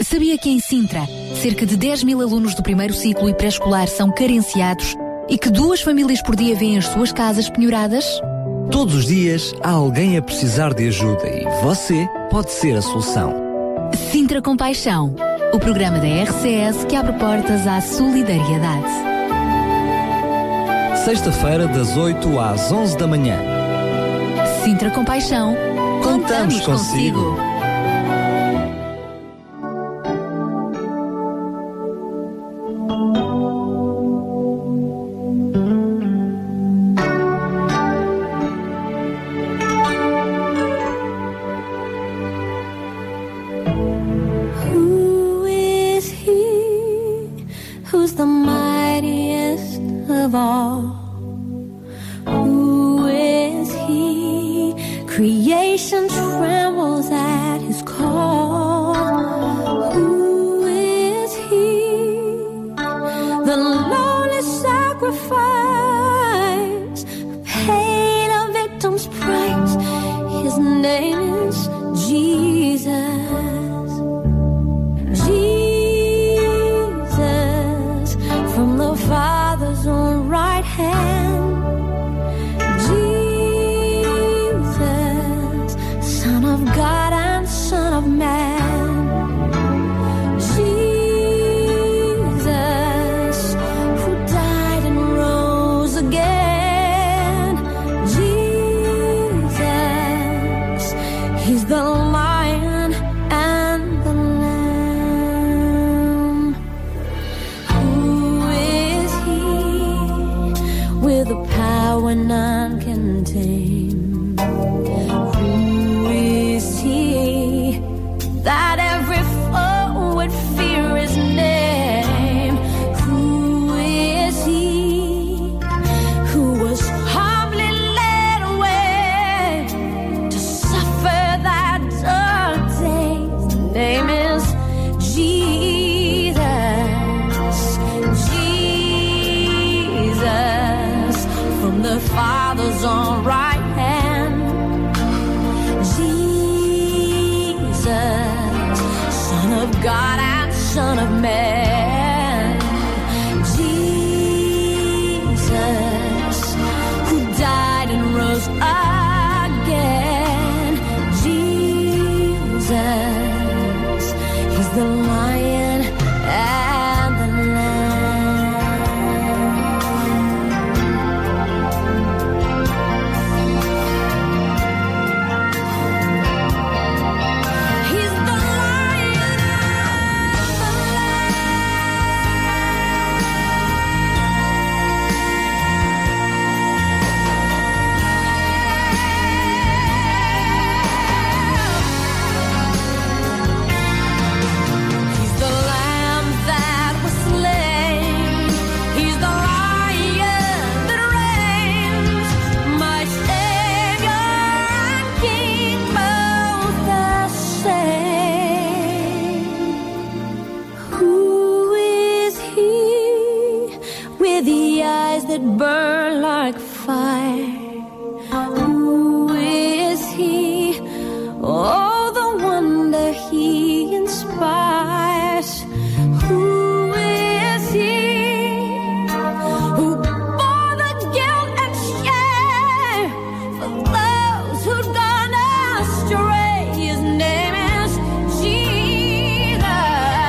Sabia que em Sintra, cerca de 10.000 alunos do primeiro ciclo e pré-escolar são carenciados e que 2 famílias por dia vêem as suas casas penhoradas? Todos os dias há alguém a precisar de ajuda e você pode ser a solução. Sintra Compaixão, o programa da RCS que abre portas à solidariedade. Sexta-feira, das 8 às 11 da manhã. Sintra Compaixão, contamos consigo.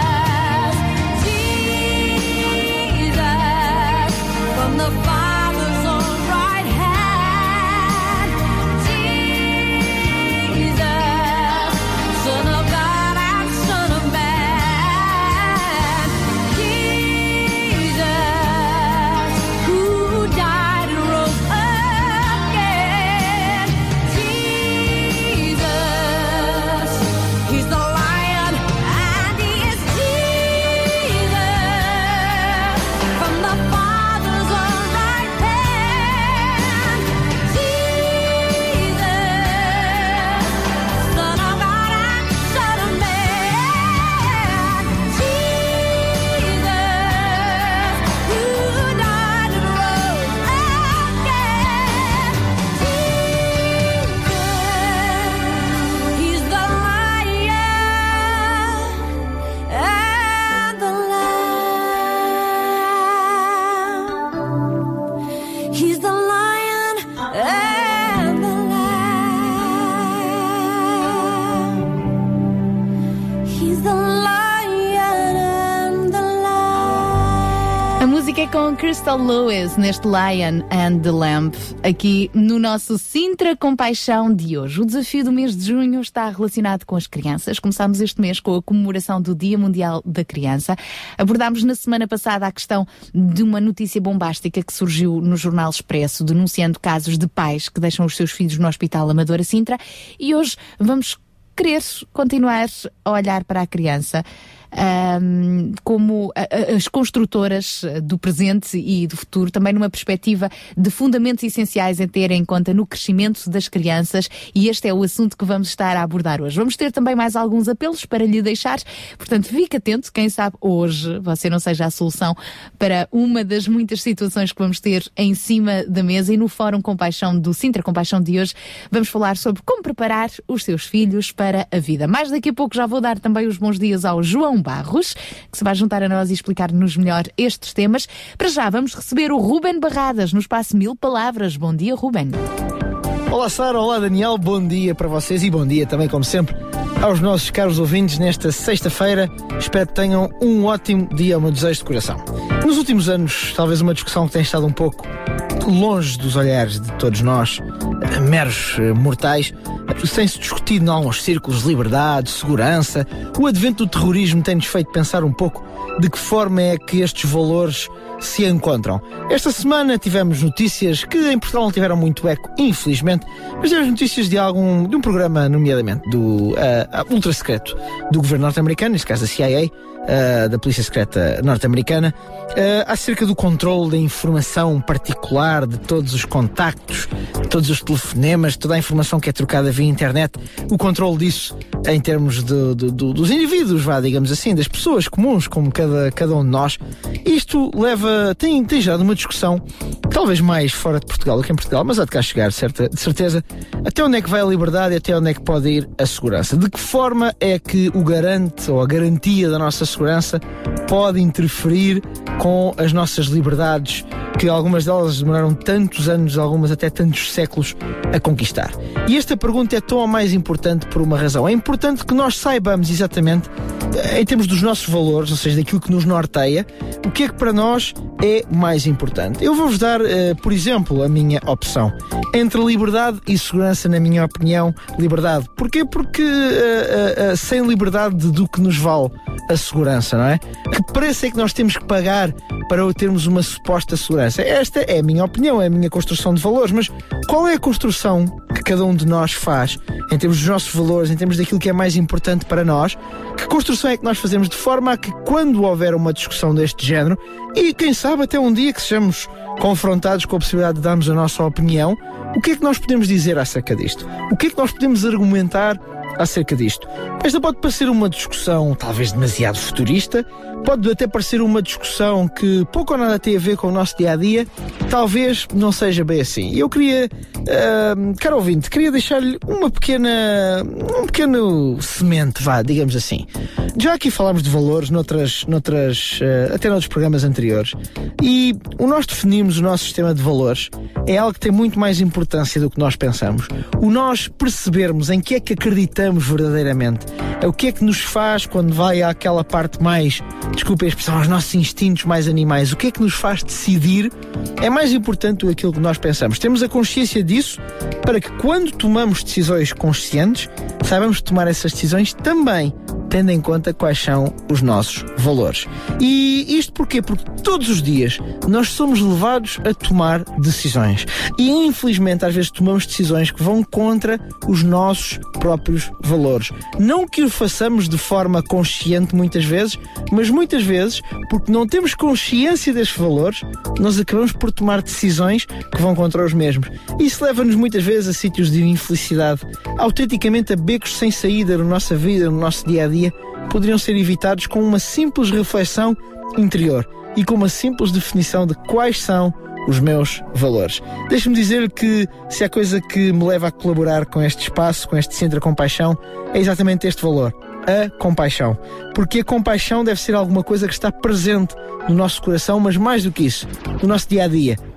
From the Father's He's the lion and the lamb. A música é com Crystal Lewis neste Lion and the Lamb, aqui no nosso Sintra Compaixão de hoje. O desafio do mês de junho está relacionado com as crianças. Começámos este mês com a comemoração do Dia Mundial da Criança. Abordámos na semana passada a questão de uma notícia bombástica que surgiu no Jornal Expresso, denunciando casos de pais que deixam os seus filhos no Hospital Amadora Sintra, e hoje vamos querer continuar a olhar para a criança como as construtoras do presente e do futuro, também numa perspectiva de fundamentos essenciais a ter em conta no crescimento das crianças, e este é o assunto que vamos estar a abordar hoje. Vamos ter também mais alguns apelos para lhe deixar, portanto fique atento, quem sabe hoje você não seja a solução para uma das muitas situações que vamos ter em cima da mesa. E no Fórum Compaixão do Sintra Compaixão de hoje vamos falar sobre como preparar os seus filhos para a vida. Mais daqui a pouco já vou dar também os bons dias ao João Barros, que se vai juntar a nós e explicar-nos melhor estes temas. Para já vamos receber o Ruben Barradas no espaço 1000 Palavras. Bom dia, Ruben. Olá, Sara. Olá, Daniel. Bom dia para vocês e bom dia também, como sempre, aos nossos caros ouvintes nesta sexta-feira. Espero que tenham um ótimo dia, o meu desejo de coração. Nos últimos anos, talvez uma discussão que tem estado um pouco longe dos olhares de todos nós, meros mortais, tem-se discutido em alguns círculos de liberdade, segurança. O advento do terrorismo tem-nos feito pensar um pouco de que forma é que estes valores se encontram. Esta semana tivemos notícias que em Portugal não tiveram muito eco, infelizmente, mas tivemos notícias de um programa, nomeadamente do ultra secreto do governo norte-americano, neste caso da CIA, da Polícia Secreta norte-americana, acerca do controle da informação particular, de todos os contactos, de todos os telefonemas, toda a informação que é trocada via internet, o controle disso em termos dos indivíduos, digamos assim, das pessoas comuns, como cada um de nós. Isto tem gerado uma discussão, talvez mais fora de Portugal do que em Portugal, mas há de cá chegar, de certeza, até onde é que vai a liberdade e até onde é que pode ir a segurança. De que forma é que o garante ou a garantia da nossa segurança pode interferir com as nossas liberdades, que algumas delas demoraram tantos anos, algumas até tantos séculos a conquistar. E esta pergunta é tão ou mais importante por uma razão. É importante que nós saibamos exatamente, em termos dos nossos valores, ou seja, daquilo que nos norteia, o que é que para nós é mais importante. Eu vou-vos dar, por exemplo, a minha opção. Entre liberdade e segurança, na minha opinião, liberdade. Porquê? Porque sem liberdade, do que nos vale a segurança, não é? Que preço é que nós temos que pagar para termos uma suposta segurança? Esta é a minha opinião, é a minha construção de valores, mas qual é a construção que cada um de nós faz em termos dos nossos valores, em termos daquilo que é mais importante para nós? Que construção é que nós fazemos de forma a que, quando houver uma discussão deste género, e quem sabe até um dia que sejamos confrontados com a possibilidade de darmos a nossa opinião, o que é que nós podemos dizer acerca disto? O que é que nós podemos argumentar acerca disto? Esta pode parecer uma discussão talvez demasiado futurista, pode até parecer uma discussão que pouco ou nada tem a ver com o nosso dia-a-dia, talvez não seja bem assim. Eu queria, caro ouvinte, queria deixar-lhe um pequeno semente, digamos assim. Já aqui falámos de valores até noutros programas anteriores, e o nós definirmos o nosso sistema de valores é algo que tem muito mais importância do que nós pensamos. O nós percebermos em que é que acreditamos verdadeiramente, é o que é que nos faz quando vai àquela parte mais, desculpe a expressão, aos nossos instintos mais animais, o que é que nos faz decidir, é mais importante do que aquilo que nós pensamos. Temos a consciência disso para que, quando tomamos decisões conscientes, saibamos tomar essas decisões também tendo em conta quais são os nossos valores. E isto porquê? Porque todos os dias nós somos levados a tomar decisões. E infelizmente às vezes tomamos decisões que vão contra os nossos próprios valores. Não que o façamos de forma consciente muitas vezes, mas muitas vezes, porque não temos consciência destes valores, nós acabamos por tomar decisões que vão contra os mesmos. Isso leva-nos muitas vezes a sítios de infelicidade, autenticamente a becos sem saída na nossa vida, no nosso dia-a-dia, poderiam ser evitados com uma simples reflexão interior e com uma simples definição de quais são os meus valores. Deixe-me dizer que se há coisa que me leva a colaborar com este espaço, com este Sintra Compaixão, é exatamente este valor, a compaixão. Porque a compaixão deve ser alguma coisa que está presente no nosso coração, mas mais do que isso, no nosso dia-a-dia.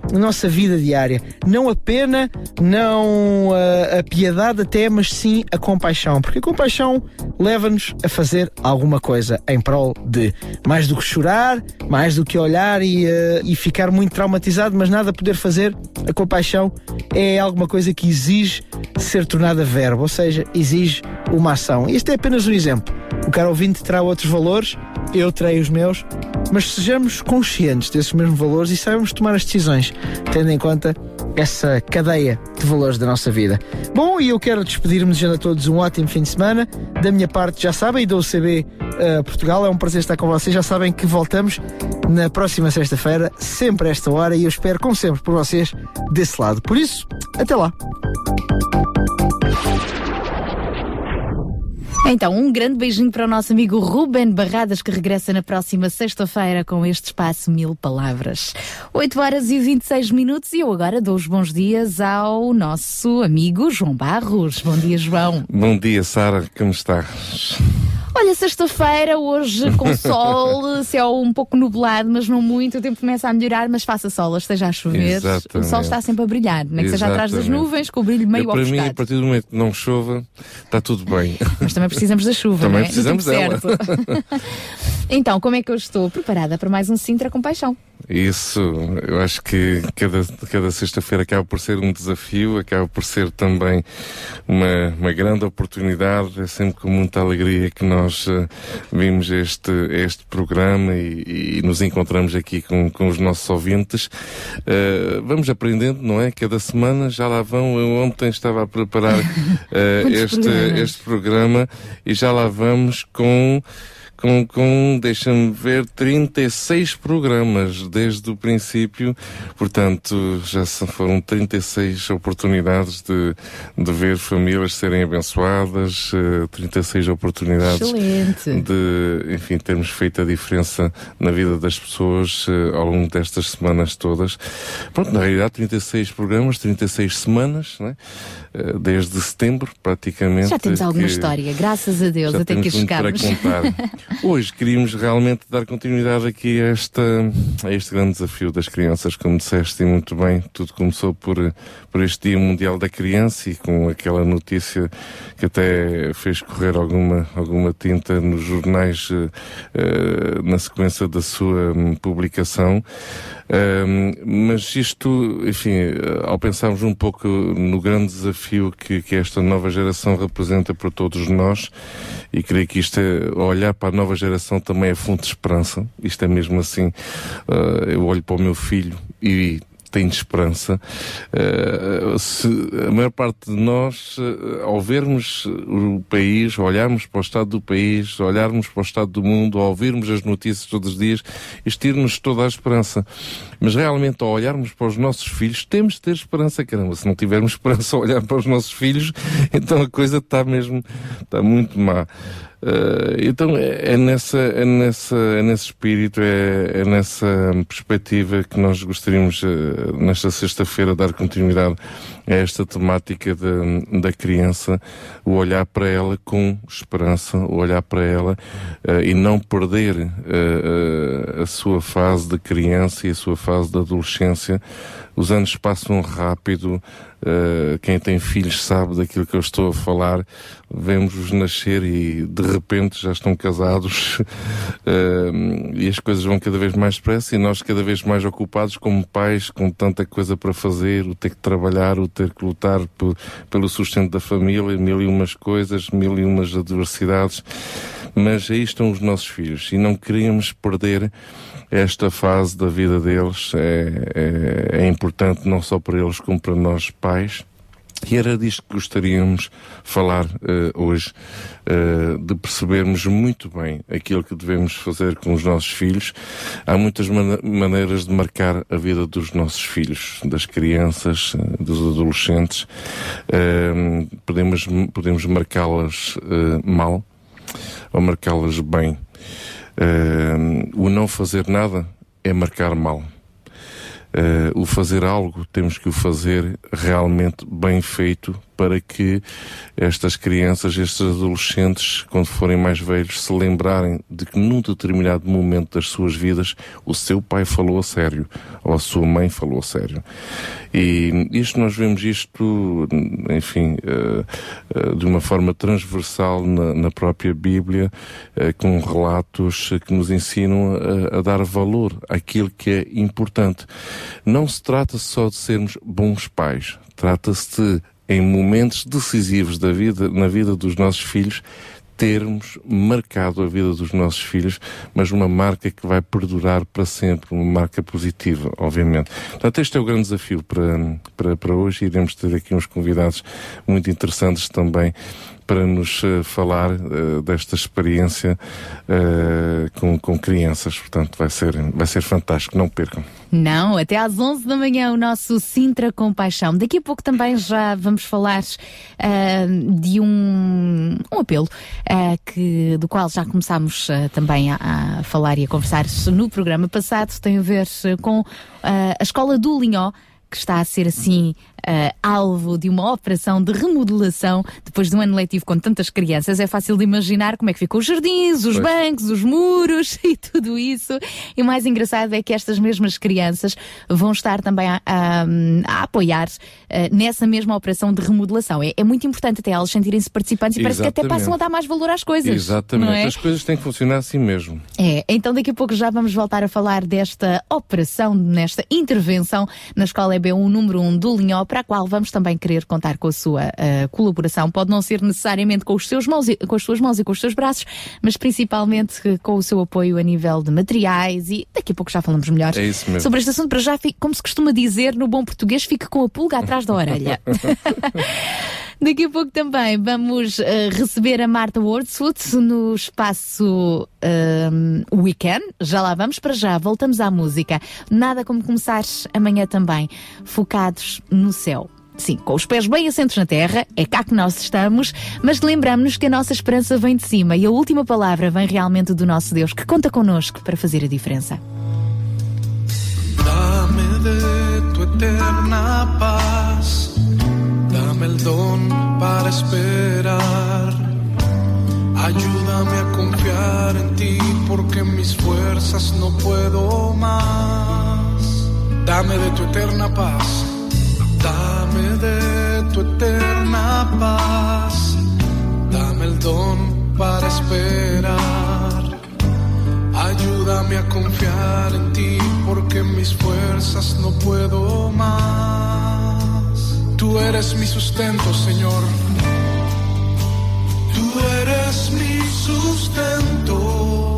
na nossa vida diária. Não a pena, não a piedade até, mas sim a compaixão. Porque a compaixão leva-nos a fazer alguma coisa em prol de. Mais do que chorar, mais do que olhar e ficar muito traumatizado, mas nada a poder fazer, a compaixão é alguma coisa que exige ser tornada verbo, ou seja, exige uma ação. Este é apenas um exemplo. O caro ouvinte terá outros valores, eu terei os meus, mas sejamos conscientes desses mesmos valores e saibamos tomar as decisões, tendo em conta essa cadeia de valores da nossa vida. Bom, e eu quero despedir-me desejando a todos um ótimo fim de semana. Da minha parte, já sabem, e da UCB Portugal, é um prazer estar com vocês. Já sabem que voltamos na próxima sexta-feira, sempre a esta hora, e eu espero, como sempre, por vocês desse lado. Por isso, até lá. Então, um grande beijinho para o nosso amigo Ruben Barradas, que regressa na próxima sexta-feira com este espaço 1000 Palavras. 8h26 e eu agora dou os bons dias ao nosso amigo João Barros. Bom dia, João. Bom dia, Sara. Como estás? Olha, sexta-feira, hoje com sol, céu um pouco nublado, mas não muito, o tempo começa a melhorar, mas faça sol, esteja a chover, Exatamente. O sol está sempre a brilhar, nem que seja atrás das nuvens, com o brilho meio para ofuscado. mim, a partir do momento que não chova, está tudo bem. Mas também precisamos da chuva, também não é? precisamos dela. Então, como é que eu estou? Preparada para mais um Sintra com Paixão. Isso, eu acho que cada sexta-feira acaba por ser um desafio, acaba por ser também uma grande oportunidade. É sempre com muita alegria que nós vimos este programa e nos encontramos aqui com os nossos ouvintes. Vamos aprendendo, não é? Cada semana já lá vão. Eu ontem estava a preparar este programa e já lá vamos com deixa-me ver, 36 programas desde o princípio, portanto já foram 36 oportunidades de ver famílias serem abençoadas, 36 oportunidades Excelente. de, enfim, termos feito a diferença na vida das pessoas ao longo destas semanas todas. Pronto, na realidade 36 programas, 36 semanas, não é? Desde setembro, praticamente. Já temos alguma história, graças a Deus, até que chegámos. Já temos muito para contar. Hoje queríamos realmente dar continuidade aqui a este grande desafio das crianças, como disseste e muito bem. Tudo começou por este Dia Mundial da Criança e com aquela notícia que até fez correr alguma tinta nos jornais na sequência da sua publicação. Mas isto, enfim, ao pensarmos um pouco no grande desafio que esta nova geração representa para todos nós, e creio que isto olhar para a nova geração também é fonte de esperança. Isto é mesmo assim. Eu olho para o meu filho e tenho esperança. Se a maior parte de nós, ao vermos o país, olharmos para o estado do país, olharmos para o estado do mundo, ao ouvirmos as notícias todos os dias, isto tira-nos toda a esperança. Mas realmente, ao olharmos para os nossos filhos, temos de ter esperança, caramba. Se não tivermos esperança ao olhar para os nossos filhos, então a coisa está muito má. Então é nesse espírito, é nessa perspectiva que nós gostaríamos nesta sexta-feira dar continuidade a esta temática da criança, o olhar para ela com esperança, o olhar para ela e não perder a sua fase de criança e a sua fase de adolescência. Os anos passam rápido, quem tem filhos sabe daquilo que eu estou a falar. Vemos-os nascer e de repente já estão casados e as coisas vão cada vez mais depressa e nós cada vez mais ocupados como pais, com tanta coisa para fazer, o ter que trabalhar, o ter que lutar pelo sustento da família, mil e umas coisas, mil e umas adversidades. Mas aí estão os nossos filhos e não queríamos perder esta fase da vida deles. É importante não só para eles como para nós pais. E era disto que gostaríamos de falar hoje, de percebermos muito bem aquilo que devemos fazer com os nossos filhos. Há muitas maneiras de marcar a vida dos nossos filhos, das crianças, dos adolescentes. Podemos marcá-las mal ou marcá-las bem. O não fazer nada é marcar mal. O fazer algo, temos que o fazer realmente bem feito, para que estas crianças, estes adolescentes, quando forem mais velhos, se lembrarem de que num determinado momento das suas vidas o seu pai falou a sério, ou a sua mãe falou a sério. E nós vemos isto, enfim, de uma forma transversal na própria Bíblia, com relatos que nos ensinam a dar valor àquilo que é importante. Não se trata só de sermos bons pais, trata-se de, em momentos decisivos da vida, na vida dos nossos filhos, termos marcado a vida dos nossos filhos, mas uma marca que vai perdurar para sempre, uma marca positiva, obviamente. Portanto, este é o grande desafio para hoje, e iremos ter aqui uns convidados muito interessantes também para nos falar desta experiência com crianças. Portanto, vai ser fantástico, não percam. Não, até às 11 da manhã o nosso Sintra Compaixão. Daqui a pouco também já vamos falar de um apelo do qual já começámos também a falar e a conversar no programa passado. Tem a ver com a Escola do Linhó, que está a ser assim alvo de uma operação de remodelação depois de um ano letivo com tantas crianças. É fácil de imaginar como é que ficam os jardins, os bancos, os muros e tudo isso. E o mais engraçado é que estas mesmas crianças vão estar também a apoiar nessa mesma operação de remodelação. É muito importante até elas sentirem-se participantes e parece que até passam a dar mais valor às coisas. Exatamente, não é? As coisas têm que funcionar assim mesmo. Então daqui a pouco já vamos voltar a falar desta operação, nesta intervenção na Escola EB1 número 1 do Linhó, para a qual vamos também querer contar com a sua colaboração. Pode não ser necessariamente com as suas mãos e com os seus braços, mas principalmente com o seu apoio a nível de materiais, e daqui a pouco já falamos melhor sobre este assunto. Para já, como se costuma dizer no bom português, fique com a pulga atrás da orelha. Daqui a pouco também vamos receber a Marta Wordsworth no espaço Weekend. Já lá vamos, para já voltamos à música. Nada como começar amanhã também focados no céu. Sim, com os pés bem assentos na terra, é cá que nós estamos, mas lembramos-nos que a nossa esperança vem de cima e a última palavra vem realmente do nosso Deus, que conta connosco para fazer a diferença. Dame de tu eterna paz, dame el don para esperar, ayúdame a confiar en ti porque en mis fuerzas no puedo más. Dame de tu eterna paz, dame de tu eterna paz, dame el don para esperar, ayúdame a confiar en ti porque en mis fuerzas no puedo más. Tú eres mi sustento, Señor. Tú eres mi sustento.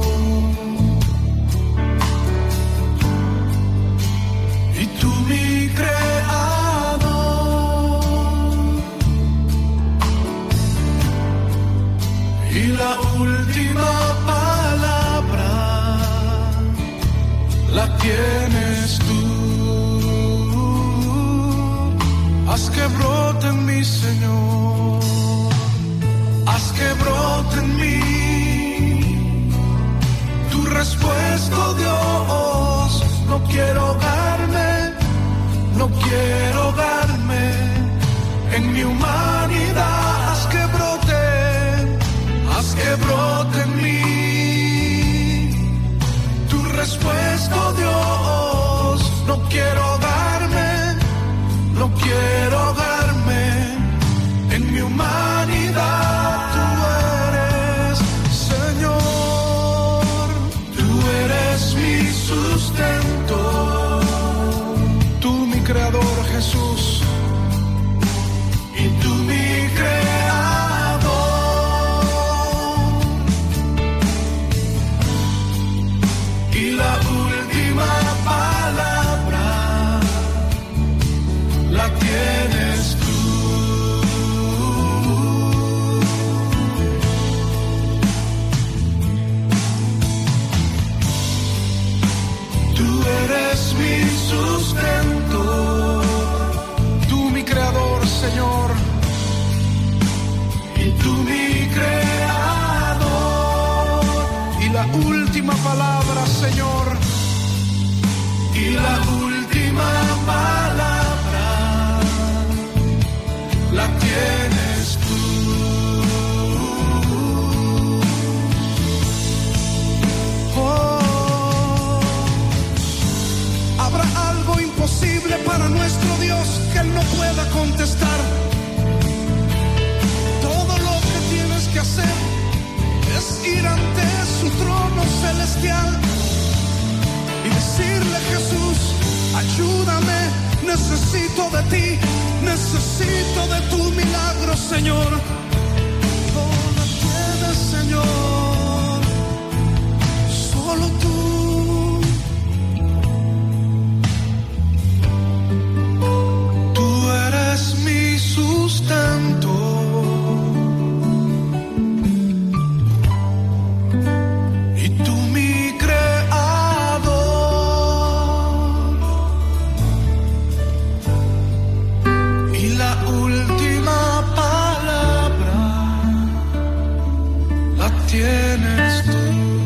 Y tú mi creador. Y la última palabra la tienes tú. Haz que brote en mí, Señor. Haz que brote en mí tu respuesta, Dios. No quiero ahogarme, no quiero ahogarme en mi humanidad. Haz que brote en mí tu respuesta, Dios. No quiero ahogarme, no quiero ahogarme en mi humanidad. Sustento, tú mi creador, Jesús, y tú mi creador, y la última palabra la tienes tú. Eres mi sustento, tú mi creador, Señor, y tú mi creador, y la última palabra, Señor, y la última palabra la tienes. Jesús, ayúdame, necesito de ti, necesito de tu milagro, Señor. Oh, la tienes, Señor, solo tú. Tú eres mi sustento. Y tú mi creador. Y la última palabra la tienes tú.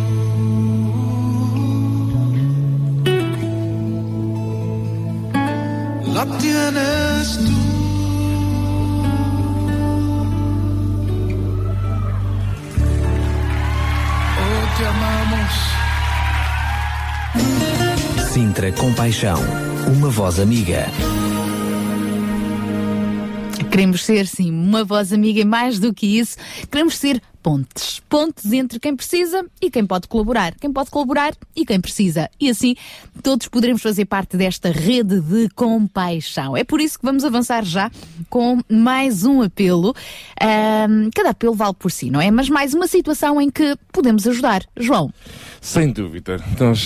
La tienes tú. Oh, te amamos. Sintra Compaixão, uma voz amiga. Queremos ser, sim, uma voz amiga e mais do que isso, queremos ser pontes. Pontes entre quem precisa e quem pode colaborar. Quem pode colaborar e quem precisa. E assim, todos poderemos fazer parte desta rede de compaixão. É por isso que vamos avançar já com mais um apelo. Cada apelo vale por si, não é? Mas mais uma situação em que podemos ajudar. João. Sem dúvida.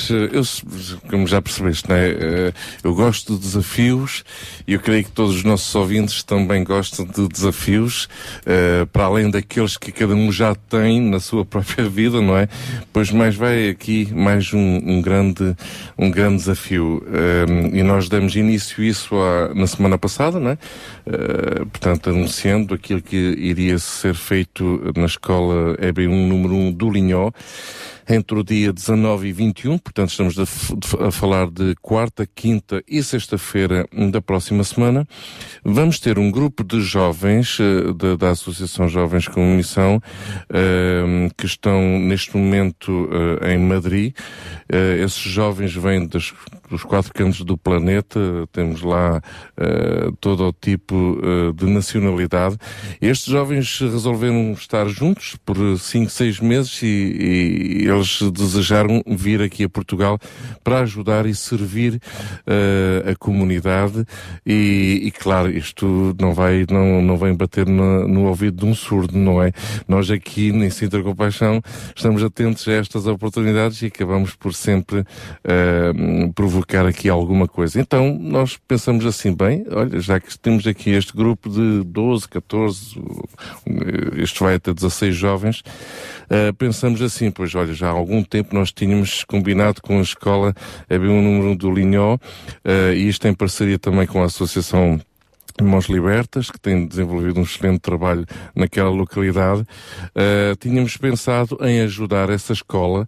Como já percebeste, não é? Eu gosto de desafios e eu creio que todos os nossos ouvintes também gostam de desafios, para além daqueles que cada um já tem na sua própria vida, não é? Pois mais vai aqui mais um grande desafio. E nós demos início a isso na semana passada, não é? Portanto, anunciando aquilo que iria ser feito na escola EB1 número 1 do Linhó, entre o dia 19 e 21, portanto estamos a falar de quarta, quinta e sexta-feira da próxima semana. Vamos ter um grupo de jovens da Associação Jovens com Missão, que estão neste momento em Madrid. Esses jovens vêm dos 4 cantos do planeta, temos lá todo o tipo de nacionalidade. Estes jovens resolveram estar juntos por 5, 6 meses e eles desejaram vir aqui a Portugal para ajudar e servir a comunidade e claro, isto não vem bater no ouvido de um surdo, não é? Nós aqui em Sintra Compaixão estamos atentos a estas oportunidades e acabamos por sempre provocar aqui alguma coisa. Então nós pensamos assim, bem, olha, já que temos aqui este grupo de 12, 14, isto vai até 16 jovens, pensamos assim, pois olha, já há algum tempo nós tínhamos combinado com a escola EB1 número 1 do Linhó, e isto em parceria também com a Associação Mãos Libertas, que tem desenvolvido um excelente trabalho naquela localidade. Tínhamos pensado em ajudar essa escola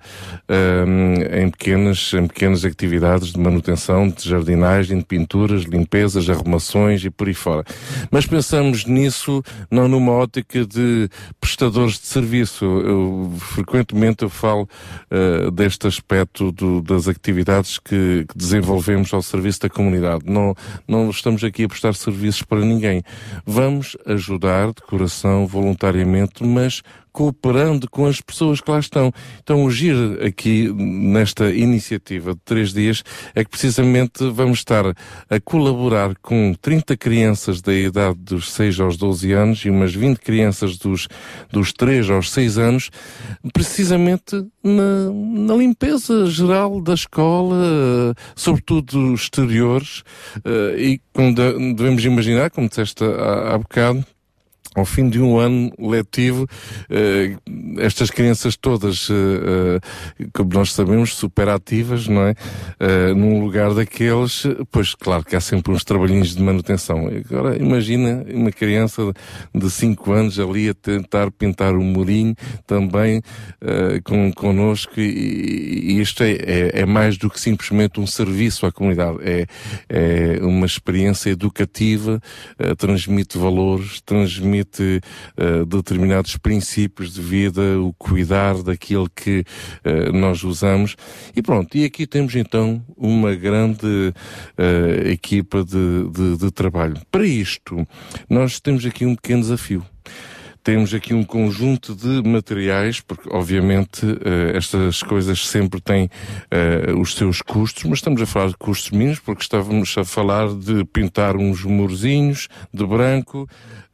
em pequenas atividades de manutenção, de jardinagem, de pinturas, limpezas, arrumações e por aí fora. Mas pensamos nisso não numa ótica de prestadores de serviço. Frequentemente eu falo deste aspecto das atividades que desenvolvemos ao serviço da comunidade. Não estamos aqui a prestar serviço para ninguém. Vamos ajudar de coração, voluntariamente, mas cooperando com as pessoas que lá estão. Então, o giro aqui nesta iniciativa de 3 dias é que precisamente vamos estar a colaborar com 30 crianças da idade dos 6 aos 12 anos e umas 20 crianças dos 3 aos 6 anos, precisamente na limpeza geral da escola, sobretudo exteriores, e como devemos imaginar, como disseste há bocado, ao fim de um ano letivo, estas crianças todas, como nós sabemos, super ativas, não é? Num lugar daqueles, pois claro que há sempre uns trabalhinhos de manutenção. Agora imagina uma criança de 5 anos ali a tentar pintar um murinho também connosco, e isto é mais do que simplesmente um serviço à comunidade. É uma experiência educativa, transmite valores, transmite determinados princípios de vida, o cuidar daquilo que nós usamos. E pronto, e aqui temos então uma grande equipa de trabalho. Para isto, nós temos aqui um pequeno desafio. Temos aqui um conjunto de materiais, porque obviamente estas coisas sempre têm os seus custos, mas estamos a falar de custos mínimos, porque estávamos a falar de pintar uns murozinhos de branco,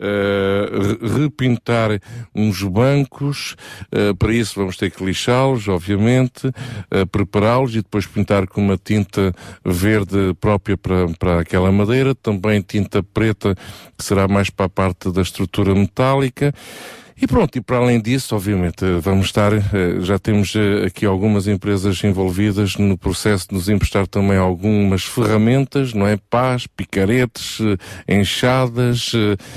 repintar uns bancos, para isso vamos ter que lixá-los, obviamente, prepará-los e depois pintar com uma tinta verde própria para aquela madeira, também tinta preta, que será mais para a parte da estrutura metálica. E pronto, e para além disso, obviamente, vamos estar, já temos aqui algumas empresas envolvidas no processo de nos emprestar também algumas ferramentas, não é? Pás, picaretes, enxadas,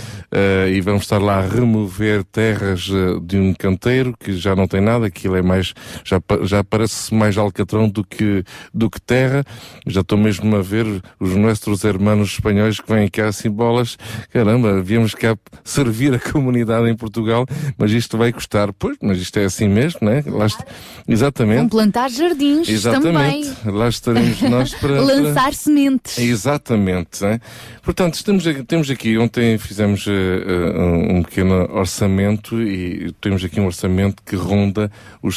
e vamos estar lá a remover terras de um canteiro que já não tem nada, aquilo é mais, já parece mais alcatrão do que terra. Já estou mesmo a ver os nossos hermanos espanhóis que vêm cá assim bolas, caramba, viemos cá servir a comunidade em Portugal, mas isto vai custar, pois, mas isto é assim mesmo, não é? Exatamente. Vão plantar jardins. Exatamente. Também. Lá estaremos nós para... lançar sementes. Exatamente. Não é? Portanto, temos aqui, ontem fizemos um pequeno orçamento e temos aqui um orçamento que ronda os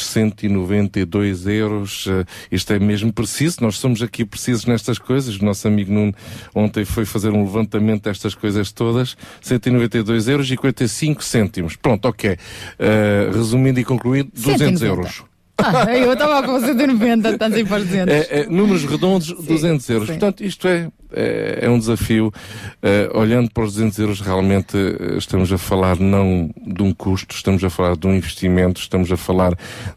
192 euros. Isto é mesmo preciso, nós somos aqui precisos nestas coisas. O nosso amigo Nuno ontem foi fazer um levantamento destas coisas todas. 192 euros e 45 cêntimos. Pronto, ok. Resumindo e concluindo, 200 euros. Eu estava com 190, estás aí para os 200. Números redondos, sim, 200 euros. Sim. Portanto, isto é um desafio. Olhando para os 200 euros, realmente estamos a falar não de um custo, estamos a falar de um investimento, estamos a falar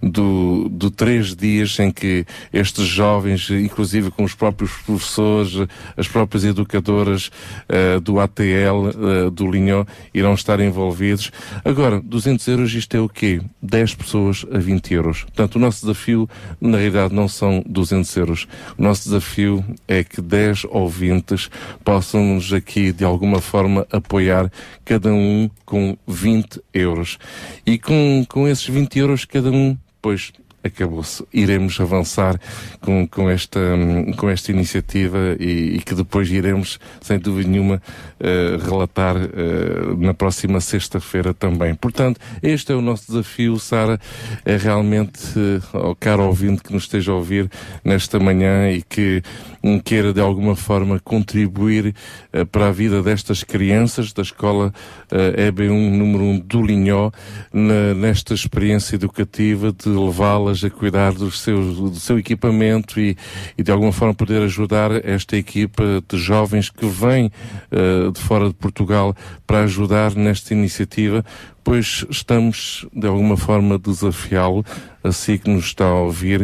de 3 dias em que estes jovens, inclusive com os próprios professores, as próprias educadoras do ATL, do Linhó, irão estar envolvidos. Agora, 200 euros, isto é o quê? 10 pessoas a 20 euros. Portanto, o nosso desafio, na realidade, não são 200 euros. O nosso desafio é que 10 ouvintes possam-nos aqui, de alguma forma, apoiar, cada um com 20 euros. E com esses 20 euros, cada um, pois, acabou-se. Iremos avançar com esta iniciativa e que depois iremos, sem dúvida nenhuma, relatar na próxima sexta-feira também. Portanto, este é o nosso desafio, Sara, é realmente, caro ouvinte que nos esteja a ouvir nesta manhã e que queira de alguma forma contribuir para a vida destas crianças da escola EB1 número 1 do Linhó, nesta experiência educativa de levá-las a cuidar do seu equipamento e de alguma forma poder ajudar esta equipa de jovens que vem de fora de Portugal para ajudar nesta iniciativa, pois estamos de alguma forma a desafiá-lo, assim que nos está a ouvir,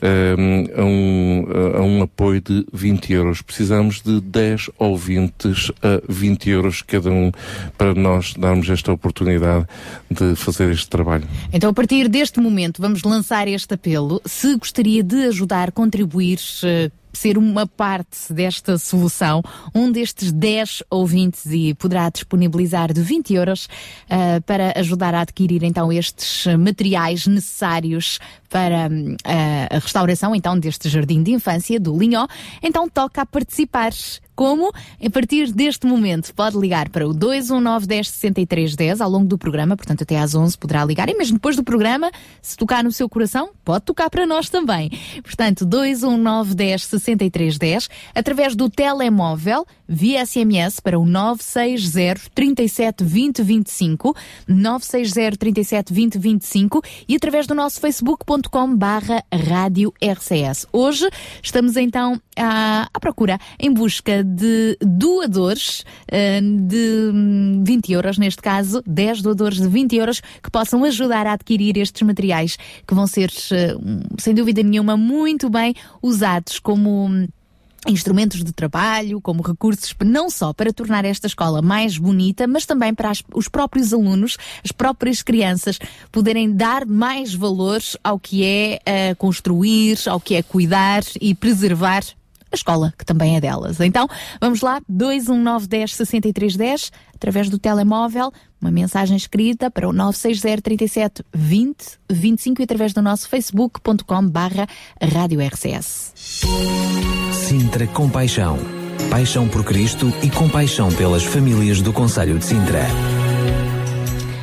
a um apoio de 20 euros. Precisamos de 10 ouvintes a 20 euros cada um para nós darmos esta oportunidade de fazer este trabalho. Então, a partir deste momento, vamos lançar este apelo. Se gostaria de ajudar, contribuir, ser uma parte desta solução, um destes 10 ouvintes, e poderá disponibilizar de 20 euros para ajudar a adquirir então estes materiais necessários para a restauração então deste jardim de infância do Linhó. Então toca a participar. Como? A partir deste momento pode ligar para o 219 10 63 10 ao longo do programa, portanto até às 11 poderá ligar, e mesmo depois do programa, se tocar no seu coração, pode tocar para nós também. Portanto, 219 10 63 10, através do telemóvel, via SMS para o 960 37 20 25, 960 37 20 25, e através do nosso facebook.com/Rádio RCS. Hoje estamos então à procura, em busca de doadores de 20 euros, neste caso 10 doadores de 20 euros que possam ajudar a adquirir estes materiais que vão ser, sem dúvida nenhuma, muito bem usados como instrumentos de trabalho, como recursos não só para tornar esta escola mais bonita, mas também para os próprios alunos, as próprias crianças poderem dar mais valor ao que é construir, ao que é cuidar e preservar a escola, que também é delas. Então, vamos lá, 219 10 63 10, através do telemóvel, uma mensagem escrita para o 960 37 20 25 e através do nosso facebook.com/Rádio RCS. Sintra Compaixão. Paixão por Cristo e compaixão pelas famílias do concelho de Sintra.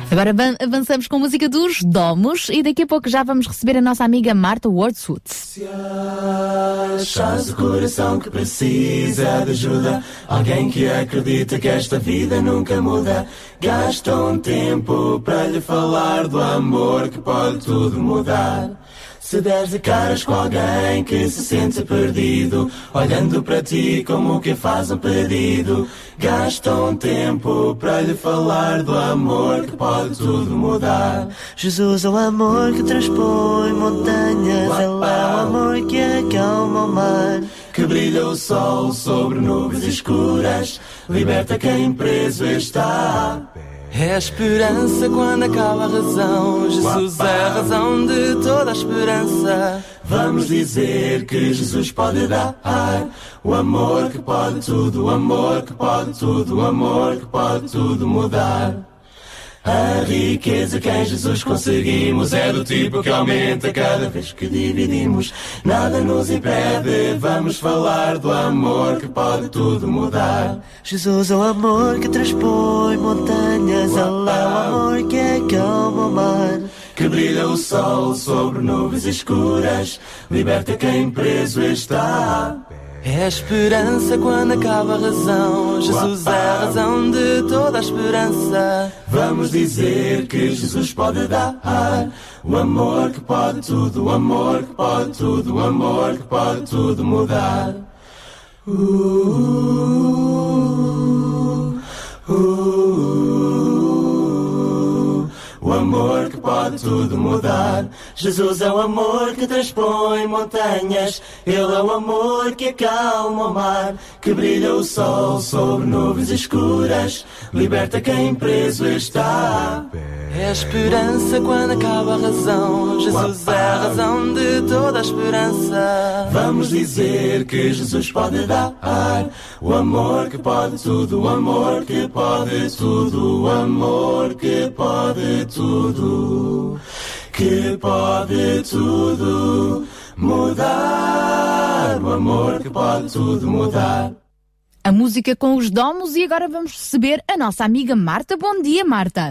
Agora avançamos com a música dos Domos e daqui a pouco já vamos receber a nossa amiga Marta Wordswood. Se achas o coração que precisa de ajuda, alguém que acredita que esta vida nunca muda, gasta um tempo para lhe falar do amor que pode tudo mudar. Se deres de caras com alguém que se sente perdido, olhando para ti como quem faz um pedido, gasta um tempo para lhe falar do amor que pode tudo mudar. Jesus é o amor que transpõe montanhas, Ele é o amor que acalma o mar, que brilha o sol sobre nuvens escuras, liberta quem preso está. É a esperança quando acaba a razão, Jesus é a razão de toda a esperança. Vamos dizer que Jesus pode dar o amor que pode tudo, o amor que pode tudo, o amor que pode tudo mudar. A riqueza que em Jesus conseguimos é do tipo que aumenta cada vez que dividimos. Nada nos impede, vamos falar do amor que pode tudo mudar. Jesus é o amor que transpõe montanhas, Ele é o amor que acalma o mar, que brilha o sol sobre nuvens escuras, liberta quem preso está. É a esperança quando acaba a razão, Jesus é a razão de toda a esperança. Vamos dizer que Jesus pode dar o amor que pode tudo, o amor que pode tudo, o amor que pode tudo mudar. O amor que pode tudo mudar. Jesus é o amor que transpõe montanhas, Ele é o amor que acalma o mar, que brilha o sol sobre nuvens escuras, liberta quem preso está. É a esperança quando acaba a razão, Jesus é a razão de toda a esperança. Vamos dizer que Jesus pode dar o amor que pode tudo, o amor que pode tudo, o amor que pode tudo, que pode tudo mudar, o amor que pode tudo mudar. A música com os Domos e agora vamos receber a nossa amiga Marta. Bom dia, Marta.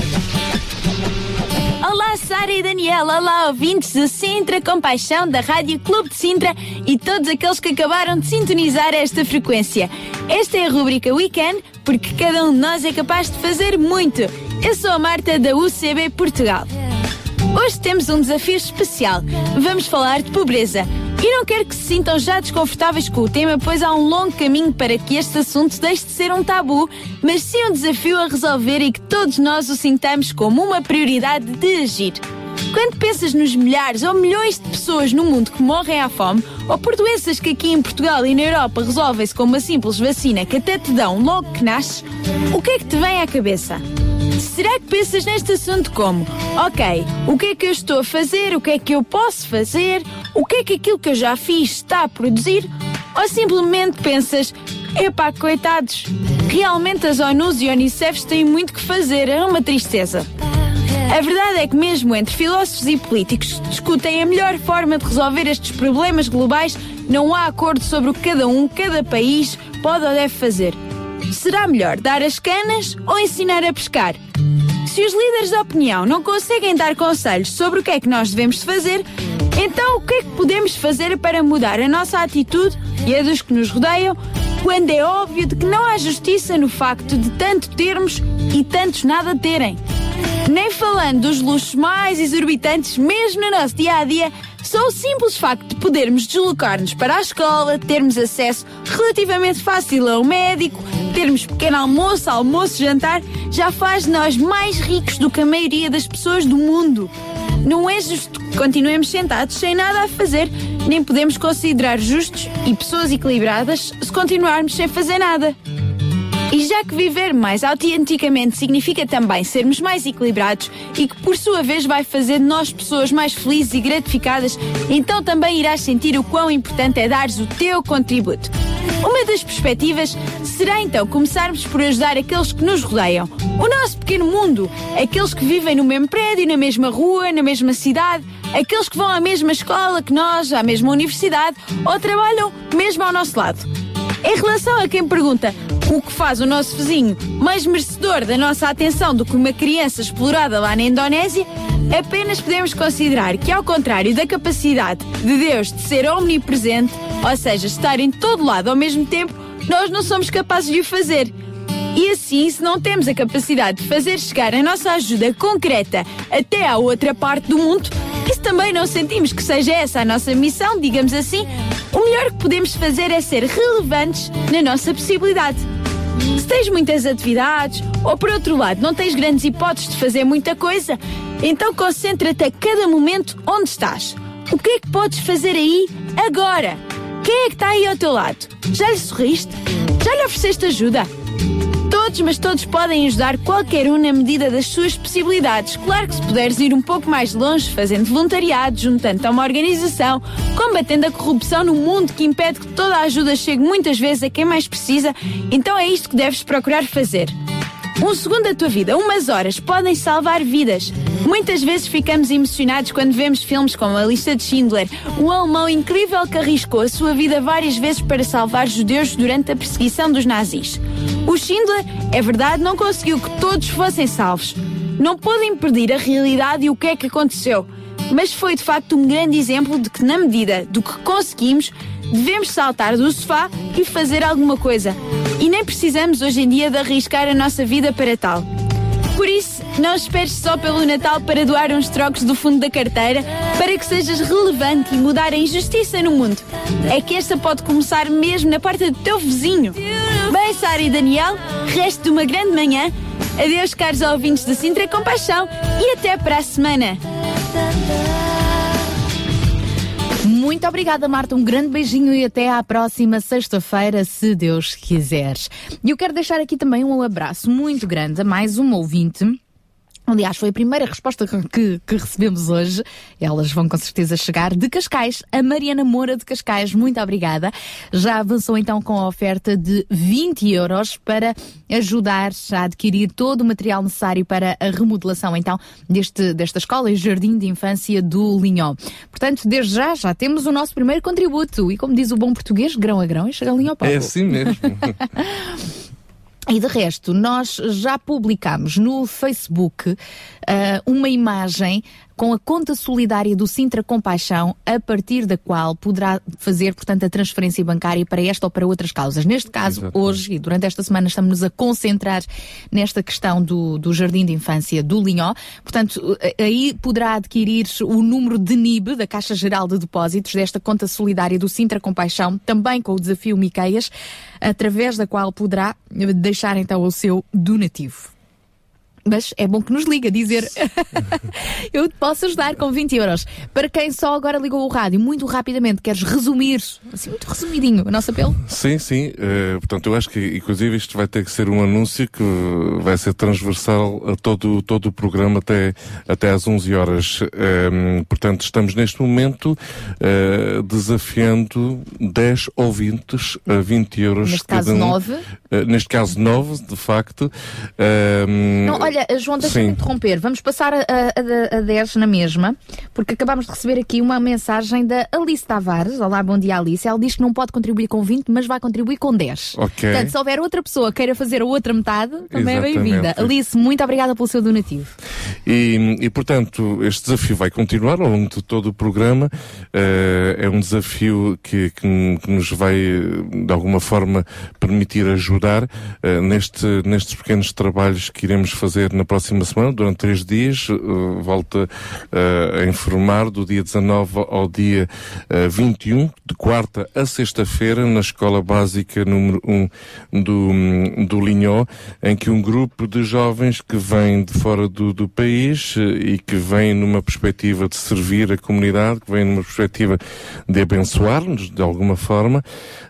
Olá, Sara e Daniel. Olá, ouvintes de Sintra Compaixão, da Rádio Clube de Sintra e todos aqueles que acabaram de sintonizar esta frequência. Esta é a rubrica Weekend, porque cada um de nós é capaz de fazer muito. Eu sou a Marta da UCB Portugal. Hoje temos um desafio especial. Vamos falar de pobreza. E não quero que se sintam já desconfortáveis com o tema, pois há um longo caminho para que este assunto deixe de ser um tabu, mas sim um desafio a resolver e que todos nós o sintamos como uma prioridade de agir. Quando pensas nos milhares ou milhões de pessoas no mundo que morrem à fome, ou por doenças que aqui em Portugal e na Europa resolvem-se com uma simples vacina que até te dão logo que nasces, o que é que te vem à cabeça? Será que pensas neste assunto como: ok, o que é que eu estou a fazer, o que é que eu posso fazer, o que é que aquilo que eu já fiz está a produzir? Ou simplesmente pensas: epá, coitados, realmente as ONUs e Unicefs têm muito que fazer, é uma tristeza. A verdade é que mesmo entre filósofos e políticos que discutem a melhor forma de resolver estes problemas globais, não há acordo sobre o que cada país pode ou deve fazer. Será melhor dar as canas ou ensinar a pescar? Se os líderes de opinião não conseguem dar conselhos sobre o que é que nós devemos fazer, então o que é que podemos fazer para mudar a nossa atitude e a dos que nos rodeiam, quando é óbvio de que não há justiça no facto de tanto termos e tantos nada terem? Nem falando dos luxos mais exorbitantes, mesmo no nosso dia-a-dia, só o simples facto de podermos deslocar-nos para a escola, termos acesso relativamente fácil a um médico, termos pequeno almoço, jantar, já faz de nós mais ricos do que a maioria das pessoas do mundo. Não é justo que continuemos sentados sem nada a fazer, nem podemos considerar justos e pessoas equilibradas se continuarmos sem fazer nada. E já que viver mais autenticamente significa também sermos mais equilibrados e que por sua vez vai fazer de nós pessoas mais felizes e gratificadas, então também irás sentir o quão importante é dares o teu contributo. Uma das perspectivas será então começarmos por ajudar aqueles que nos rodeiam. O nosso pequeno mundo, aqueles que vivem no mesmo prédio, na mesma rua, na mesma cidade, aqueles que vão à mesma escola que nós, à mesma universidade ou trabalham mesmo ao nosso lado. Em relação a quem pergunta: O que faz o nosso vizinho mais merecedor da nossa atenção do que uma criança explorada lá na Indonésia, apenas podemos considerar que, ao contrário da capacidade de Deus de ser omnipresente, ou seja, estar em todo lado ao mesmo tempo, nós não somos capazes de o fazer. E assim, se não temos a capacidade de fazer chegar a nossa ajuda concreta até à outra parte do mundo, e se também não sentimos que seja essa a nossa missão, digamos assim, o melhor que podemos fazer é ser relevantes na nossa possibilidade. Se tens muitas atividades, ou por outro lado não tens grandes hipóteses de fazer muita coisa, então concentra-te a cada momento onde estás. O que é que podes fazer aí, agora? Quem é que está aí ao teu lado? Já lhe sorriste? Já lhe ofereceste ajuda? Todos, mas todos podem ajudar qualquer um na medida das suas possibilidades. Claro que se puderes ir um pouco mais longe, fazendo voluntariado, juntando-te a uma organização, combatendo a corrupção no mundo que impede que toda a ajuda chegue muitas vezes a quem mais precisa, então é isto que deves procurar fazer. 1 segundo da tua vida, umas horas, podem salvar vidas. Muitas vezes ficamos emocionados quando vemos filmes como A Lista de Schindler, o alemão incrível que arriscou a sua vida várias vezes para salvar judeus durante a perseguição dos nazis. O Schindler, é verdade, não conseguiu que todos fossem salvos. Não pôde impedir a realidade e o que é que aconteceu. Mas foi de facto um grande exemplo de que, na medida do que conseguimos, devemos saltar do sofá e fazer alguma coisa. E nem precisamos hoje em dia de arriscar a nossa vida para tal. Por isso, não esperes só pelo Natal para doar uns trocos do fundo da carteira para que sejas relevante e mudar a injustiça no mundo. É que esta pode começar mesmo na porta do teu vizinho. Bem, Sara e Daniel, resto de uma grande manhã. Adeus, caros ouvintes da Sintra Compaixão, e até para a semana. Muito obrigada, Marta. Um grande beijinho e até à próxima sexta-feira, se Deus quiser. E eu quero deixar aqui também um abraço muito grande a mais um ouvinte. Aliás, foi a primeira resposta que recebemos hoje. Elas vão com certeza chegar de Cascais. A Mariana Moura de Cascais, muito obrigada. Já avançou então com a oferta de 20 euros para ajudar a adquirir todo o material necessário para a remodelação então desta escola e jardim de infância do Linhó. Portanto, desde já temos o nosso primeiro contributo. E como diz o bom português, grão a grão e chega ali ao pau. É assim mesmo. E de resto, nós já publicámos no Facebook uma imagem com a conta solidária do Sintra Compaixão, a partir da qual poderá fazer, portanto, a transferência bancária para esta ou para outras causas. Neste caso, exatamente, hoje e durante esta semana estamos-nos a concentrar nesta questão do Jardim de Infância do Linhó. Portanto, aí poderá adquirir o número de NIB, da Caixa Geral de Depósitos, desta conta solidária do Sintra Compaixão, também com o desafio Miqueias, através da qual poderá deixar então o seu donativo. Mas é bom que nos liga, dizer eu posso ajudar com 20 euros. Para quem só agora ligou o rádio, muito rapidamente, queres resumir, assim muito resumidinho, o nosso apelo? Sim. Portanto, eu acho que, inclusive, isto vai ter que ser um anúncio que vai ser transversal a todo o programa até às 11 horas. Portanto, estamos neste momento desafiando 10 ouvintes a 20 euros. Neste caso, 9. Neste caso, 9, de facto. Não, olha, João, deixa-me interromper. Vamos passar a 10 na mesma, porque acabámos de receber aqui uma mensagem da Alice Tavares. Olá, bom dia, Alice. Ela diz que não pode contribuir com 20, mas vai contribuir com 10. Ok. Portanto, se houver outra pessoa que queira fazer a outra metade, também é bem-vinda. Alice, muito obrigada pelo seu donativo. E, portanto, este desafio vai continuar ao longo de todo o programa. É um desafio que nos vai, de alguma forma, permitir ajudar nestes pequenos trabalhos que iremos fazer na próxima semana, durante 3 dias. Volto a informar do dia 19 ao dia 21, de quarta a sexta-feira, na Escola Básica número 1 do Linhó, em que um grupo de jovens que vêm de fora do país e que vêm numa perspectiva de servir a comunidade, que vêm numa perspectiva de abençoar-nos de alguma forma,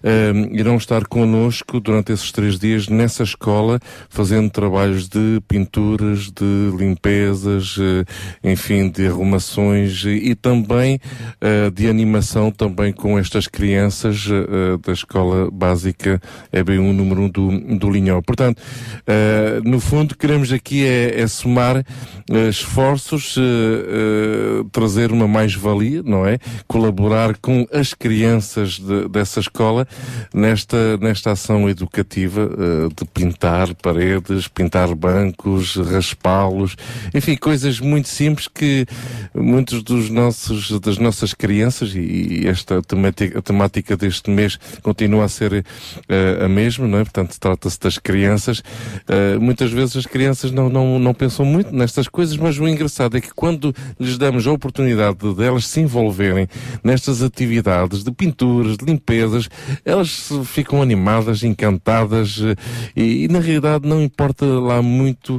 irão estar connosco durante esses 3 dias nessa escola, fazendo trabalhos de pintura, pinturas, de limpezas, enfim, de arrumações e também de animação também com estas crianças da Escola Básica EB1 número 1 do Linhó. Portanto, no fundo, queremos aqui é somar esforços, trazer uma mais-valia, não é? Colaborar com as crianças dessa escola nesta ação educativa de pintar paredes, pintar bancos, raspá-los, enfim, coisas muito simples que muitos das nossas crianças, e esta a temática deste mês continua a ser a mesma, não é? Portanto, trata-se das crianças. Muitas vezes as crianças não pensam muito nestas coisas, mas o engraçado é que quando lhes damos a oportunidade de elas se envolverem nestas atividades de pinturas, de limpezas, elas ficam animadas, encantadas e na realidade não importa lá muito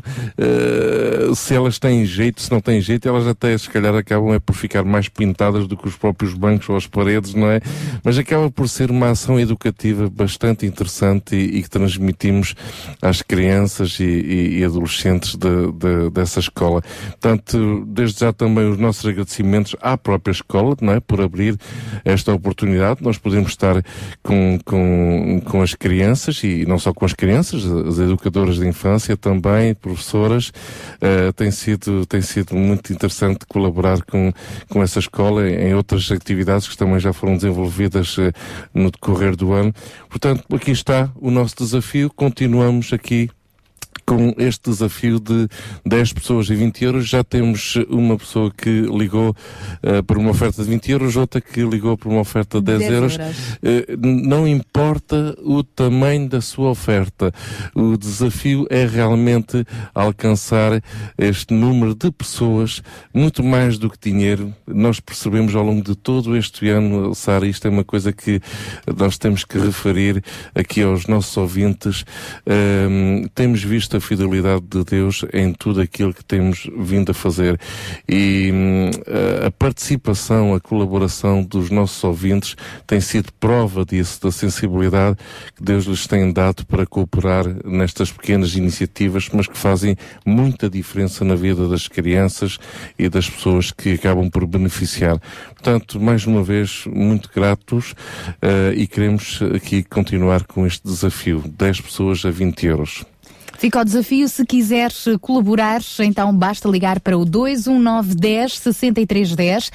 se elas têm jeito, se não têm jeito, elas até se calhar acabam por ficar mais pintadas do que os próprios bancos ou as paredes, não é? Mas acaba por ser uma ação educativa bastante interessante e que transmitimos às crianças e adolescentes dessa escola. Portanto, desde já também os nossos agradecimentos à própria escola, não é? Por abrir esta oportunidade. Nós podemos estar com as crianças e não só com as crianças, as educadoras de infância também, professoras. Tem sido muito interessante colaborar com essa escola em outras atividades que também já foram desenvolvidas no decorrer do ano. Portanto, aqui está o nosso desafio. Continuamos aqui com este desafio de 10 pessoas e 20 euros. Já temos uma pessoa que ligou por uma oferta de 20 euros, outra que ligou por uma oferta de 10 euros. Não importa o tamanho da sua oferta. O desafio é realmente alcançar este número de pessoas, muito mais do que dinheiro. Nós percebemos ao longo de todo este ano, Sara, isto é uma coisa que nós temos que referir aqui aos nossos ouvintes. Temos visto a fidelidade de Deus em tudo aquilo que temos vindo a fazer e a participação, a colaboração dos nossos ouvintes tem sido prova disso, da sensibilidade que Deus lhes tem dado para cooperar nestas pequenas iniciativas, mas que fazem muita diferença na vida das crianças e das pessoas que acabam por beneficiar. Portanto, mais uma vez, muito gratos e queremos aqui continuar com este desafio. 10 pessoas a 20 euros. Fica o desafio, se quiser colaborar, então basta ligar para o 21910 6310,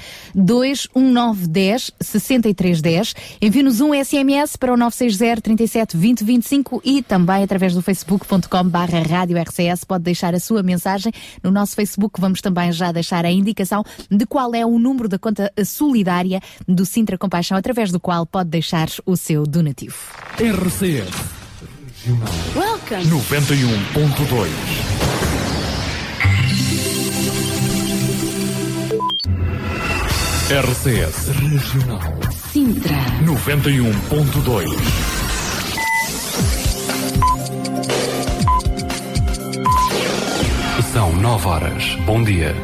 21910 6310, envie-nos um SMS para o 960 37 20 25 e também através do facebook.com/RádioRCS pode deixar a sua mensagem. No nosso Facebook vamos também já deixar a indicação de qual é o número da conta solidária do Sintra Compaixão, através do qual pode deixar o seu donativo. RCS Welcome 91.2. RCS Regional Sintra 91.2. São 9 horas. Bom dia.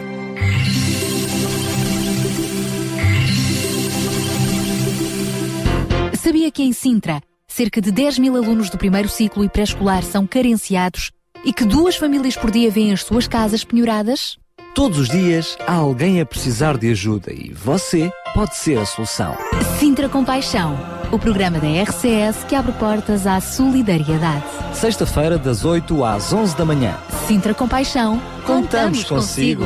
Sabia que em Sintra cerca de 10 mil alunos do primeiro ciclo e pré-escolar são carenciados e que 2 famílias por dia vêem as suas casas penhoradas? Todos os dias há alguém a precisar de ajuda e você pode ser a solução. Sintra Compaixão, o programa da RCS que abre portas à solidariedade. Sexta-feira, das 8 às 11 da manhã. Sintra Compaixão, contamos consigo.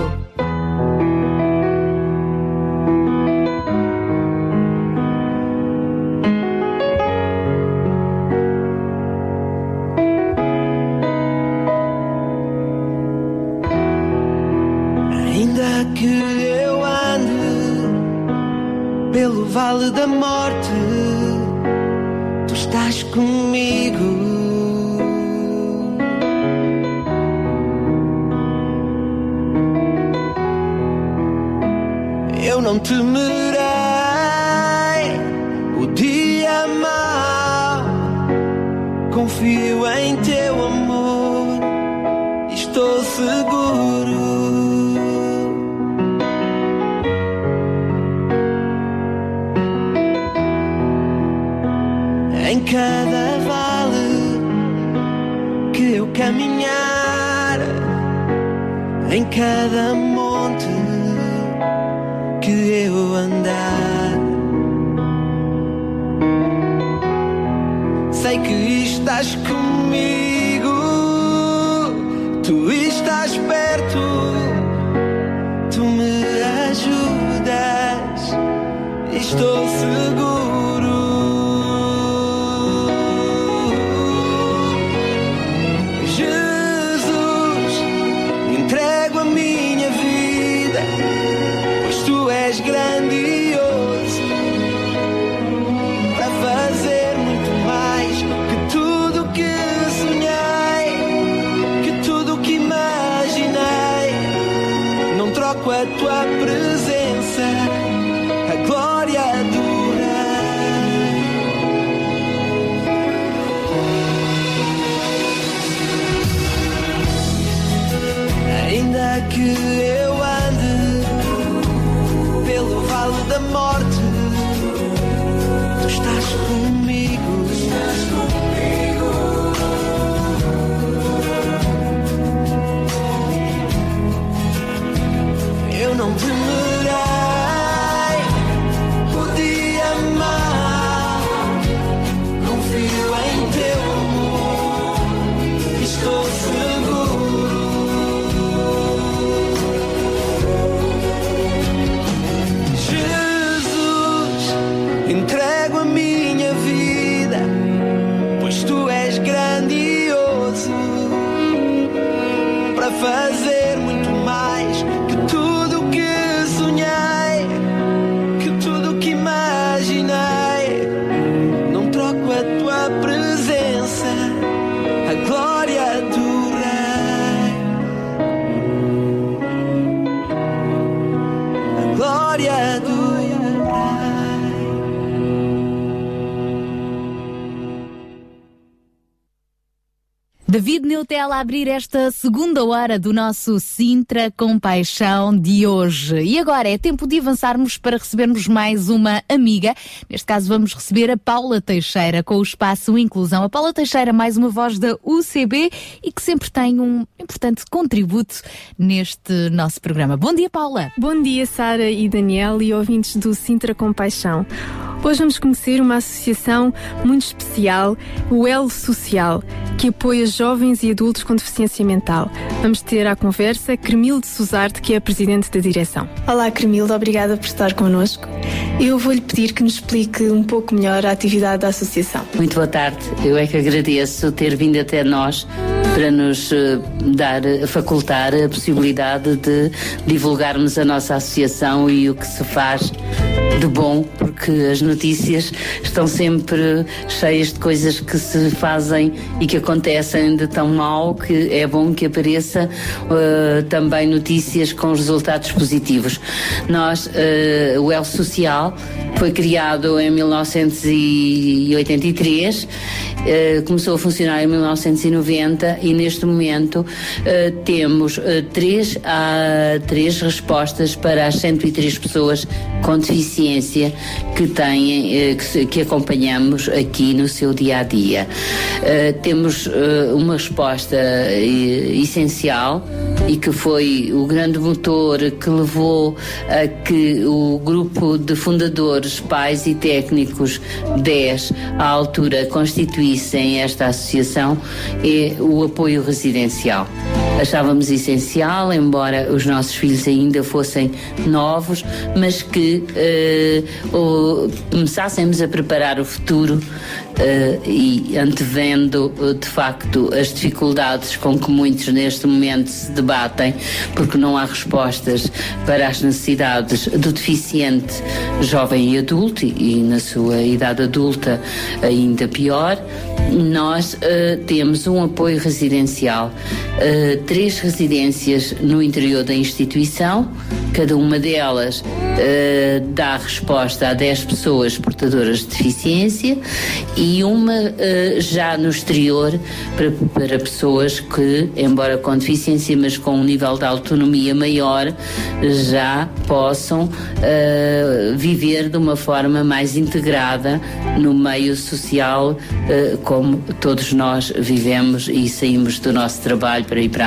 Que eu ande pelo vale da morte, tu estás comigo. Eu não temerei o dia mau, confio em teu amor e estou seguro. Em cada vale que eu caminhar, em cada monte que eu andar. Sei que estás comigo, tu estás perto, tu me ajudas, estou seguro. Jesus, entrego a minha vida, pois tu és grandioso para fazer muito mais que tudo que sonhei, que tudo que imaginei. Não troco a tua presença, a glória do Rei. Ainda que eu ande pelo vale da morte, tu estás comigo. Eu não temerei o dia mau, confio em teu amor, estou seguro. Jesus, entrego a minha vida, pois tu és grandioso para fazer muito mais que tudo que sonhei, que tudo que imaginei. Não troco a tua presença, a glória do Rei, a glória do Rei. David Neutela a abrir esta segunda hora do nosso Sintra Compaixão de hoje. E agora é tempo de avançarmos para recebermos mais uma amiga. Neste caso vamos receber a Paula Teixeira com o Espaço Inclusão. A Paula Teixeira, mais uma voz da UCB e que sempre tem um importante contributo neste nosso programa. Bom dia, Paula. Bom dia, Sara e Daniel e ouvintes do Sintra Compaixão. Hoje vamos conhecer uma associação muito especial, o Elo Social, que apoia jovens e adultos com deficiência mental. Vamos ter à conversa Cremilde Suzarte, que é a presidente da direção. Olá, Cremilde, obrigada por estar connosco. Eu vou-lhe pedir que nos explique um pouco melhor a atividade da associação. Muito boa tarde. Eu é que agradeço ter vindo até nós para nos facultar a possibilidade de divulgarmos a nossa associação e o que se faz de bom, porque as notícias estão sempre cheias de coisas que se fazem e que acontecem de tão mal que é bom que apareça também notícias com resultados positivos. Nós, o Elo Social, foi criado em 1983, começou a funcionar em 1990 e neste momento temos três respostas para as 103 pessoas com deficiência que têm, que acompanhamos aqui no seu dia-a-dia. Temos uma resposta essencial e que foi o grande motor que levou a que o grupo de fundadores, pais e técnicos 10 à altura constituíssem esta associação, é o apoio residencial. Achávamos essencial, embora os nossos filhos ainda fossem novos, mas que começássemos a preparar o futuro e antevendo de facto as dificuldades com que muitos neste momento se debatem, porque não há respostas para as necessidades do deficiente jovem e adulto e na sua idade adulta ainda pior. Nós temos um apoio residencial, 3 residências no interior da instituição, cada uma delas dá resposta a 10 pessoas portadoras de deficiência e uma já no exterior para pessoas que, embora com deficiência, mas com um nível de autonomia maior, já possam viver de uma forma mais integrada no meio social, como todos nós vivemos e saímos do nosso trabalho para ir para a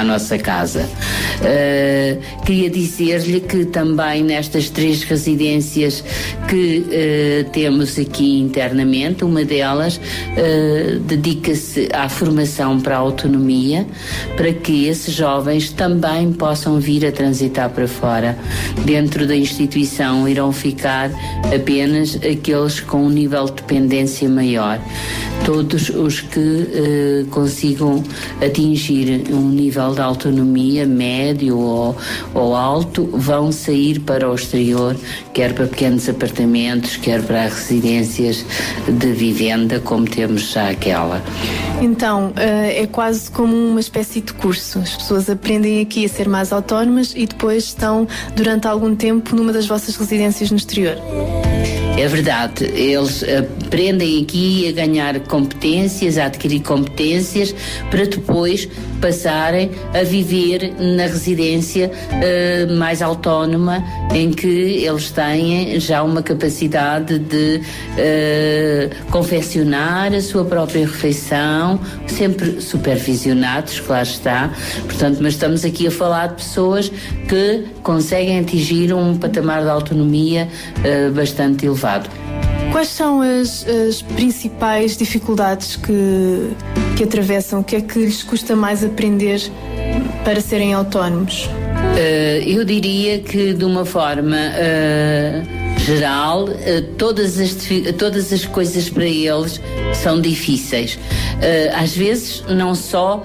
nossa casa. Queria dizer-lhe que também nestas 3 residências que temos aqui internamente, uma delas dedica-se à formação para a autonomia, para que esses jovens também possam vir a transitar para fora. Dentro da instituição irão ficar apenas aqueles com um nível de dependência maior. Todos os que consigam atingir um nível de autonomia médio ou alto vão sair para o exterior, quer para pequenos apartamentos, quer para residências de vivenda, como temos já aquela. Então, é quase como uma espécie de curso. As pessoas aprendem aqui a ser mais autónomas e depois estão durante algum tempo numa das vossas residências no exterior. É verdade, eles aprendem aqui a ganhar competências, a adquirir competências, para depois passarem a viver na residência mais autónoma, em que eles têm já uma capacidade de confeccionar a sua própria refeição, sempre supervisionados, claro está. Portanto, mas estamos aqui a falar de pessoas que conseguem atingir um patamar de autonomia bastante elevado. Quais são as principais dificuldades que atravessam? O que é que lhes custa mais aprender para serem autónomos? Eu diria que, de uma forma geral, todas as coisas para eles são difíceis. Às vezes não só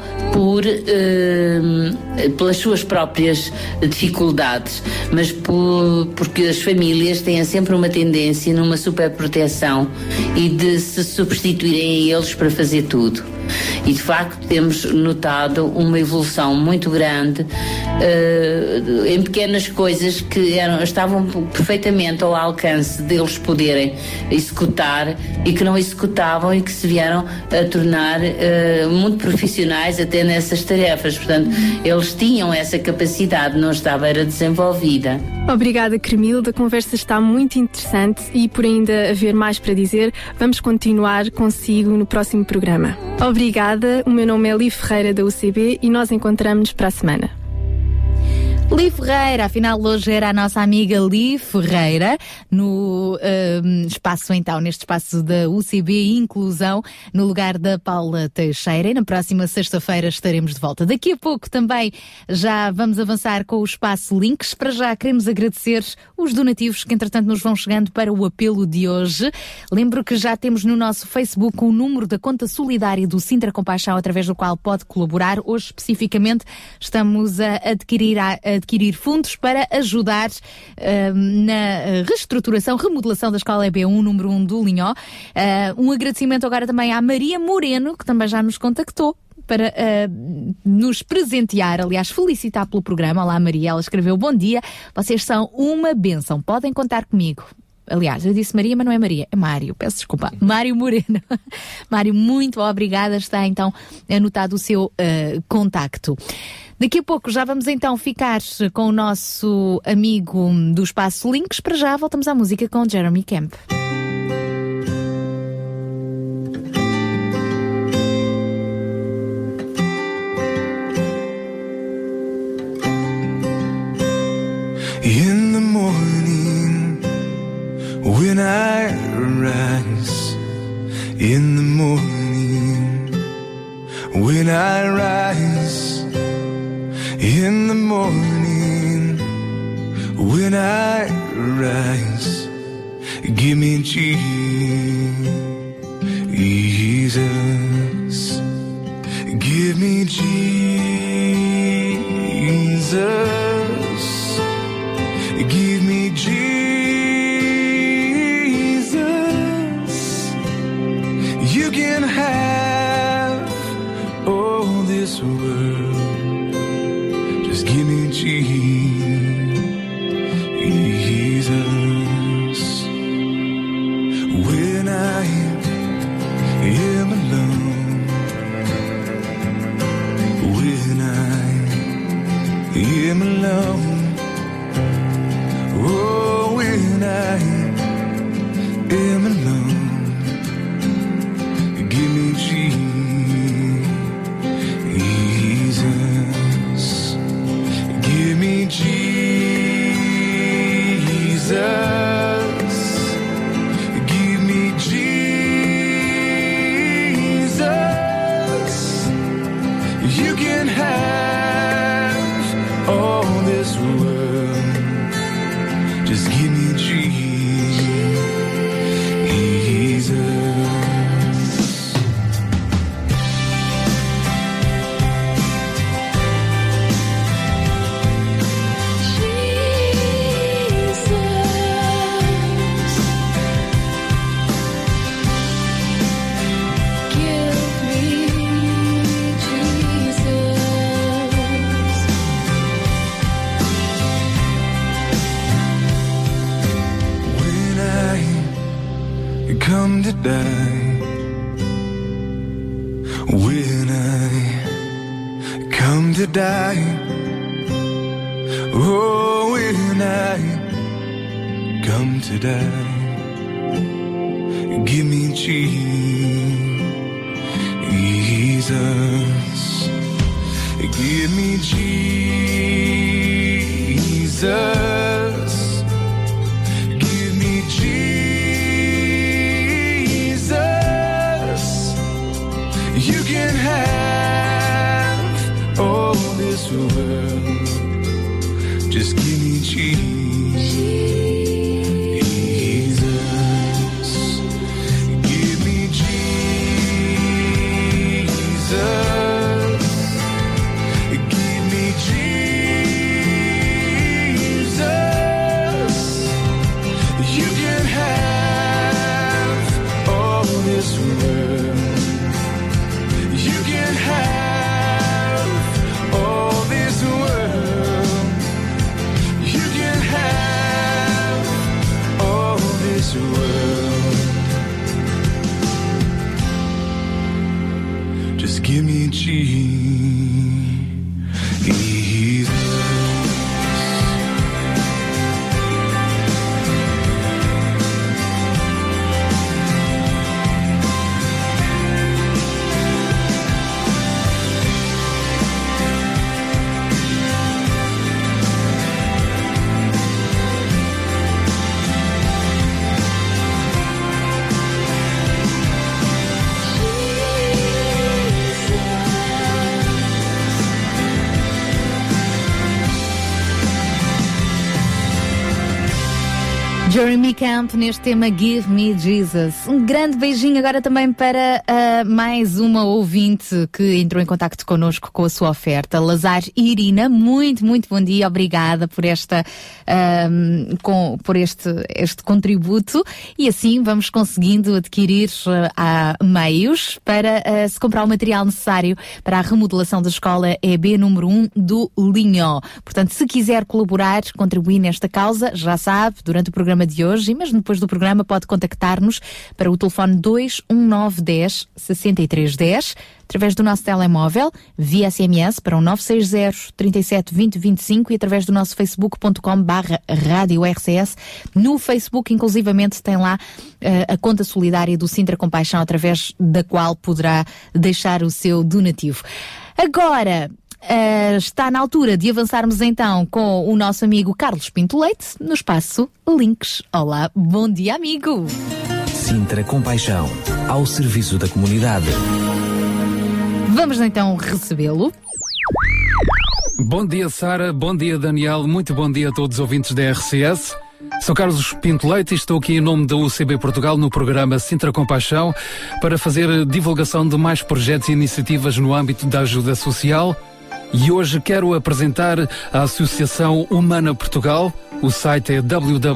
pelas suas próprias dificuldades, mas porque as famílias têm sempre uma tendência numa superproteção e de se substituírem a eles para fazer tudo. E de facto temos notado uma evolução muito grande em pequenas coisas que estavam perfeitamente ao alcance deles poderem executar e que não executavam e que se vieram a tornar muito profissionais até nessas tarefas. Portanto, eles tinham essa capacidade, não estava, era desenvolvida. Obrigada, Cremilda. A conversa está muito interessante e, por ainda haver mais para dizer, vamos continuar consigo no próximo programa. Obrigada, o meu nome é Li Ferreira da UCB e nós encontramos-nos para a semana. Li Ferreira, afinal hoje era a nossa amiga Li Ferreira no espaço então, neste espaço da UCB Inclusão, no lugar da Paula Teixeira, e na próxima sexta-feira estaremos de volta. Daqui a pouco também já vamos avançar com o espaço Links. Para já queremos agradecer os donativos que entretanto nos vão chegando para o apelo de hoje. Lembro que já temos no nosso Facebook o número da conta solidária do Sintra Compaixão, através do qual pode colaborar. Hoje especificamente estamos a adquirir fundos para ajudar na reestruturação, remodelação da Escola EB1, número 1 do Linhó. Um agradecimento agora também à Maria Moreno, que também já nos contactou para nos presentear, aliás, felicitar pelo programa. Olá, Maria, ela escreveu: bom dia, vocês são uma bênção, podem contar comigo. Aliás, eu disse Maria, mas não é Maria, é Mário, peço desculpa. Mário Moreno. Mário, muito obrigada, está então anotado o seu contacto. Daqui a pouco já vamos então ficar com o nosso amigo do Espaço Links. Para já voltamos à música com Jeremy Camp. In the morning, when I rise, in the morning, when I rise, in the morning, when I rise, give me Jesus, give me Jesus, give me Jesus. You can have all this world, just give me Jesus. When I am alone, when I am alone, oh, when I am alone, give me Jesus. come to die, when I come to die, oh, when I come to die, give me Jesus, give me Jesus. You can have all this world, just give me Jesus. Give me Jesus. Give me Jesus. You can have all this world. You can have all this world. You can have all this world. Just give me Jesus. Jeremy Camp neste tema Give Me Jesus. Um grande beijinho agora também para mais uma ouvinte que entrou em contacto connosco com a sua oferta, Lazar e Irina. Muito, muito bom dia, obrigada por esta por este contributo, e assim vamos conseguindo adquirir meios para se comprar o material necessário para a remodelação da escola EB número 1 do Linhó. Portanto, se quiser colaborar, contribuir nesta causa, já sabe, durante o programa de hoje, e mesmo depois do programa, pode contactar-nos para o telefone 21910 6310, através do nosso telemóvel, via SMS para o 960 37 20 25 e através do nosso facebook.com/Rádio RCS. No Facebook, inclusivamente, tem lá a conta solidária do Sintra Compaixão, através da qual poderá deixar o seu donativo. Agora, está na altura de avançarmos então com o nosso amigo Carlos Pinto Leite, no espaço Links. Olá, bom dia, amigo! Sintra Compaixão, ao serviço da comunidade. Vamos então recebê-lo. Bom dia, Sara, bom dia, Daniel, muito bom dia a todos os ouvintes da RCS. Sou Carlos Pinto Leite e estou aqui em nome da UCB Portugal no programa Sintra Compaixão para fazer divulgação de mais projetos e iniciativas no âmbito da ajuda social. E hoje quero apresentar a Associação Humana Portugal. O site é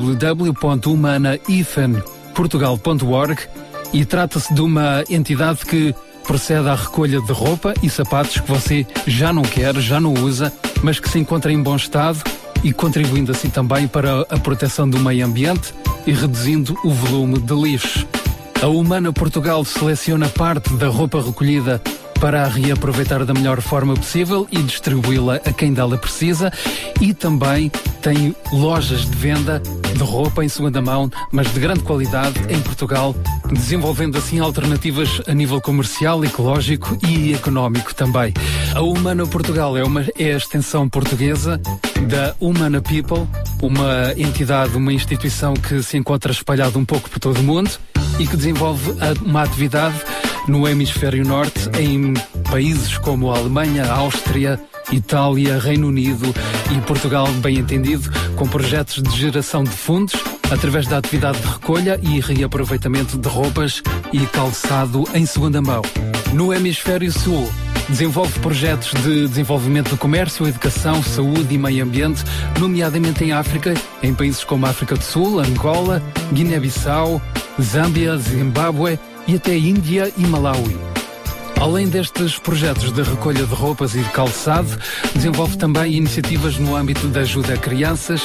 www.humana-portugal.org e trata-se de uma entidade que procede à recolha de roupa e sapatos que você já não quer, já não usa, mas que se encontra em bom estado, e contribuindo assim também para a proteção do meio ambiente e reduzindo o volume de lixo. A Humana Portugal seleciona parte da roupa recolhida para a reaproveitar da melhor forma possível e distribuí-la a quem dela precisa, e também tem lojas de venda de roupa em segunda mão, mas de grande qualidade em Portugal, desenvolvendo assim alternativas a nível comercial, ecológico e económico também. A Humana Portugal é a extensão portuguesa da Humana People, uma entidade, uma instituição que se encontra espalhada um pouco por todo o mundo e que desenvolve uma atividade no hemisfério norte, em países como a Alemanha, a Áustria, Itália, Reino Unido e Portugal, bem entendido, com projetos de geração de fundos através da atividade de recolha e reaproveitamento de roupas e calçado em segunda mão. No hemisfério sul, desenvolve projetos de desenvolvimento do comércio, educação, saúde e meio ambiente, nomeadamente em África, em países como a África do Sul, Angola, Guiné-Bissau, Zâmbia, Zimbábue e até Índia e Malawi. Além destes projetos de recolha de roupas e de calçado, desenvolve também iniciativas no âmbito da ajuda a crianças,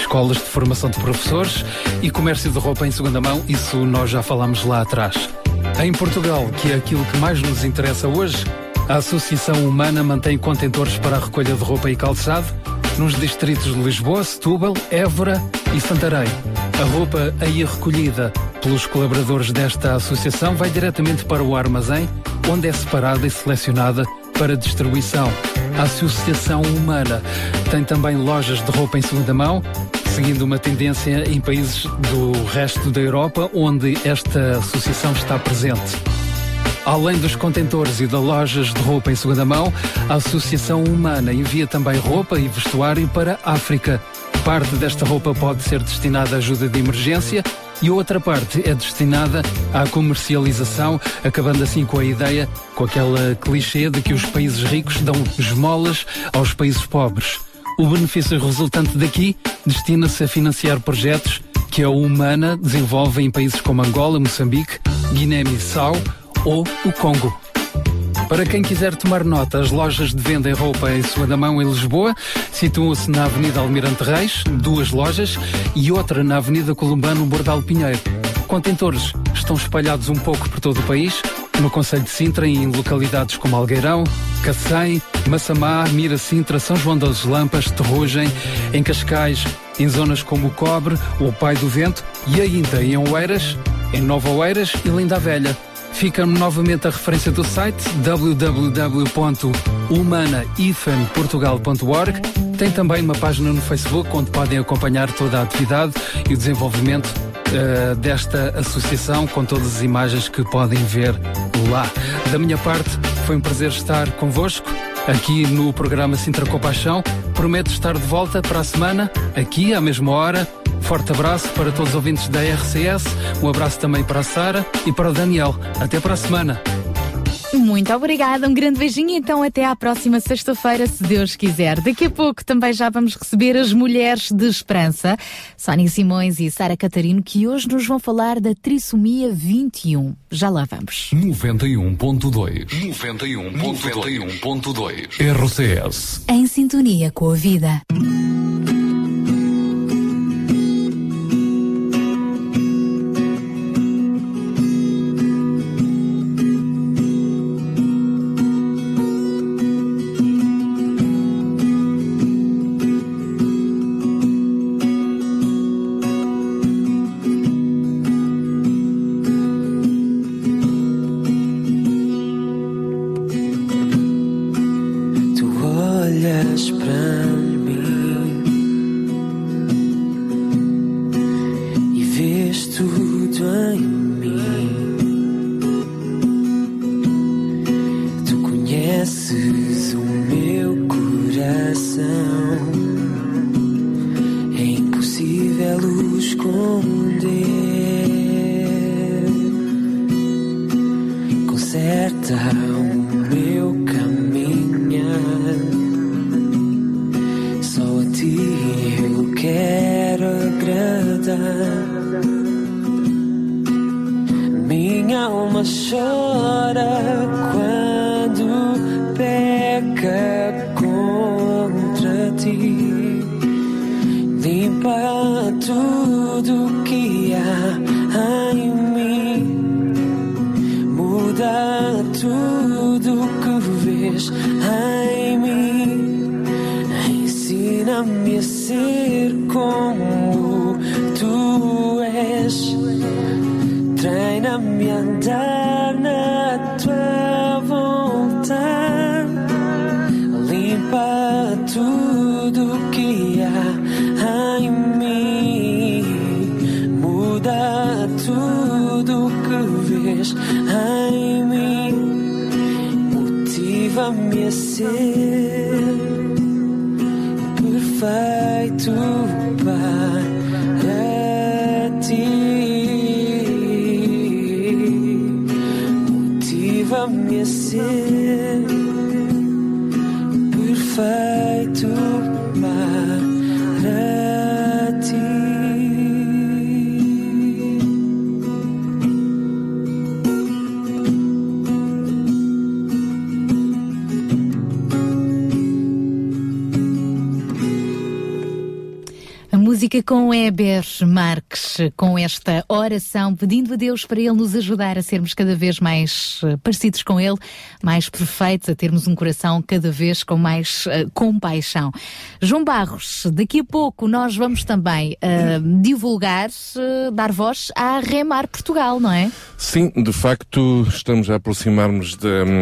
escolas de formação de professores e comércio de roupa em segunda mão, isso nós já falámos lá atrás. Em Portugal, que é aquilo que mais nos interessa hoje, a Associação Humana mantém contentores para a recolha de roupa e calçado nos distritos de Lisboa, Setúbal, Évora e Santarém. A roupa aí recolhida pelos colaboradores desta associação vai diretamente para o armazém, onde é separada e selecionada para distribuição. A Associação Humana tem também lojas de roupa em segunda mão, seguindo uma tendência em países do resto da Europa, onde esta associação está presente. Além dos contentores e de lojas de roupa em segunda mão, a Associação Humana envia também roupa e vestuário para a África. Parte desta roupa pode ser destinada à ajuda de emergência e outra parte é destinada à comercialização, acabando assim com a ideia, com aquela clichê de que os países ricos dão esmolas aos países pobres. O benefício resultante daqui destina-se a financiar projetos que a Humana desenvolve em países como Angola, Moçambique, Guiné-Bissau ou o Congo. Para quem quiser tomar nota, as lojas de venda em roupa em segunda mão em Lisboa situam-se na Avenida Almirante Reis, 2 lojas, e outra na Avenida Columbano Bordal Pinheiro. Contentores estão espalhados um pouco por todo o país, no concelho de Sintra e em localidades como Algueirão, Cacém, Massamá, Mira Sintra, São João das Lampas, Terrugem, em Cascais, em zonas como o Cobre, o Pai do Vento e ainda em Oeiras, em Nova Oeiras e Linda a Velha. Fica novamente a referência do site www.humana-portugal.org. Tem também uma página no Facebook onde podem acompanhar toda a atividade e o desenvolvimento desta associação, com todas as imagens que podem ver lá. Da minha parte, foi um prazer estar convosco aqui no programa Sintra Compaixão. Prometo estar de volta para a semana, aqui à mesma hora. Forte abraço para todos os ouvintes da RCS, um abraço também para a Sara e para o Daniel. Até para a semana. Muito obrigada, um grande beijinho e então até à próxima sexta-feira, se Deus quiser. Daqui a pouco também já vamos receber as Mulheres de Esperança, Sónia Simões e Sara Catarino, que hoje nos vão falar da trissomia 21. Já lá vamos. 91.2 91.2 RCS. Em sintonia com a vida. Fica com Heber Marques, com esta oração, pedindo a Deus para Ele nos ajudar a sermos cada vez mais parecidos com Ele, mais perfeitos, a termos um coração cada vez com mais compaixão. João Barros, daqui a pouco nós vamos também divulgar, dar voz à Remar Portugal, não é? Sim, de facto estamos a aproximar-nos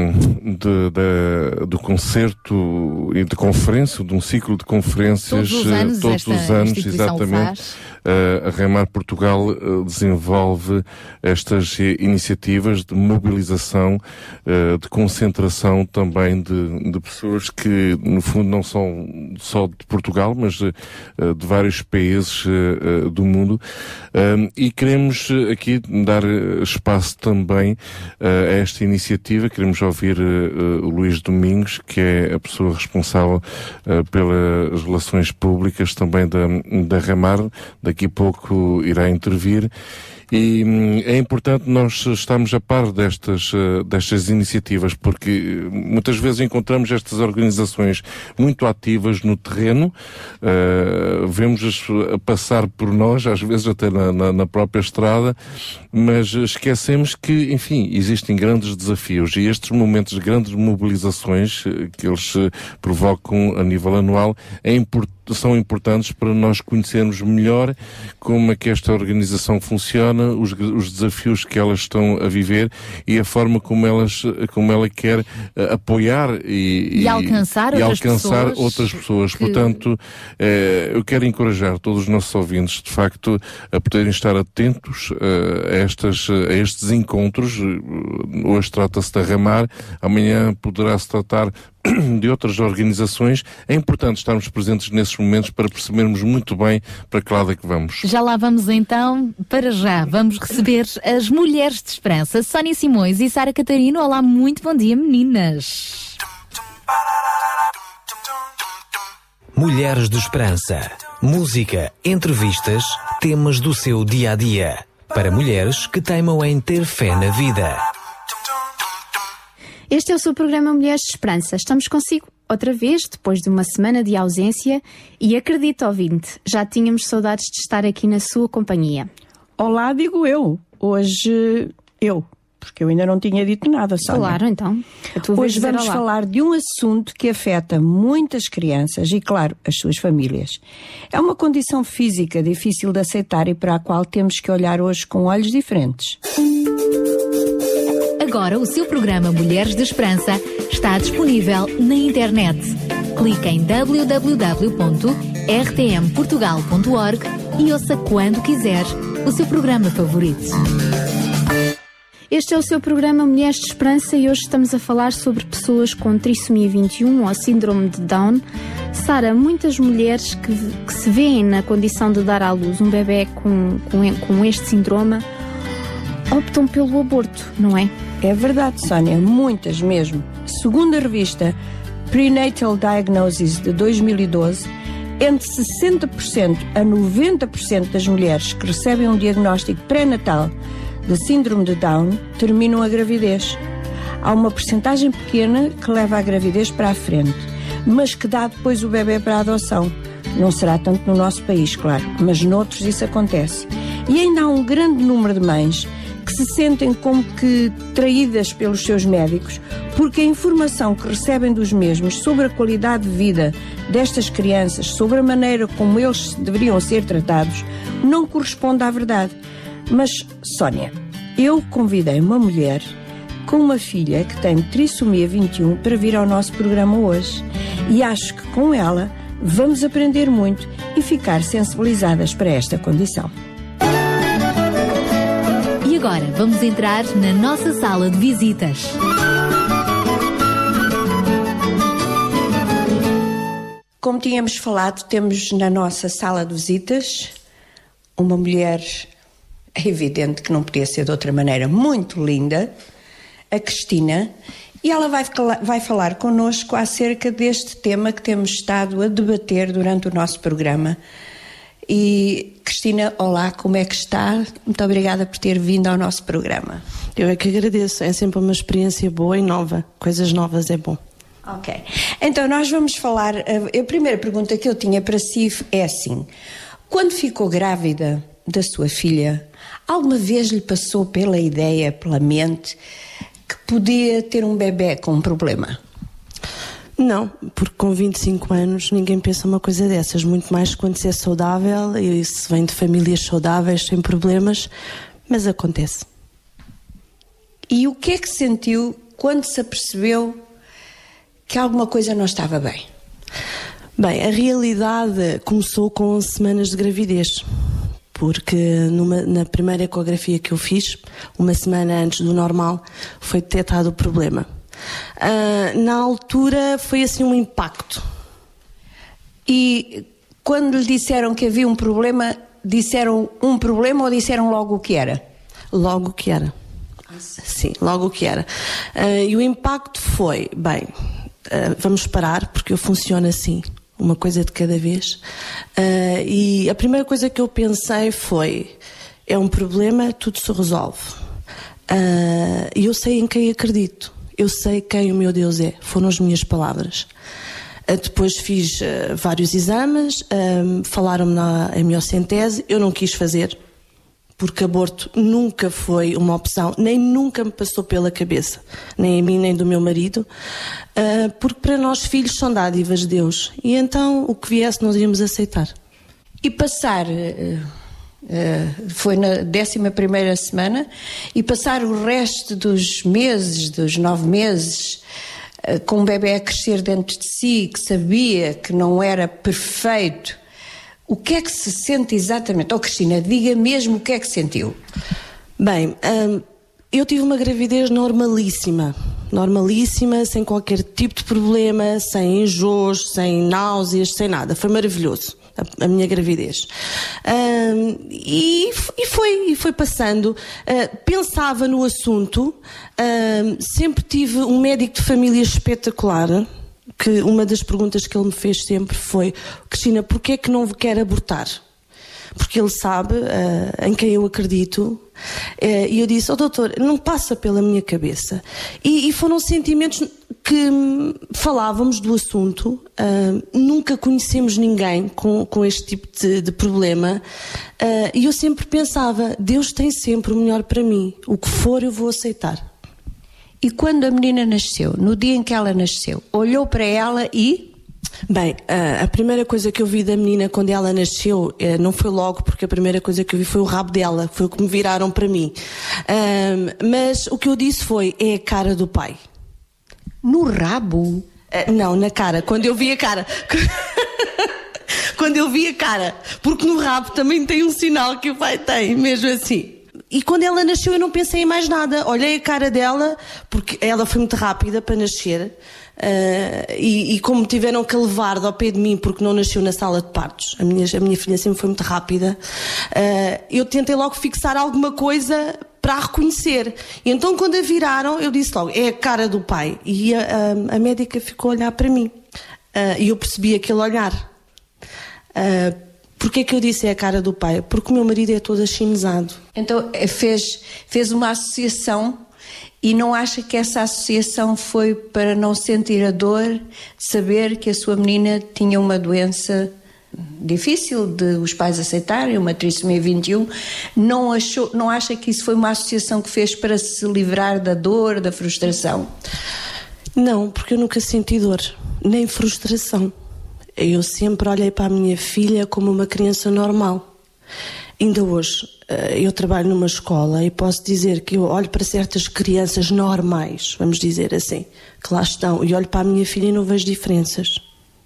do concerto e de conferência, de um ciclo de conferências todos os anos, exatamente. A Remar Portugal desenvolve estas iniciativas de mobilização, de concentração também de pessoas que, no fundo, não são só de Portugal, mas de vários países do mundo. E queremos aqui dar espaço também a esta iniciativa. Queremos ouvir o Luís Domingos, que é a pessoa responsável pelas relações públicas também da Remar. Daqui a pouco irá intervir. E é importante nós estarmos a par destas iniciativas, porque muitas vezes encontramos estas organizações muito ativas no terreno, vemos-as a passar por nós, às vezes até na própria estrada, mas esquecemos que, enfim, existem grandes desafios, e estes momentos de grandes mobilizações que eles provocam a nível anual são importantes para nós conhecermos melhor como é que esta organização funciona, os desafios que elas estão a viver e a forma como ela quer apoiar e alcançar outras pessoas. Portanto, eu quero encorajar todos os nossos ouvintes, de facto, a poderem estar atentos a estes encontros. Hoje trata-se da Remar, amanhã poderá-se tratar de outras organizações. É importante estarmos presentes nesses momentos para percebermos muito bem para que lado é que vamos. Já lá vamos então, para já. Vamos receber as Mulheres de Esperança, Sónia Simões e Sara Catarino. Olá, muito bom dia, meninas. Mulheres de Esperança. Música, entrevistas, temas do seu dia-a-dia. Para mulheres que teimam em ter fé na vida. Este é o seu programa Mulheres de Esperança. Estamos consigo outra vez, depois de uma semana de ausência, e acredita, ouvinte, já tínhamos saudades de estar aqui na sua companhia. Olá, digo eu. Hoje, porque eu ainda não tinha dito nada, Sónia. Claro, então. Hoje vamos falar de um assunto que afeta muitas crianças e, claro, as suas famílias. É uma condição física difícil de aceitar e para a qual temos que olhar hoje com olhos diferentes. Agora o seu programa Mulheres de Esperança está disponível na internet. Clique em www.rtmportugal.org e ouça quando quiser o seu programa favorito. Este é o seu programa Mulheres de Esperança e hoje estamos a falar sobre pessoas com trissomia 21 ou síndrome de Down. Sara, muitas mulheres que se veem na condição de dar à luz um bebê com este síndrome optam pelo aborto, não é? É verdade, Sónia, muitas mesmo. Segundo a revista Prenatal Diagnosis de 2012, entre 60% a 90% das mulheres que recebem um diagnóstico pré-natal de síndrome de Down terminam a gravidez. Há uma percentagem pequena que leva a gravidez para a frente, mas que dá depois o bebê para a adoção. Não será tanto no nosso país, claro, mas noutros isso acontece. E ainda há um grande número de mães que se sentem como que traídas pelos seus médicos, porque a informação que recebem dos mesmos sobre a qualidade de vida destas crianças, sobre a maneira como eles deveriam ser tratados, não corresponde à verdade. Mas, Sónia, eu convidei uma mulher com uma filha que tem trissomia 21 para vir ao nosso programa hoje. E acho que com ela vamos aprender muito e ficar sensibilizadas para esta condição. E agora vamos entrar na nossa sala de visitas. Como tínhamos falado, temos na nossa sala de visitas uma mulher, é evidente que não podia ser de outra maneira, muito linda, a Cristina, e ela vai falar connosco acerca deste tema que temos estado a debater durante o nosso programa. E, Cristina, olá, como é que está? Muito obrigada por ter vindo ao nosso programa. Eu é que agradeço, é sempre uma experiência boa e nova, coisas novas é bom. Ok, então nós vamos falar, a primeira pergunta que eu tinha para si é assim: quando ficou grávida da sua filha, alguma vez lhe passou pela ideia, pela mente, que podia ter um bebê com um problema? Não, porque com 25 anos ninguém pensa uma coisa dessas, muito mais quando se é saudável e se vem de famílias saudáveis, sem problemas, mas acontece. E o que é que sentiu quando se apercebeu que alguma coisa não estava bem? Bem, a realidade começou com 11 semanas de gravidez, porque na primeira ecografia que eu fiz, uma semana antes do normal, foi detectado o problema. Na altura foi assim um impacto. E quando lhe disseram que havia um problema, disseram um problema ou disseram logo o que era? Logo o que era. Sim, logo o que era. E o impacto foi, bem, vamos parar, porque eu funciono assim, uma coisa de cada vez. E a primeira coisa que eu pensei foi, é um problema, tudo se resolve. E eu sei em quem acredito. Eu sei quem o meu Deus é. Foram as minhas palavras. Depois fiz vários exames, falaram-me na hemiocentese, eu não quis fazer, porque aborto nunca foi uma opção, nem nunca me passou pela cabeça, nem a mim nem do meu marido, porque para nós filhos são dádivas de Deus, e então o que viesse nós íamos aceitar. E passar, foi na 11ª semana, e passar o resto dos meses, dos 9 meses, com um bebê a crescer dentro de si, que sabia que não era perfeito, o que é que se sente exatamente? Cristina, diga mesmo o que é que sentiu. Bem, eu tive uma gravidez normalíssima, sem qualquer tipo de problema, sem enjoos, sem náuseas, sem nada. Foi maravilhoso a minha gravidez. E foi passando. Pensava no assunto, sempre tive um médico de família espetacular, que uma das perguntas que ele me fez sempre foi: Cristina, porquê é que não quer abortar? Porque ele sabe em quem eu acredito. E eu disse: doutor, não passa pela minha cabeça. E foram sentimentos que falávamos do assunto, nunca conhecemos ninguém com este tipo de problema, e eu sempre pensava: Deus tem sempre o melhor para mim, o que for eu vou aceitar. E quando a menina nasceu, no dia em que ela nasceu, olhou para ela e... Bem, a primeira coisa que eu vi da menina quando ela nasceu, não foi logo, porque a primeira coisa que eu vi foi o rabo dela, foi o que me viraram para mim. Mas o que eu disse foi: é a cara do pai. No rabo? Não, na cara, quando eu vi a cara. Quando eu vi a cara, porque no rabo também tem um sinal que o pai tem, mesmo assim. E quando ela nasceu eu não pensei em mais nada. Olhei a cara dela, porque ela foi muito rápida para nascer, e como tiveram que levar ao pé de mim porque não nasceu na sala de partos, a minha filha sempre foi muito rápida, eu tentei logo fixar alguma coisa para a reconhecer. E então quando a viraram eu disse logo: é a cara do pai. E a médica ficou a olhar para mim, e eu percebi aquele olhar. Porquê é que eu disse é a cara do pai? Porque o meu marido é todo achinesado. Então fez uma associação, e não acha que essa associação foi para não sentir a dor de saber que a sua menina tinha uma doença difícil de os pais aceitarem, uma trissomia 21? Não acha que isso foi uma associação que fez para se livrar da dor, da frustração? Não, porque eu nunca senti dor, nem frustração. Eu sempre olhei para a minha filha como uma criança normal. Ainda hoje, eu trabalho numa escola e posso dizer que eu olho para certas crianças normais, vamos dizer assim, que lá estão, e olho para a minha filha e não vejo diferenças.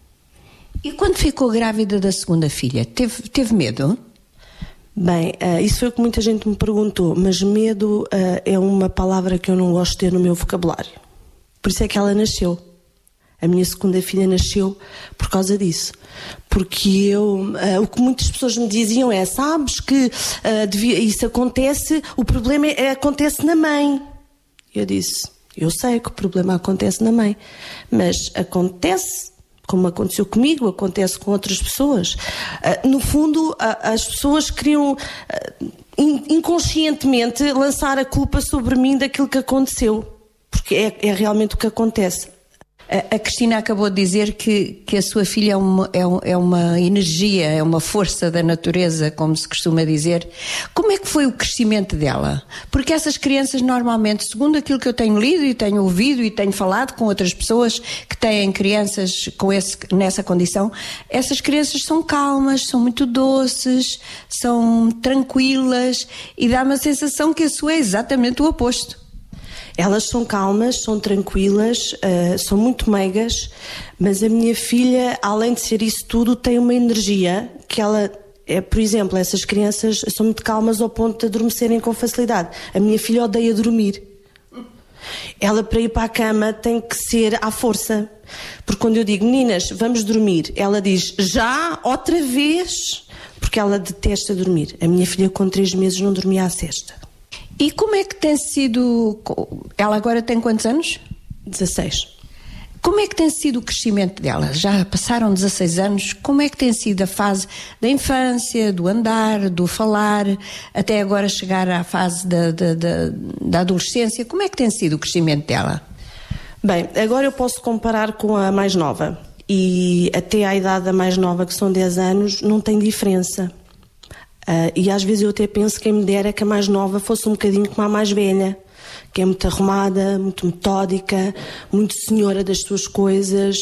E quando ficou grávida da segunda filha, teve medo? Bem, isso foi o que muita gente me perguntou, mas medo é uma palavra que eu não gosto de ter no meu vocabulário. Por isso é que ela nasceu. A minha segunda filha nasceu por causa disso. Porque o que muitas pessoas me diziam é: sabes que isso acontece, o problema acontece na mãe. Eu disse: eu sei que o problema acontece na mãe, mas acontece, como aconteceu comigo, acontece com outras pessoas. No fundo, as pessoas queriam inconscientemente lançar a culpa sobre mim daquilo que aconteceu. Porque é realmente o que acontece. A Cristina acabou de dizer que a sua filha é uma energia, é uma força da natureza, como se costuma dizer. Como é que foi o crescimento dela? Porque essas crianças normalmente, segundo aquilo que eu tenho lido e tenho ouvido e tenho falado com outras pessoas que têm crianças nessa condição, essas crianças são calmas, são muito doces, são tranquilas, e dá-me a sensação que a sua é exatamente o oposto. Elas são calmas, são tranquilas, são muito meigas, mas a minha filha, além de ser isso tudo, tem uma energia que ela... por exemplo, essas crianças são muito calmas ao ponto de adormecerem com facilidade. A minha filha odeia dormir. Ela, para ir para a cama, tem que ser à força. Porque quando eu digo, meninas, vamos dormir, ela diz, já, outra vez, porque ela detesta dormir. A minha filha, com 3 meses, não dormia à sesta. E como é que tem sido... Ela agora tem quantos anos? 16. Como é que tem sido o crescimento dela? Já passaram 16 anos. Como é que tem sido a fase da infância, do andar, do falar, até agora chegar à fase da adolescência? Como é que tem sido o crescimento dela? Bem, agora eu posso comparar com a mais nova. E até à idade da mais nova, que são 10 anos, não tem diferença. E às vezes eu até penso que quem me dera que a mais nova fosse um bocadinho como a mais velha, que é muito arrumada, muito metódica, muito senhora das suas coisas,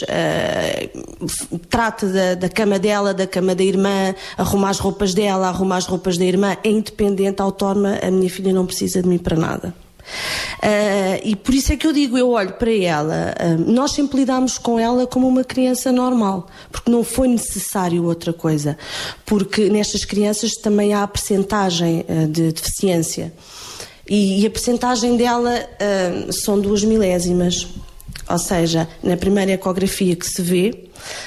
trata da cama dela, da cama da irmã, arruma as roupas dela, arruma as roupas da irmã, é independente, autónoma. A minha filha não precisa de mim para nada. E por isso é que eu digo, eu olho para ela, nós sempre lidamos com ela como uma criança normal, porque não foi necessário outra coisa, porque nestas crianças também há a percentagem de deficiência, e a percentagem dela são 2 milésimas, ou seja, na primeira ecografia que se vê,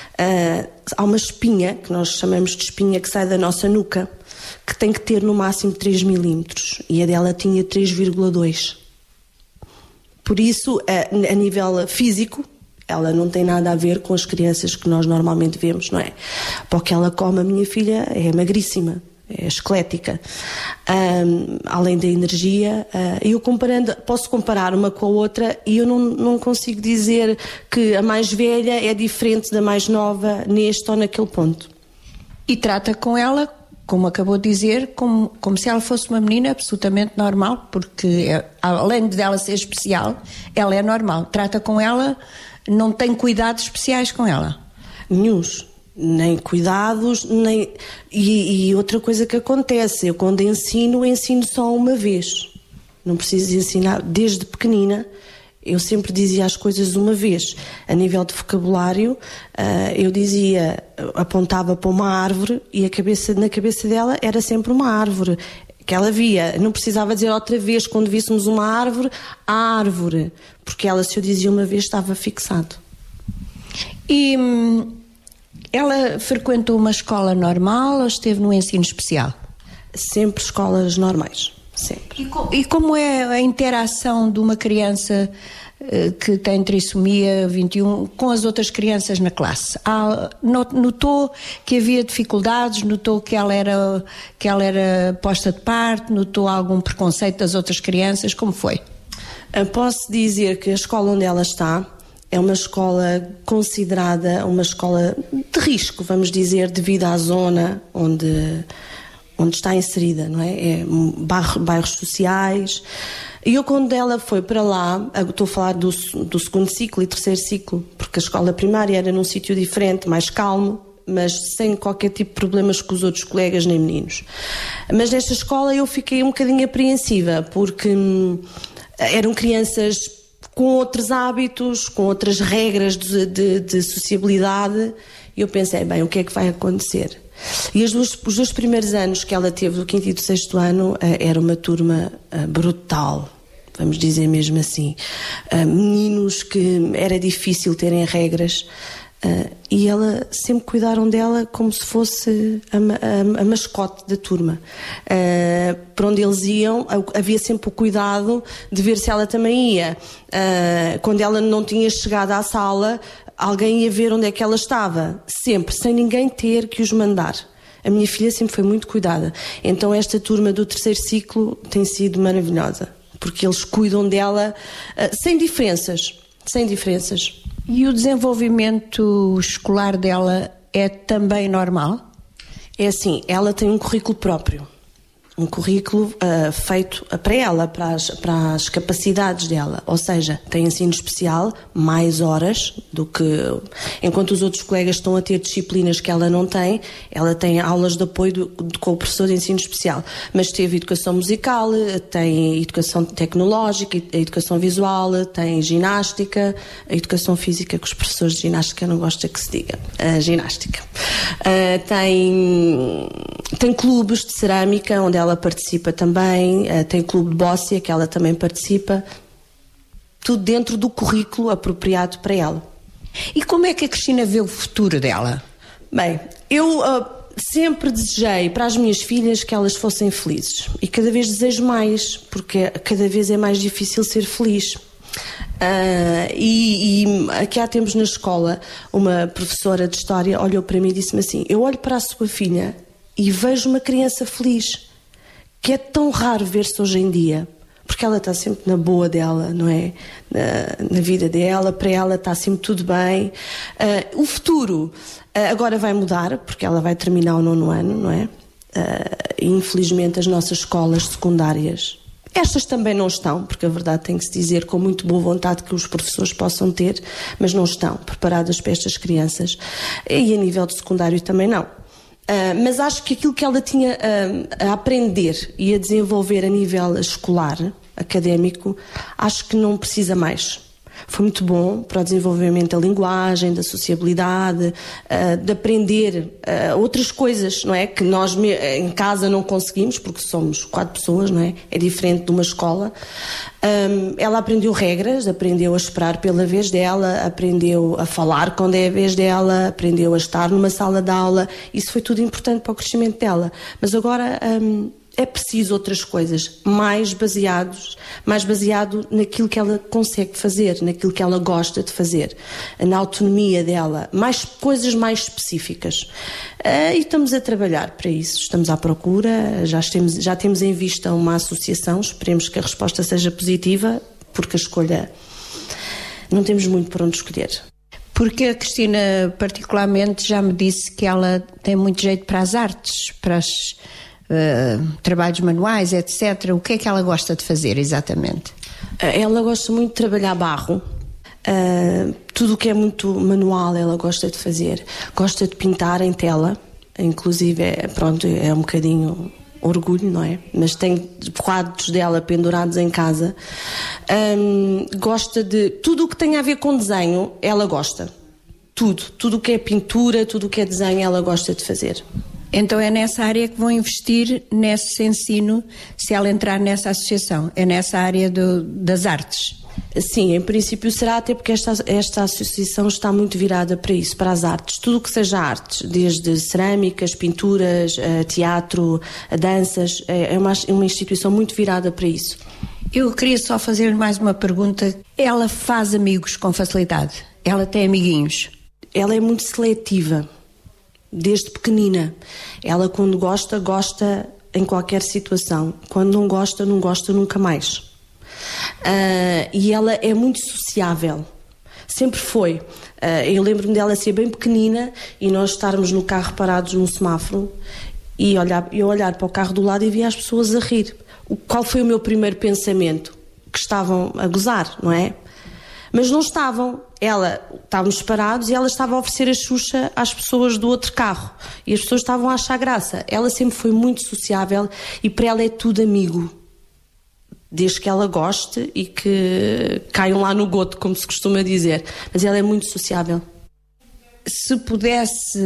há uma espinha, que nós chamamos de espinha, que sai da nossa nuca, que tem que ter no máximo 3 milímetros, e a dela tinha 3,2. Por isso, a nível físico, ela não tem nada a ver com as crianças que nós normalmente vemos, não é? Porque ela come, a minha filha é magríssima, é esquelética. Além da energia, eu posso comparar uma com a outra, e eu não consigo dizer que a mais velha é diferente da mais nova neste ou naquele ponto. E trata com ela, como acabou de dizer, como se ela fosse uma menina absolutamente normal, porque além de ela ser especial, ela é normal. Trata com ela, não tem cuidados especiais com ela. Nenhuns. Nem cuidados, nem... E outra coisa que acontece, eu quando ensino só uma vez. Não preciso ensinar desde pequenina. Eu sempre dizia as coisas uma vez. A nível de vocabulário, eu dizia, apontava para uma árvore, e na cabeça dela era sempre uma árvore que ela via. Não precisava dizer outra vez, quando víssemos uma árvore, a árvore, porque ela, se eu dizia uma vez, estava fixado. E ela frequentou uma escola normal ou esteve no ensino especial? Sempre escolas normais. Sempre. E como é a interação de uma criança que tem trissomia 21 com as outras crianças na classe? Notou que havia dificuldades? Notou que ela era posta de parte? Notou algum preconceito das outras crianças? Como foi? Posso dizer que a escola onde ela está é uma escola considerada uma escola de risco, vamos dizer, devido à zona onde está inserida, não é? Bairros sociais. E eu, quando ela foi para lá, estou a falar do segundo ciclo e terceiro ciclo, porque a escola primária era num sítio diferente, mais calmo, mas sem qualquer tipo de problemas com os outros colegas nem meninos. Mas nesta escola eu fiquei um bocadinho apreensiva, porque eram crianças com outros hábitos, com outras regras de sociabilidade, e eu pensei, bem, o que é que vai acontecer? E os 2 primeiros anos que ela teve, do 5º e do 6º ano, era uma turma brutal, vamos dizer mesmo assim. Meninos que era difícil terem regras, e ela sempre cuidaram dela como se fosse a mascote da turma. Para onde eles iam, havia sempre o cuidado de ver se ela também ia. Quando ela não tinha chegado à sala, alguém ia ver onde é que ela estava, sempre, sem ninguém ter que os mandar. A minha filha sempre foi muito cuidada. Então esta turma do 3º ciclo tem sido maravilhosa, porque eles cuidam dela sem diferenças. E o desenvolvimento escolar dela é também normal? É assim, ela tem um currículo próprio. Um currículo feito para ela, para as capacidades dela. Ou seja, tem ensino especial, mais horas do que... Enquanto os outros colegas estão a ter disciplinas que ela não tem, ela tem aulas de apoio com o professor de ensino especial. Mas teve educação musical, tem educação tecnológica, a educação visual, tem ginástica, a educação física, que os professores de ginástica não gostam que se diga. Ginástica. Tem clubes de cerâmica, onde ela participa também, tem clube de bóssia, que ela também participa, tudo dentro do currículo apropriado para ela. E como é que a Cristina vê o futuro dela? Bem, eu sempre desejei para as minhas filhas que elas fossem felizes, e cada vez desejo mais, porque cada vez é mais difícil ser feliz. E aqui há tempos na escola, uma professora de história olhou para mim e disse-me assim: eu olho para a sua filha e vejo uma criança feliz, que é tão raro ver-se hoje em dia, porque ela está sempre na boa dela, não é? Na vida dela, para ela está sempre tudo bem. O futuro agora vai mudar, porque ela vai terminar o 9º ano, não é? E infelizmente as nossas escolas secundárias, estas também não estão, porque a verdade tem que se dizer com muito boa vontade que os professores possam ter, mas não estão preparadas para estas crianças. E a nível de secundário também não. Mas acho que aquilo que ela tinha a aprender e a desenvolver a nível escolar, académico, acho que não precisa mais. Foi muito bom para o desenvolvimento da linguagem, da sociabilidade, de aprender outras coisas, não é? Que nós em casa não conseguimos, porque somos 4 pessoas, não é? É diferente de uma escola. Ela aprendeu regras, aprendeu a esperar pela vez dela, aprendeu a falar quando é a vez dela, aprendeu a estar numa sala de aula. Isso foi tudo importante para o crescimento dela. Mas agora é preciso outras coisas, mais baseado naquilo que ela consegue fazer, naquilo que ela gosta de fazer, na autonomia dela, coisas mais específicas. E estamos a trabalhar para isso, estamos à procura, já temos em vista uma associação, esperemos que a resposta seja positiva, porque a escolha, não temos muito por onde escolher. Porque a Cristina particularmente já me disse que ela tem muito jeito para as artes, para as... trabalhos manuais, etc. O que é que ela gosta de fazer exatamente? Ela gosta muito de trabalhar barro, tudo o que é muito manual ela gosta de fazer, gosta de pintar em tela, inclusive é um bocadinho orgulho, não é? Mas tem quadros dela pendurados em casa. Gosta de tudo o que tem a ver com desenho, ela gosta, tudo o que é pintura, tudo o que é desenho ela gosta de fazer. Então é nessa área que vão investir nesse ensino, se ela entrar nessa associação, é nessa área das artes? Sim, em princípio será, até porque esta associação está muito virada para isso, para as artes, tudo o que seja artes, desde cerâmicas, pinturas, teatro, danças, é uma instituição muito virada para isso. Eu queria só fazer mais uma pergunta. Ela faz amigos com facilidade? Ela tem amiguinhos? Ela é muito seletiva. Desde pequenina. Ela, quando gosta, gosta em qualquer situação. Quando não gosta nunca mais. E ela é muito sociável. Sempre foi. Eu lembro-me dela ser bem pequenina e nós estarmos no carro parados num semáforo e eu olhar para o carro do lado e via as pessoas a rir. Qual foi o meu primeiro pensamento? Que estavam a gozar, não é? Mas não estavam. Estávamos parados e ela estava a oferecer a Xuxa às pessoas do outro carro. E as pessoas estavam a achar graça. Ela sempre foi muito sociável e para ela é tudo amigo. Desde que ela goste e que caiam lá no goto, como se costuma dizer. Mas ela é muito sociável. Se pudesse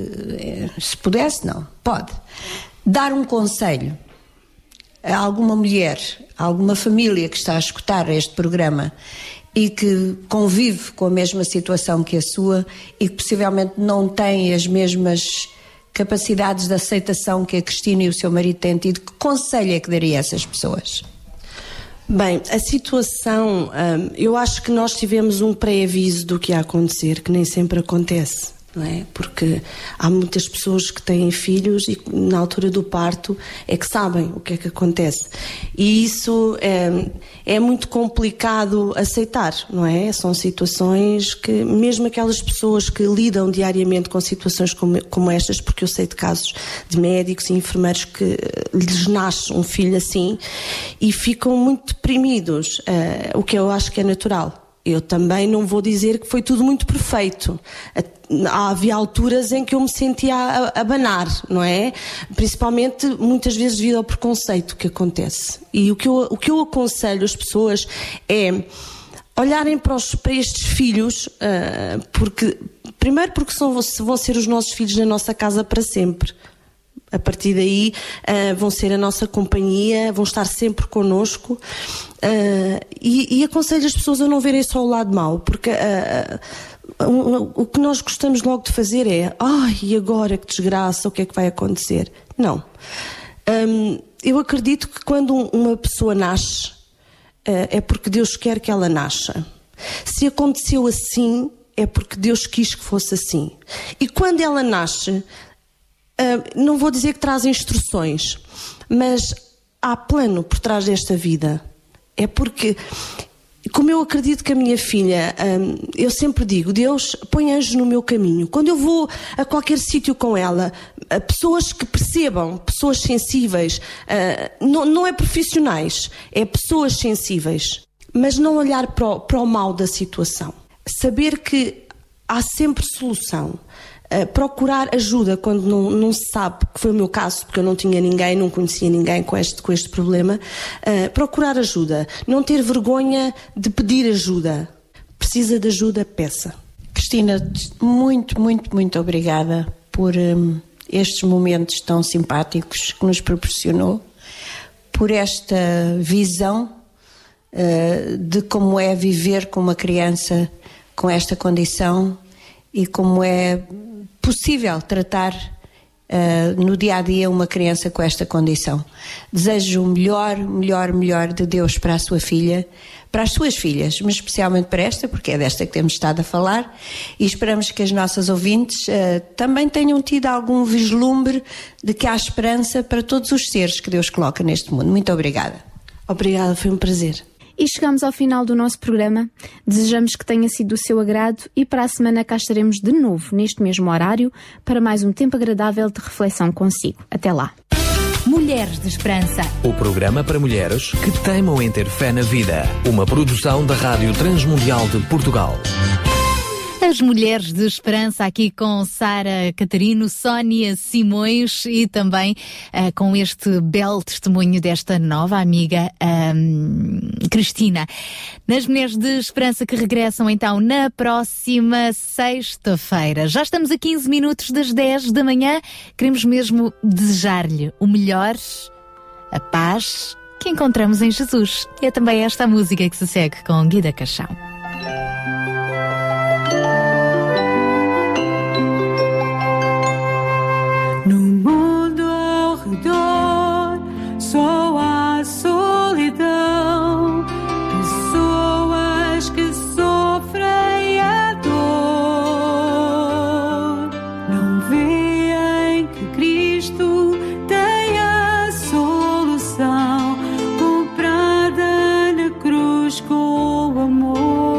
não, pode, dar um conselho a alguma mulher, a alguma família que está a escutar este programa e que convive com a mesma situação que a sua e que possivelmente não tem as mesmas capacidades de aceitação que a Cristina e o seu marido têm tido, que conselho é que daria a essas pessoas? Bem, a situação, eu acho que nós tivemos um pré-aviso do que ia acontecer, que nem sempre acontece. não é? Porque há muitas pessoas que têm filhos e na altura do parto é que sabem o que é que acontece. E isso é muito complicado aceitar, não é? São situações que, mesmo aquelas pessoas que lidam diariamente com situações como estas, porque eu sei de casos de médicos e enfermeiros que lhes nasce um filho assim e ficam muito deprimidos, o que eu acho que é natural. Eu também não vou dizer que foi tudo muito perfeito. Havia alturas em que eu me sentia a abanar, não é? Principalmente, muitas vezes, devido ao preconceito que acontece. E o que eu aconselho as pessoas é olharem para estes filhos, primeiro porque vão ser os nossos filhos na nossa casa para sempre. A partir daí vão ser a nossa companhia, vão estar sempre connosco, e aconselho as pessoas a não verem só o lado mau, porque o que nós gostamos logo de fazer é e agora que desgraça, o que é que vai acontecer? Não. Eu acredito que quando uma pessoa nasce é porque Deus quer que ela nasça. Se aconteceu assim é porque Deus quis que fosse assim. E quando ela nasce, não vou dizer que traz instruções, mas há plano por trás desta vida. É porque, como eu acredito que a minha filha, eu sempre digo, Deus põe anjos no meu caminho. Quando eu vou a qualquer sítio com ela, pessoas que percebam, pessoas sensíveis, não é profissionais, é pessoas sensíveis, mas não olhar para o mal da situação. Saber que há sempre solução. Procurar ajuda quando não se sabe, que foi o meu caso, porque eu não tinha ninguém, não conhecia ninguém com este problema. Procurar ajuda, não ter vergonha de pedir ajuda. Precisa de ajuda, peça. Cristina, muito, muito, muito obrigada por estes momentos tão simpáticos que nos proporcionou, por esta visão de como é viver com uma criança com esta condição e como é possível tratar no dia-a-dia uma criança com esta condição. Desejo o melhor de Deus para a sua filha, para as suas filhas, mas especialmente para esta, porque é desta que temos estado a falar, e esperamos que as nossas ouvintes também tenham tido algum vislumbre de que há esperança para todos os seres que Deus coloca neste mundo. Muito obrigada. Obrigada, foi um prazer. E chegamos ao final do nosso programa. Desejamos que tenha sido do seu agrado e para a semana cá estaremos de novo, neste mesmo horário, para mais um tempo agradável de reflexão consigo. Até lá. Mulheres de Esperança. O programa para mulheres que teimam em ter fé na vida. Uma produção da Rádio Transmundial de Portugal. As Mulheres de Esperança, aqui com Sara Catarino, Sónia Simões e também com este belo testemunho desta nova amiga, Cristina. Nas Mulheres de Esperança que regressam então na próxima sexta-feira. Já estamos a 15 minutos das 10 da manhã. Queremos mesmo desejar-lhe o melhor, a paz que encontramos em Jesus. E é também esta música que se segue com Guida Caixão. No mundo ao redor só há solidão, pessoas que sofrem a dor, não veem que Cristo tem a solução, comprada na cruz com o amor.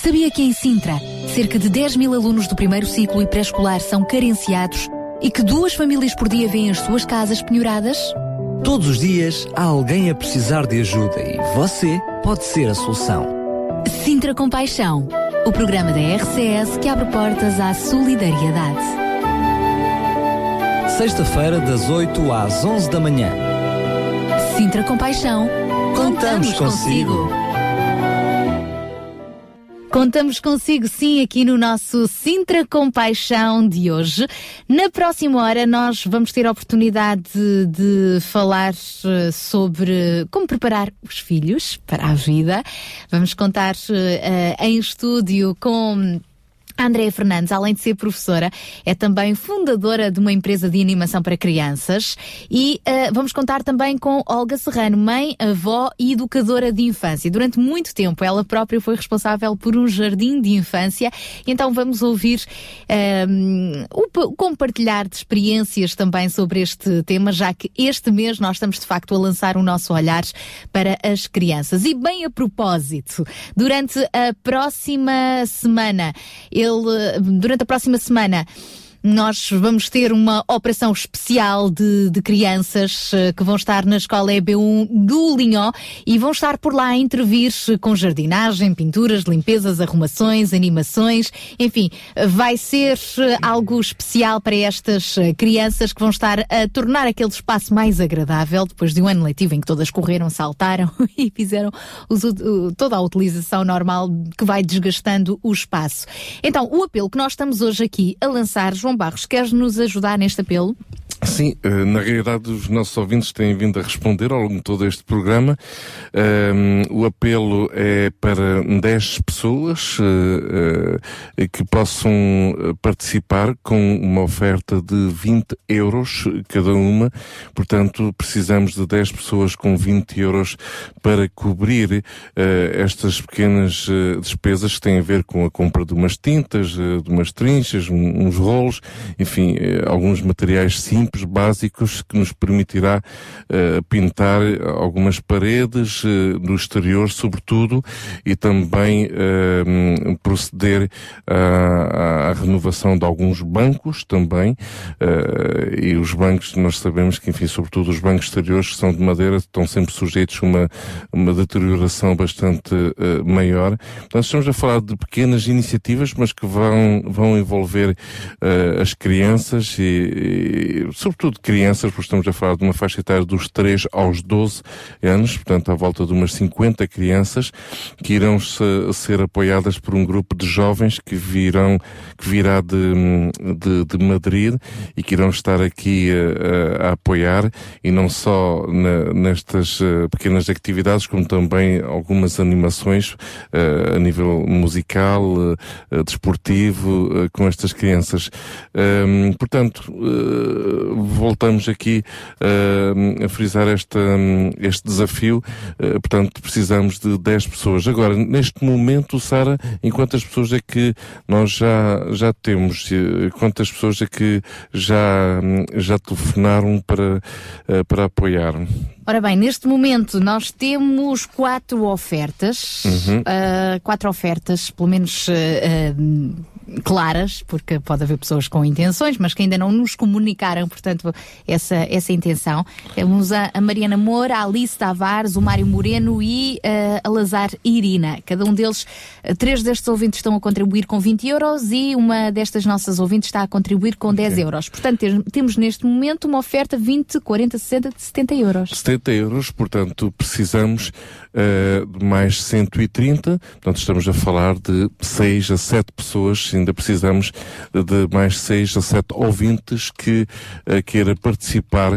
Sabia que em Sintra, cerca de 10 mil alunos do primeiro ciclo e pré-escolar são carenciados e que 2 famílias por dia vêm as suas casas penhoradas? Todos os dias há alguém a precisar de ajuda e você pode ser a solução. Sintra Compaixão, o programa da RCS que abre portas à solidariedade. Sexta-feira, das 8 às 11 da manhã. Sintra Compaixão, contamos consigo. Contamos consigo, sim, aqui no nosso Sintra Compaixão de hoje. Na próxima hora nós vamos ter a oportunidade de falar sobre como preparar os filhos para a vida. Vamos contar em estúdio com a Andréa Fernandes, além de ser professora, é também fundadora de uma empresa de animação para crianças e vamos contar também com Olga Serrano, mãe, avó e educadora de infância. Durante muito tempo ela própria foi responsável por um jardim de infância, então vamos ouvir o compartilhar de experiências também sobre este tema, já que este mês nós estamos de facto a lançar o nosso olhar para as crianças. E bem a propósito, durante a próxima semana nós vamos ter uma operação especial de crianças que vão estar na escola EB1 do Linhó e vão estar por lá a intervir com jardinagem, pinturas, limpezas, arrumações, animações, enfim, vai ser algo especial para estas crianças que vão estar a tornar aquele espaço mais agradável depois de um ano letivo em que todas correram, saltaram e fizeram toda a utilização normal que vai desgastando o espaço. Então, o apelo que nós estamos hoje aqui a lançar, João Barros, queres nos ajudar neste apelo? Sim, na realidade os nossos ouvintes têm vindo a responder ao longo de todo este programa. O apelo é para 10 pessoas que possam participar com uma oferta de 20 euros cada uma. Portanto, precisamos de 10 pessoas com 20 euros para cobrir estas pequenas despesas que têm a ver com a compra de umas tintas, de umas trinchas, uns rolos, enfim, alguns materiais simples, básicos, que nos permitirá pintar algumas paredes do exterior, sobretudo, e também proceder à renovação de alguns bancos também, e os bancos, nós sabemos que, enfim, sobretudo os bancos exteriores que são de madeira, estão sempre sujeitos a uma deterioração bastante maior. Portanto, estamos a falar de pequenas iniciativas, mas que vão envolver as crianças e sobretudo crianças, porque estamos a falar de uma faixa etária dos 3 aos 12 anos, portanto à volta de umas 50 crianças que irão ser apoiadas por um grupo de jovens que virá de Madrid e que irão estar aqui a apoiar, e não só nestas pequenas atividades, como também algumas animações a nível musical, desportivo, com estas crianças. Portanto, voltamos aqui a frisar este desafio. Portanto, precisamos de 10 pessoas. Agora, neste momento, Sara, em quantas pessoas é que nós já temos? Quantas pessoas é que já telefonaram para apoiar? Ora bem, neste momento nós temos 4 ofertas, 4 ofertas, pelo menos claras, porque pode haver pessoas com intenções, mas que ainda não nos comunicaram, portanto, essa intenção. Temos a Mariana Moura, a Alice Tavares, o Mário Moreno e a Lazar Irina. Cada um deles, 3 destes ouvintes estão a contribuir com 20 euros e uma destas nossas ouvintes está a contribuir com 10 euros. Portanto, temos neste momento uma oferta 20, 40, 60, 70 euros. 70 euros, portanto, precisamos de mais 130, portanto, estamos a falar de 6 a 7 pessoas, ainda precisamos de mais 6 a 7 ouvintes que queira participar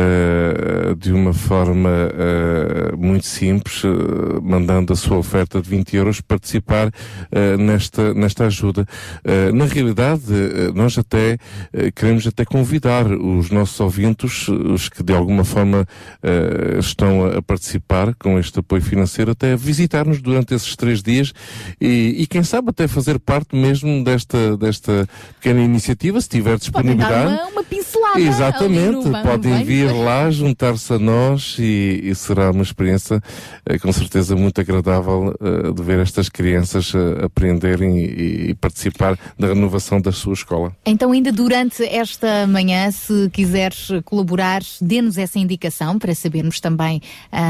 de uma forma muito simples, mandando a sua oferta de 20 euros, participar nesta ajuda. Na realidade, nós queremos convidar os nossos ouvintes, os que de alguma forma estão a participar com este apoio financeiro, até visitar-nos durante esses 3 dias e quem sabe até fazer parte mesmo desta pequena iniciativa, se tiver disponibilidade. Uma pincelada gelada. Exatamente, podem vir lá, juntar-se a nós e será uma experiência com certeza muito agradável de ver estas crianças aprenderem e participar da renovação da sua escola. Então ainda durante esta manhã, se quiseres colaborar, dê-nos essa indicação para sabermos também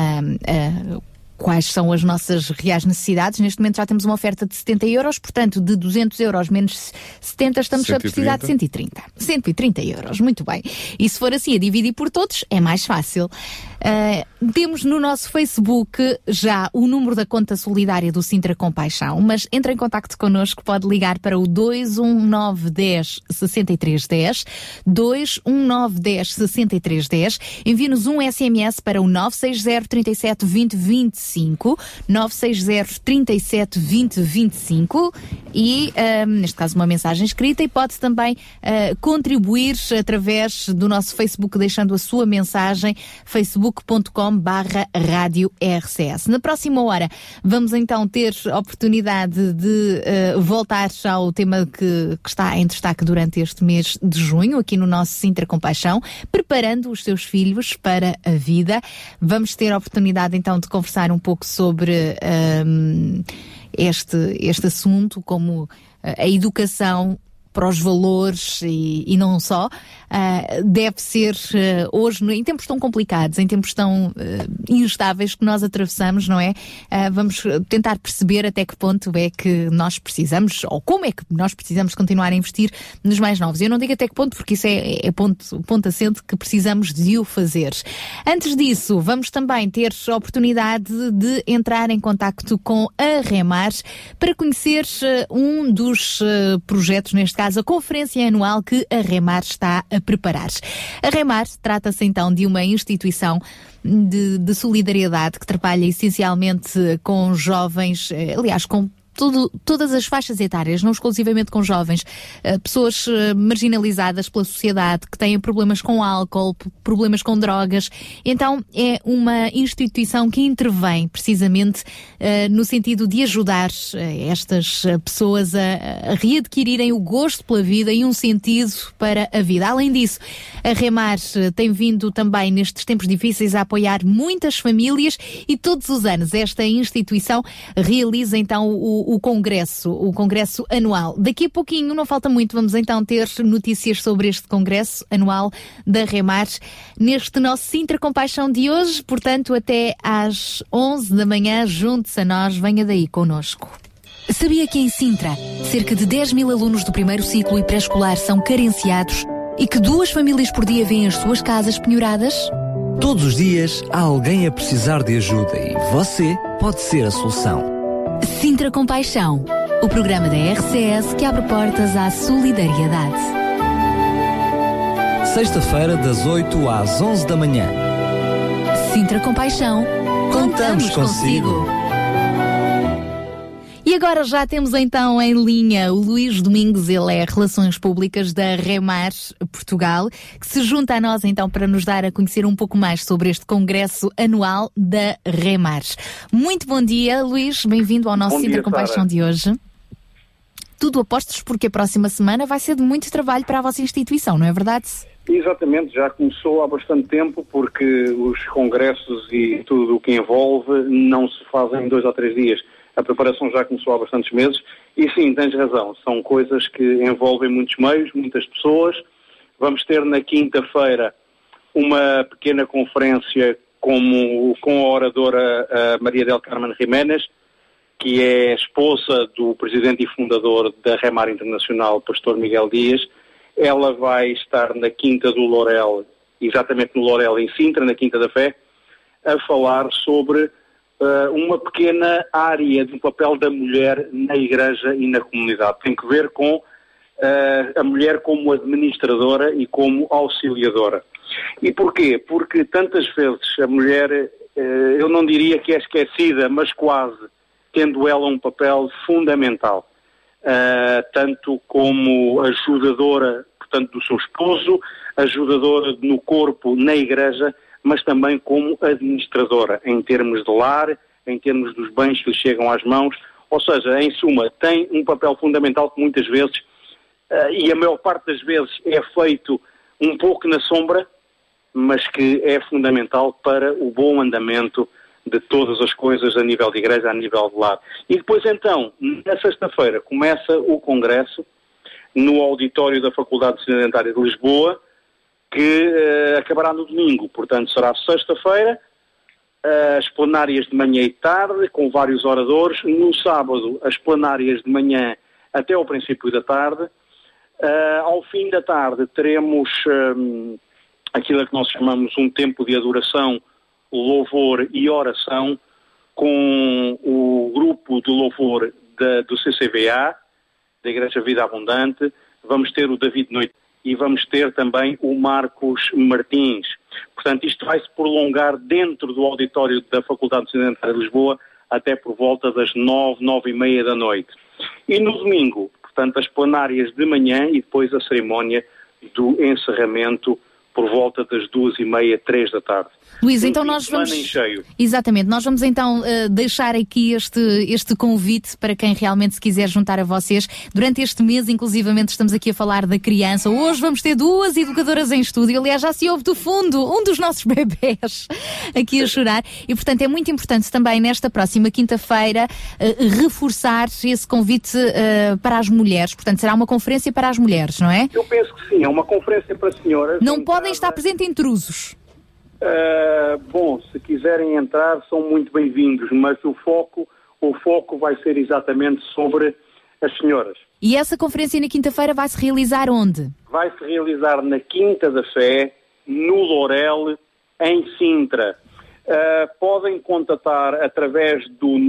quais são as nossas reais necessidades. Neste momento já temos uma oferta de 70 euros, portanto de 200 euros menos 70 estamos 130. A precisar de 130. 130 euros, muito bem. E se for assim a dividir por todos, é mais fácil. Temos no nosso Facebook já o número da conta solidária do Sintra Compaixão, mas entre em contacto connosco, pode ligar para o 21910 6310, 21910 6310, envie-nos um SMS para o 960 37 20 25, 960 37 20 25 e, neste caso, uma mensagem escrita, e pode também contribuir através do nosso Facebook, deixando a sua mensagem, facebook.com/rádio RCS. Na próxima hora vamos então ter a oportunidade de voltar ao tema que está em destaque durante este mês de junho, aqui no nosso Sintra Compaixão, preparando os seus filhos para a vida. Vamos ter a oportunidade então de conversar um pouco sobre este assunto, como a educação para os valores e não só, deve ser hoje, em tempos tão complicados, em tempos tão instáveis que nós atravessamos, não é? Vamos tentar perceber até que ponto é que nós precisamos, ou como é que nós precisamos continuar a investir nos mais novos. Eu não digo até que ponto, porque isso é ponto assente que precisamos de o fazer. Antes disso, vamos também ter a oportunidade de entrar em contacto com a Remar para conhecer um dos projetos, neste caso, a conferência anual que a Remar está a preparar. A Remar trata-se então de uma instituição de solidariedade que trabalha essencialmente com jovens, aliás, com todas as faixas etárias, não exclusivamente com jovens, pessoas marginalizadas pela sociedade, que têm problemas com álcool, problemas com drogas. Então é uma instituição que intervém precisamente no sentido de ajudar estas pessoas a readquirirem o gosto pela vida e um sentido para a vida. Além disso, a Remar tem vindo também nestes tempos difíceis a apoiar muitas famílias e todos os anos esta instituição realiza então o congresso anual. Daqui a pouquinho, não falta muito, vamos então ter notícias sobre este congresso anual da Remar neste nosso Sintra Compaixão de hoje. Portanto, até às 11 da manhã, junte-se a nós, venha daí connosco. Sabia que em Sintra, cerca de 10 mil alunos do primeiro ciclo e pré-escolar são carenciados e que 2 famílias por dia vêm as suas casas penhoradas? Todos os dias há alguém a precisar de ajuda e você pode ser a solução. Sintra Compaixão, o programa da RCS que abre portas à solidariedade. Sexta-feira, das 8 às 11 da manhã. Sintra Compaixão, contamos consigo. E agora já temos então em linha o Luís Domingos, ele é Relações Públicas da Remar Portugal, que se junta a nós então para nos dar a conhecer um pouco mais sobre este congresso anual da Remar. Muito bom dia, Luís, bem-vindo ao nosso Sintra Compaixão de hoje. Tudo a postos porque a próxima semana vai ser de muito trabalho para a vossa instituição, não é verdade? Exatamente, já começou há bastante tempo, porque os congressos e tudo o que envolve não se fazem em 2 ou 3 dias. A preparação já começou há bastantes meses e sim, tens razão, são coisas que envolvem muitos meios, muitas pessoas. Vamos ter na quinta-feira uma pequena conferência com a oradora Maria del Carmen Jiménez, que é esposa do presidente e fundador da Remar Internacional, Pastor Miguel Dias. Ela vai estar na Quinta do Lourel, exatamente no Lourel em Sintra, na Quinta da Fé, a falar sobre uma pequena área do papel da mulher na igreja e na comunidade. Tem que ver com a mulher como administradora e como auxiliadora. E porquê? Porque tantas vezes a mulher, eu não diria que é esquecida, mas quase, tendo ela um papel fundamental, tanto como ajudadora, portanto, do seu esposo, ajudadora no corpo, na igreja, mas também como administradora, em termos de lar, em termos dos bens que lhe chegam às mãos. Ou seja, em suma, tem um papel fundamental que muitas vezes, e a maior parte das vezes, é feito um pouco na sombra, mas que é fundamental para o bom andamento de todas as coisas a nível de igreja, a nível de lar. E depois então, na sexta-feira, começa o congresso no auditório da Faculdade de Ciência Dentária de Lisboa, que acabará no domingo. Portanto, será sexta-feira, as plenárias de manhã e tarde, com vários oradores. No sábado, as plenárias de manhã até ao princípio da tarde. Ao fim da tarde, teremos aquilo que nós chamamos um tempo de adoração, louvor e oração, com o grupo de louvor do CCBA, da Igreja Vida Abundante. Vamos ter o David Noite e vamos ter também o Marcos Martins. Portanto, isto vai se prolongar dentro do auditório da Faculdade de Ciência Dentária de Lisboa até por volta das 9h30 da noite. E no domingo, portanto, as plenárias de manhã e depois a cerimónia do encerramento por volta das 2h30, 3 da tarde. Luís, então nós vamos... Exatamente, nós vamos então deixar aqui este convite para quem realmente se quiser juntar a vocês. Durante este mês, inclusivamente, estamos aqui a falar da criança. Hoje vamos ter 2 educadoras em estúdio. Aliás, já se ouve do fundo um dos nossos bebés aqui a chorar. E, portanto, é muito importante também nesta próxima quinta-feira reforçar esse convite para as mulheres. Portanto, será uma conferência para as mulheres, não é? Eu penso que sim, é uma conferência para senhoras. Não podem estar presentes intrusos. Bom, se quiserem entrar, são muito bem-vindos, mas o foco vai ser exatamente sobre as senhoras. E essa conferência na quinta-feira vai-se realizar onde? Vai-se realizar na Quinta da Fé, no Lourel, em Sintra. Podem contatar através do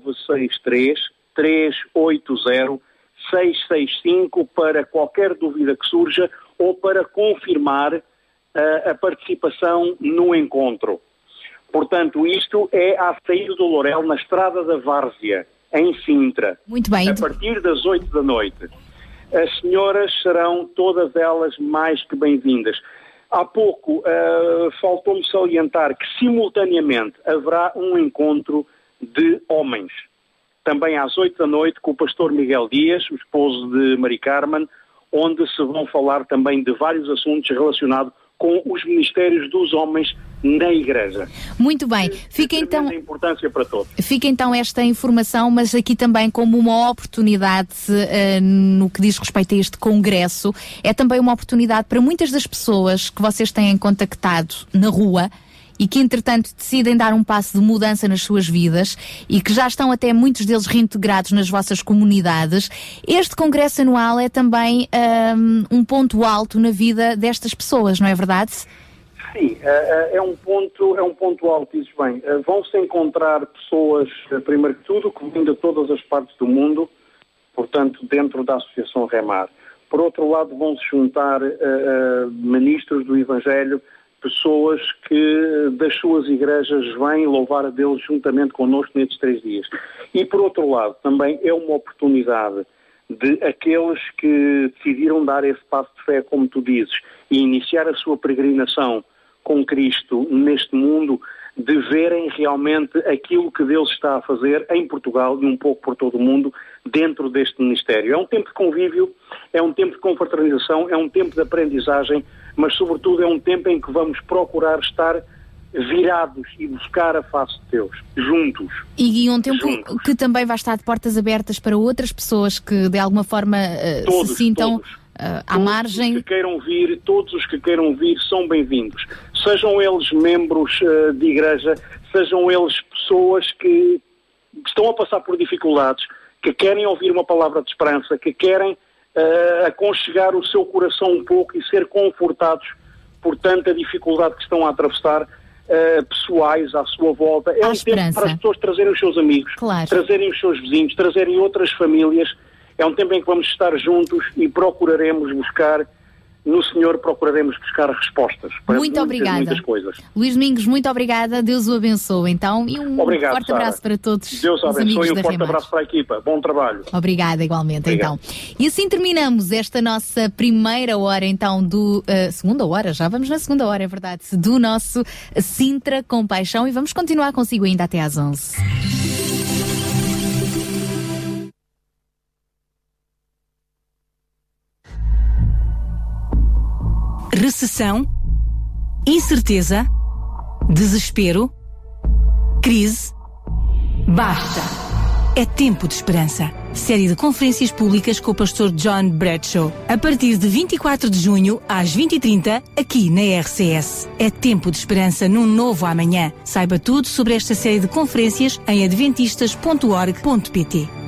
963-380-665 para qualquer dúvida que surja ou para confirmar a participação no encontro. Portanto, isto é à saída do Lourel, na Estrada da Várzea, em Sintra. Muito bem. A partir das 8 da noite. As senhoras serão todas elas mais que bem-vindas. Há pouco faltou-me salientar que simultaneamente haverá um encontro de homens. Também às 8 da noite com o pastor Miguel Dias, o esposo de Mari Carmen, onde se vão falar também de vários assuntos relacionados com os ministérios dos homens na Igreja. Muito bem. Fica então importância para todos. Fica então esta informação, mas aqui também como uma oportunidade no que diz respeito a este congresso, é também uma oportunidade para muitas das pessoas que vocês têm contactado na rua e que, entretanto, decidem dar um passo de mudança nas suas vidas e que já estão até muitos deles reintegrados nas vossas comunidades. Este congresso anual é também um ponto alto na vida destas pessoas, não é verdade? Sim, é um ponto alto, dizes bem. Vão-se encontrar pessoas, primeiro que tudo, que vêm de todas as partes do mundo, portanto, dentro da Associação Remar. Por outro lado, vão-se juntar ministros do Evangelho, pessoas que das suas igrejas vêm louvar a Deus juntamente connosco nestes 3 dias. E por outro lado, também é uma oportunidade de aqueles que decidiram dar esse passo de fé, como tu dizes, e iniciar a sua peregrinação com Cristo neste mundo, de verem realmente aquilo que Deus está a fazer em Portugal e um pouco por todo o mundo dentro deste ministério. É um tempo de convívio, é um tempo de confraternização, é um tempo de aprendizagem, mas sobretudo é um tempo em que vamos procurar estar virados e buscar a face de Deus, juntos. E um tempo que também vai estar de portas abertas para outras pessoas que de alguma forma se sintam à margem. Todos os que queiram vir são bem-vindos. Sejam eles membros de igreja, sejam eles pessoas que estão a passar por dificuldades, que querem ouvir uma palavra de esperança, que querem aconchegar o seu coração um pouco e ser confortados por tanta dificuldade que estão a atravessar, pessoais à sua volta. É um tempo para as pessoas trazerem os seus amigos, trazerem os seus vizinhos, trazerem outras famílias. É um tempo em que vamos estar juntos e procuraremos buscar no Senhor, procuraremos buscar respostas para muitas coisas. Luís Domingos, muito obrigada. Deus o abençoe, então, e forte abraço para todos. Deus o abençoe e um forte abraço para a equipa. Bom trabalho. Obrigada, igualmente. Então. E assim terminamos esta nossa primeira hora, então, do segunda hora, já vamos na segunda hora, é verdade, do nosso Sintra Compaixão, e vamos continuar consigo ainda até às 11. recessão, incerteza, desespero, crise. Basta! É tempo de esperança. Série de conferências públicas com o pastor John Bradshaw. A partir de 24 de junho, às 20h30, aqui na RCS. É tempo de esperança num novo amanhã. Saiba tudo sobre esta série de conferências em adventistas.org.pt.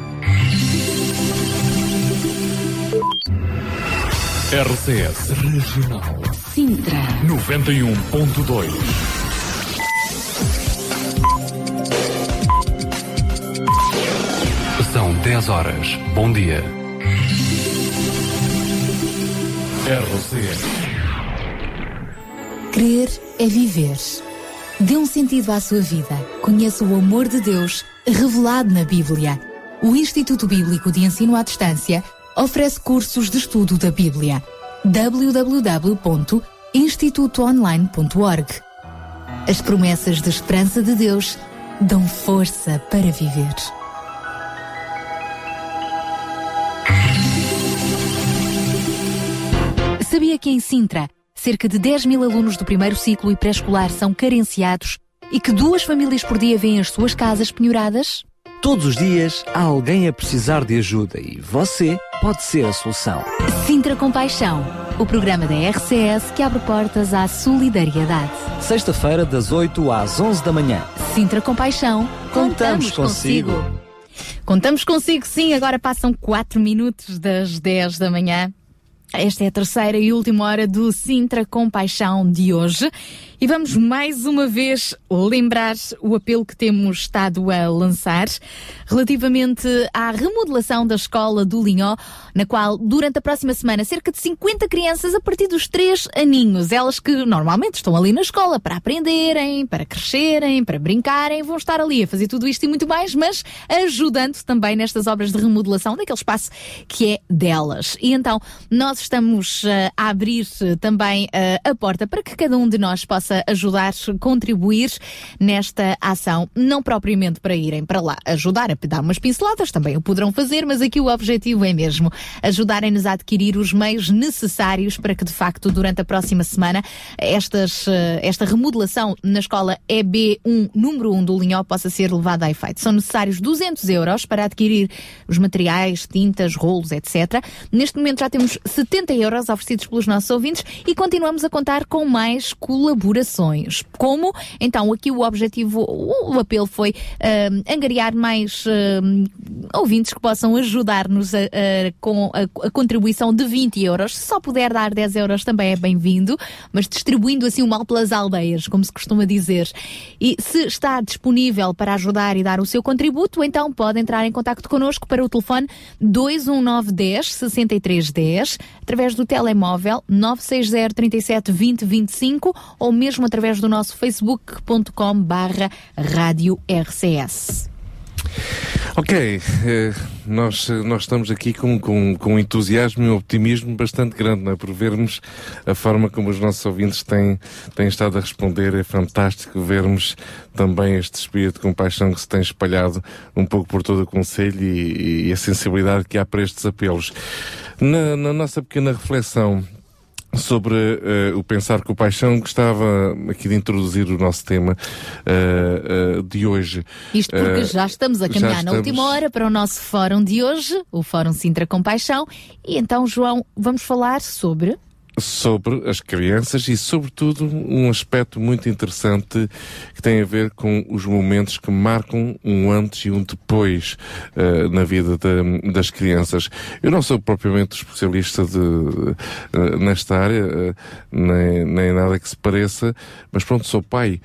RCS Regional Sintra 91.2. São 10 horas. Bom dia. RCS. Crer é viver. Dê um sentido à sua vida. Conheça o amor de Deus revelado na Bíblia. O Instituto Bíblico de Ensino à Distância oferece cursos de estudo da Bíblia. www.institutoonline.org. As promessas de esperança de Deus dão força para viver. Sabia que em Sintra, cerca de 10 mil alunos do primeiro ciclo e pré-escolar são carenciados e que 2 famílias por dia vêm as suas casas penhoradas? Todos os dias há alguém a precisar de ajuda e você pode ser a solução. Sintra Compaixão, o programa da RCS que abre portas à solidariedade. Sexta-feira, das 8 às 11 da manhã. Sintra Compaixão, contamos consigo. Contamos consigo, sim. Agora passam 4 minutos das 10 da manhã. Esta é a terceira e última hora do Sintra Compaixão de hoje. E vamos mais uma vez lembrar o apelo que temos estado a lançar relativamente à remodelação da escola do Linhó, na qual, durante a próxima semana, cerca de 50 crianças a partir dos 3 aninhos, elas que normalmente estão ali na escola para aprenderem, para crescerem, para brincarem, vão estar ali a fazer tudo isto e muito mais, mas ajudando também nestas obras de remodelação daquele espaço que é delas. E então, nós estamos a abrir também a porta para que cada um de nós possa ajudar, contribuir nesta ação, não propriamente para irem para lá ajudar a dar umas pinceladas, também o poderão fazer, mas aqui o objetivo é mesmo ajudarem-nos a adquirir os meios necessários para que de facto durante a próxima semana esta remodelação na escola EB1 número 1 do Linhó possa ser levada a efeito. São necessários 200 euros para adquirir os materiais, tintas, rolos, etc. Neste momento já temos 70 euros oferecidos pelos nossos ouvintes e continuamos a contar com mais colaborações. Como? Então, aqui o objetivo, o apelo foi angariar mais ouvintes que possam ajudar-nos com a contribuição de 20 euros. Se só puder dar 10 euros também é bem-vindo, mas distribuindo assim o mal pelas aldeias, como se costuma dizer. E se está disponível para ajudar e dar o seu contributo, então pode entrar em contacto connosco para o telefone 21910 6310, através do telemóvel 960 37 20 25 ou mesmo através do nosso facebook.com/Rádio RCS. Ok, nós estamos aqui com entusiasmo e um optimismo bastante grande, não é? Por vermos a forma como os nossos ouvintes têm estado a responder. É fantástico vermos também este espírito de compaixão que se tem espalhado um pouco por todo o concelho e a sensibilidade que há para estes apelos. Na nossa pequena reflexão sobre o Pensar com Paixão, gostava aqui de introduzir o nosso tema de hoje. Isto porque já estamos a caminhar na última hora para o nosso fórum de hoje, o Fórum Sintra Compaixão, e então, João, vamos falar sobre as crianças e, sobretudo, um aspecto muito interessante que tem a ver com os momentos que marcam um antes e um depois na vida das crianças. Eu não sou propriamente especialista nesta área, nem nada que se pareça, mas pronto, sou pai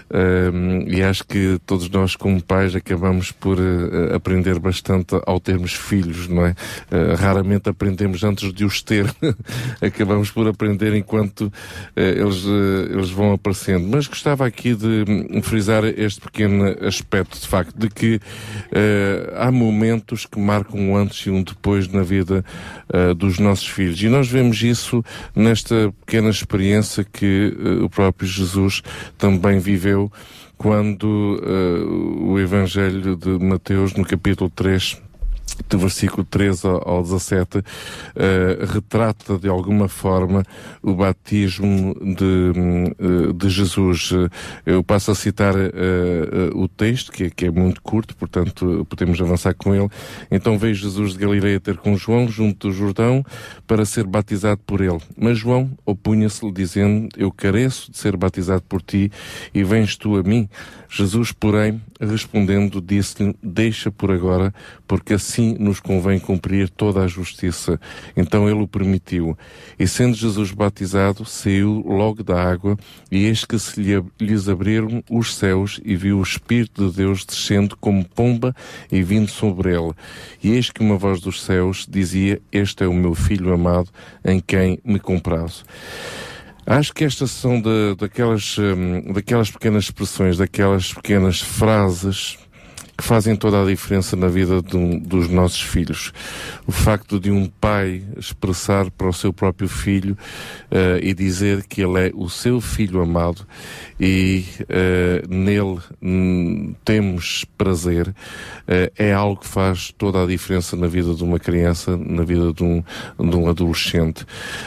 e acho que todos nós como pais acabamos por aprender bastante ao termos filhos, não é? Raramente aprendemos antes de os ter. Acabamos por aprender enquanto eles vão aparecendo. Mas gostava aqui de frisar este pequeno aspecto, de facto, de que há momentos que marcam um antes e um depois na vida dos nossos filhos. E nós vemos isso nesta pequena experiência que o próprio Jesus também viveu quando o Evangelho de Mateus, no capítulo 3, do versículo 13 ao 17, retrata de alguma forma o batismo de Jesus. Eu passo a citar o texto, que é muito curto, portanto podemos avançar com ele. Então veio Jesus de Galileia ter com João junto do Jordão para ser batizado por ele. Mas João opunha-se-lhe dizendo: eu careço de ser batizado por ti e vens tu a mim? Jesus, porém, respondendo, disse-lhe: deixa por agora, porque assim nos convém cumprir toda a justiça. Então ele o permitiu. E sendo Jesus batizado, saiu logo da água, e eis que lhes abriram os céus, e viu o Espírito de Deus descendo como pomba e vindo sobre ele. E eis que uma voz dos céus dizia: este é o meu Filho amado, em quem me comprazo. Acho que estas são daquelas pequenas expressões, daquelas pequenas frases que fazem toda a diferença na vida dos nossos filhos. O facto de um pai expressar para o seu próprio filho e dizer que ele é o seu filho amado e nele temos prazer, é algo que faz toda a diferença na vida de uma criança, na vida de um adolescente.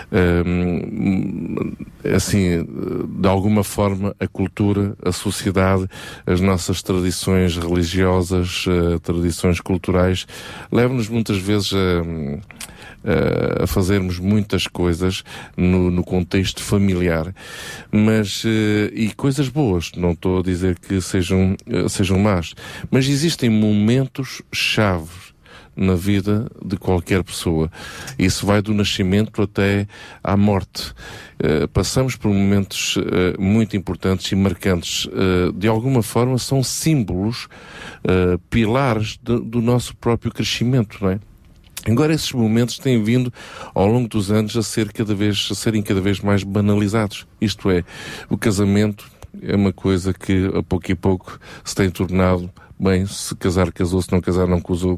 Assim, de alguma forma, a cultura, a sociedade, as nossas tradições religiosas, tradições culturais, levam-nos muitas vezes a fazermos muitas coisas no contexto familiar, mas e coisas boas, não estou a dizer que sejam más, mas existem momentos-chave na vida de qualquer pessoa. Isso vai do nascimento até à morte. Passamos por momentos muito importantes e marcantes. De alguma forma são símbolos, pilares do nosso próprio crescimento, não é? Agora, esses momentos têm vindo, ao longo dos anos, a serem cada vez mais banalizados. Isto é, o casamento é uma coisa que, a pouco e pouco, se tem tornado, bem, se casar, casou, se não casar, não casou.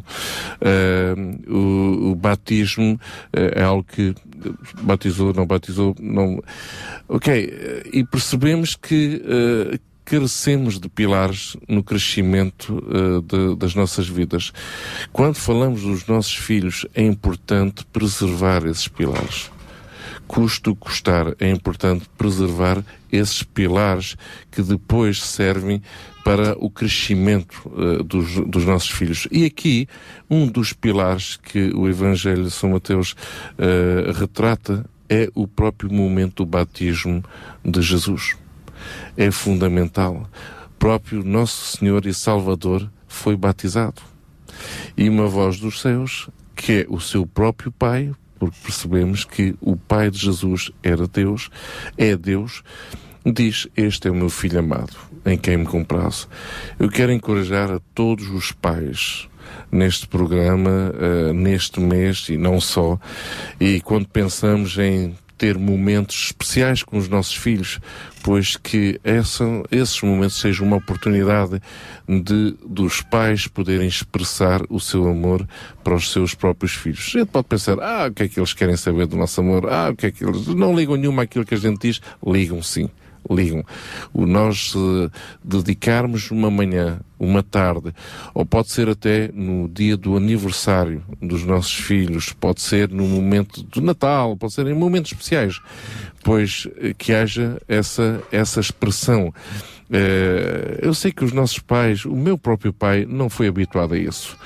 O batismo é algo que batizou, não... Ok, e percebemos que carecemos de pilares no crescimento das nossas vidas. Quando falamos dos nossos filhos, é importante preservar esses pilares. Custo custar, é importante preservar esses pilares que depois servem para o crescimento dos nossos filhos. E aqui, um dos pilares que o Evangelho de São Mateus retrata é o próprio momento do batismo de Jesus. É fundamental. O próprio Nosso Senhor e Salvador foi batizado. E uma voz dos céus, que é o seu próprio Pai, porque percebemos que o Pai de Jesus era Deus, é Deus, diz: este é o meu Filho amado, em quem me comprazo. Eu quero encorajar a todos os pais neste programa, neste mês, e não só, e quando pensamos em ter momentos especiais com os nossos filhos, pois que esses momentos sejam uma oportunidade dos pais poderem expressar o seu amor para os seus próprios filhos. A gente pode pensar: o que é que eles querem saber do nosso amor? O que é que eles... Não ligam nenhuma àquilo que a gente diz? Ligam sim. Ligam. Nós dedicarmos uma manhã, uma tarde, ou pode ser até no dia do aniversário dos nossos filhos, pode ser no momento do Natal, pode ser em momentos especiais, pois que haja essa expressão. Eu sei que os nossos pais, o meu próprio pai, não foi habituado a isso.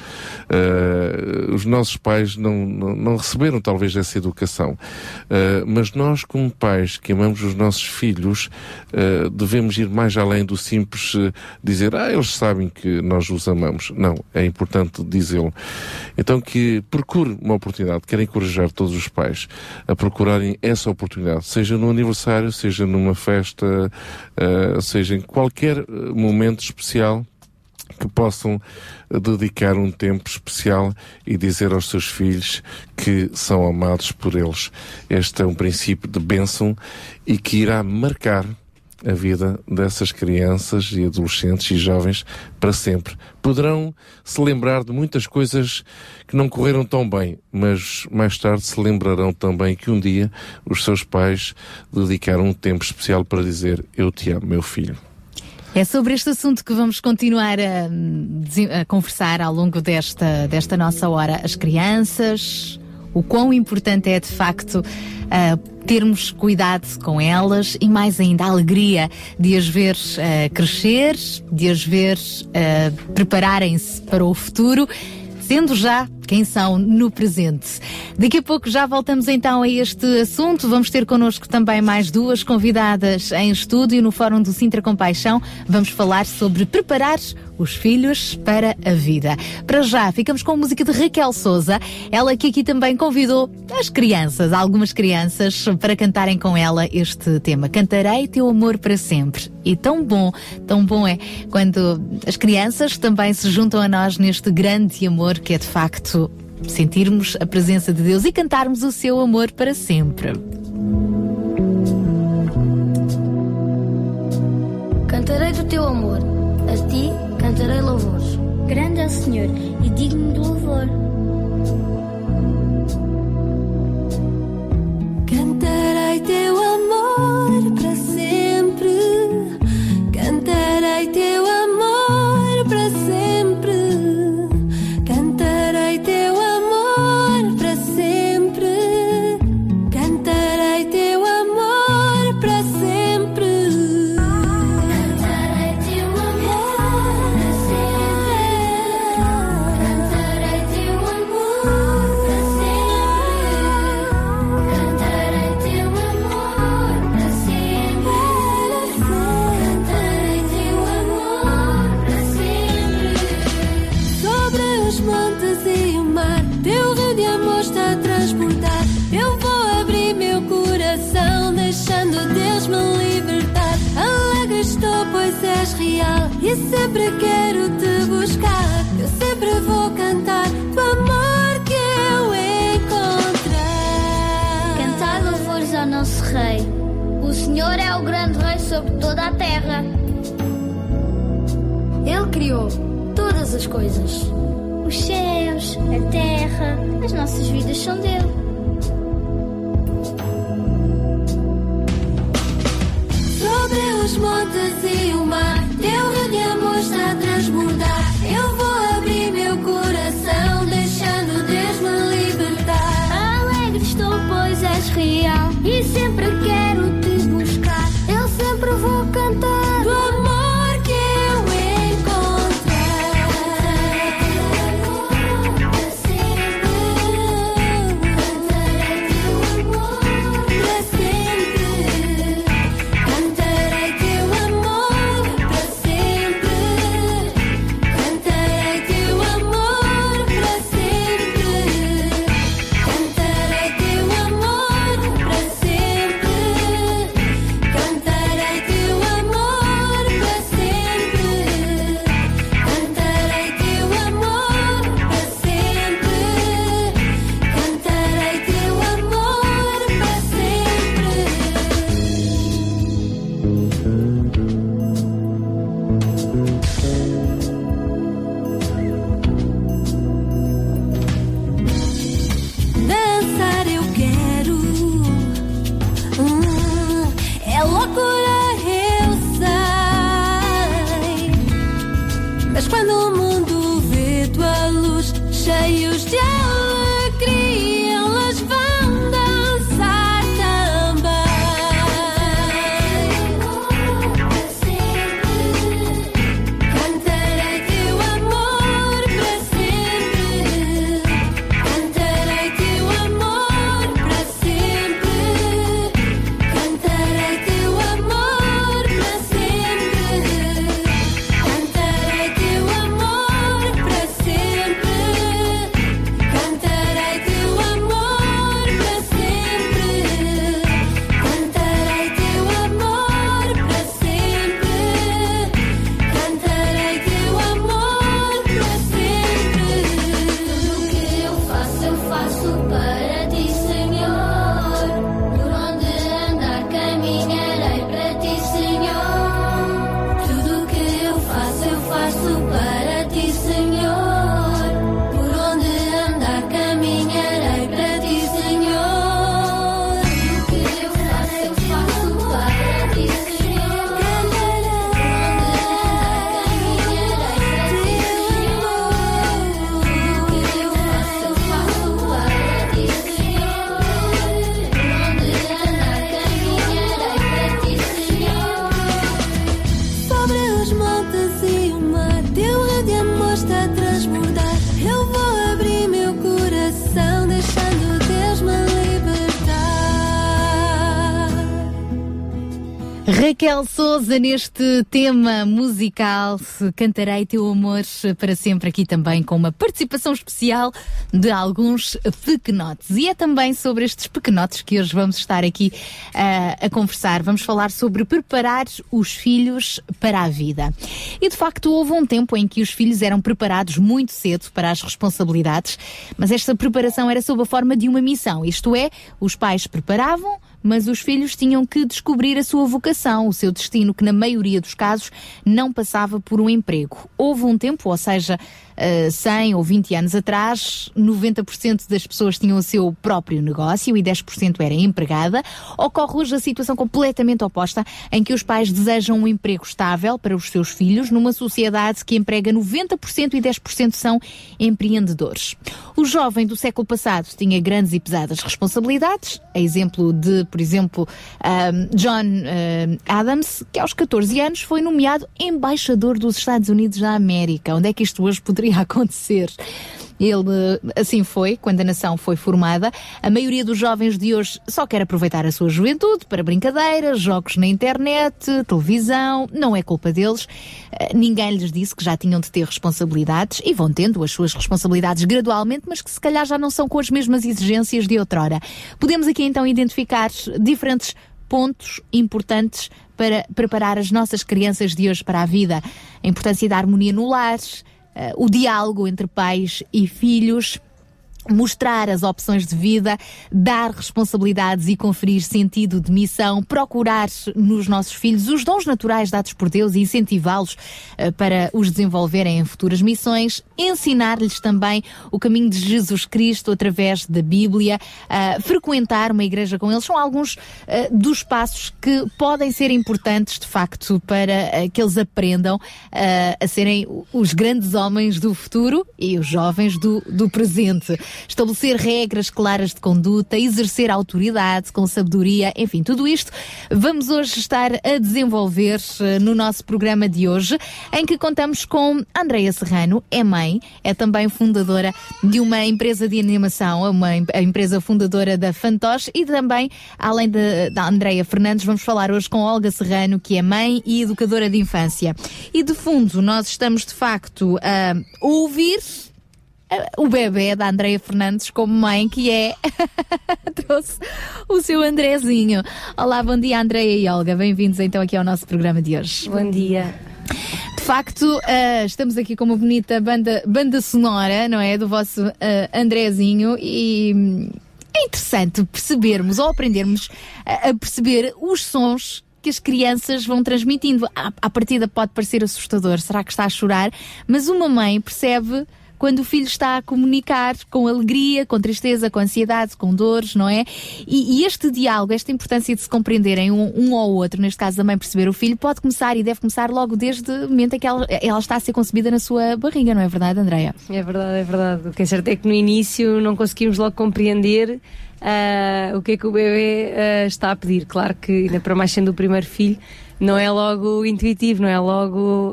Os nossos pais não receberam talvez essa educação. Mas nós, como pais que amamos os nossos filhos, devemos ir mais além do simples dizer: eles sabem que nós os amamos. Não, é importante dizê-lo. Então que procure uma oportunidade. Quero encorajar todos os pais a procurarem essa oportunidade, seja no aniversário, seja numa festa, seja em qualquer momento especial, que possam dedicar um tempo especial e dizer aos seus filhos que são amados por eles. Este é um princípio de bênção e que irá marcar a vida dessas crianças e adolescentes e jovens para sempre. Poderão se lembrar de muitas coisas que não correram tão bem, mas mais tarde se lembrarão também que um dia os seus pais dedicaram um tempo especial para dizer: eu te amo, meu filho. É sobre este assunto que vamos continuar a conversar ao longo desta nossa hora. As crianças, o quão importante é de facto termos cuidado com elas e mais ainda a alegria de as ver crescer, de as ver prepararem-se para o futuro, sendo já quem são no presente. Daqui a pouco já voltamos então a este assunto. Vamos ter connosco também mais duas convidadas em estúdio no Fórum do Sintra Compaixão. Vamos falar sobre preparar os filhos para a vida. Para já, ficamos com a música de Raquel Souza. Ela que aqui também convidou as crianças, algumas crianças, para cantarem com ela este tema. Cantarei teu amor para sempre. E tão bom é quando as crianças também se juntam a nós neste grande amor que é de facto sentirmos a presença de Deus e cantarmos o seu amor para sempre. Cantarei do teu amor, a ti cantarei louvores. Grande é o Senhor e digno de louvor. Cantarei teu amor para sempre. Cantarei teu amor para sempre. Cantarei teu amor para sempre. Cantarei teu amor para sempre. Cantarei teu amor para sempre. Cantarei teu amor para sempre. Cantarei teu amor para sempre. Cantarei teu amor para sempre. Sobre os montes e o mar, teu rio de amor está a transbordar. Eu vou abrir meu coração, deixando Deus me libertar. Alegre estou, pois és real, e sempre quero te buscar. Eu sempre vou cantar o amor que eu encontrei. Cantai louvores ao nosso Rei. O Senhor é o grande Rei sobre toda a terra. Ele criou todas as coisas. Os céus, a terra, as nossas vidas são dele. Sobre os montes e o mar, teu rio de amor está a transbordar. Eu vou abrir meu coração, deixando Deus me libertar. Alegre estou, pois és real, e sempre quero te buscar. Eu sempre vou cantar o amor que eu encontrei. Para sempre. Cantarei teu amor Para sempre. Cantarei teu amor para sempre. Cantarei teu amor para sempre. Cantarei teu amor para sempre. Raquel Sousa neste tema musical Cantarei Teu Amor para Sempre, aqui também com uma participação especial de alguns pequenotes. E é também sobre estes pequenotes que hoje vamos estar aqui a conversar. Vamos falar sobre preparar os filhos para a vida. E de facto houve um tempo em que os filhos eram preparados muito cedo para as responsabilidades, mas esta preparação era sob a forma de uma missão, isto é, os pais preparavam, mas os filhos tinham que descobrir a sua vocação, o seu destino, que na maioria dos casos não passava por um emprego. Houve um tempo, ou seja, 100 ou 20 anos atrás, 90% das pessoas tinham o seu próprio negócio e 10% era empregada. Ocorre hoje a situação completamente oposta, em que os pais desejam um emprego estável para os seus filhos, numa sociedade que emprega 90% e 10% são empreendedores. O jovem do século passado tinha grandes e pesadas responsabilidades, a exemplo de, por exemplo, John Adams, que aos 14 anos foi nomeado embaixador dos Estados Unidos da América. Onde é que isto hoje poderia acontecer? Ele assim foi, quando a nação foi formada. A maioria dos jovens de hoje só quer aproveitar a sua juventude para brincadeiras, jogos na internet, televisão. Não é culpa deles. Ninguém lhes disse que já tinham de ter responsabilidades e vão tendo as suas responsabilidades gradualmente, mas que se calhar já não são com as mesmas exigências de outrora. Podemos aqui então identificar diferentes pontos importantes para preparar as nossas crianças de hoje para a vida. A importância da harmonia no lar, o diálogo entre pais e filhos, mostrar as opções de vida, dar responsabilidades e conferir sentido de missão, procurar nos nossos filhos os dons naturais dados por Deus e incentivá-los para os desenvolverem em futuras missões, ensinar-lhes também o caminho de Jesus Cristo através da Bíblia, frequentar uma igreja com eles. São alguns dos passos que podem ser importantes, de facto, para que eles aprendam a serem os grandes homens do futuro e os jovens do presente. Estabelecer regras claras de conduta, exercer autoridade com sabedoria, enfim, tudo isto vamos hoje estar a desenvolver no nosso programa de hoje, em que contamos com Andreia Serrano, é mãe, é também fundadora de uma empresa de animação, a empresa fundadora da Fantoche, e também, além da Andreia Fernandes, vamos falar hoje com Olga Serrano, que é mãe e educadora de infância. E de fundo, nós estamos de facto a ouvir o bebê da Andreia Fernandes como mãe, que é trouxe o seu Andrezinho. Olá, bom dia Andreia e Olga, bem-vindos então aqui ao nosso programa de hoje. Bom dia. De facto, estamos aqui com uma bonita banda sonora, não é, do vosso Andrezinho, e é interessante percebermos ou aprendermos a perceber os sons que as crianças vão transmitindo. À partida pode parecer assustador, será que está a chorar? Mas uma mãe percebe quando o filho está a comunicar com alegria, com tristeza, com ansiedade, com dores, não é? E este diálogo, esta importância de se compreenderem um ao outro, neste caso da mãe perceber o filho, pode começar e deve começar logo desde o momento em que ela está a ser concebida na sua barriga, não é verdade, Andreia? É verdade, é verdade. O que é certo é que no início não conseguimos logo compreender o que é que o bebê está a pedir. Claro que, ainda para mais sendo o primeiro filho, não é logo intuitivo, não é logo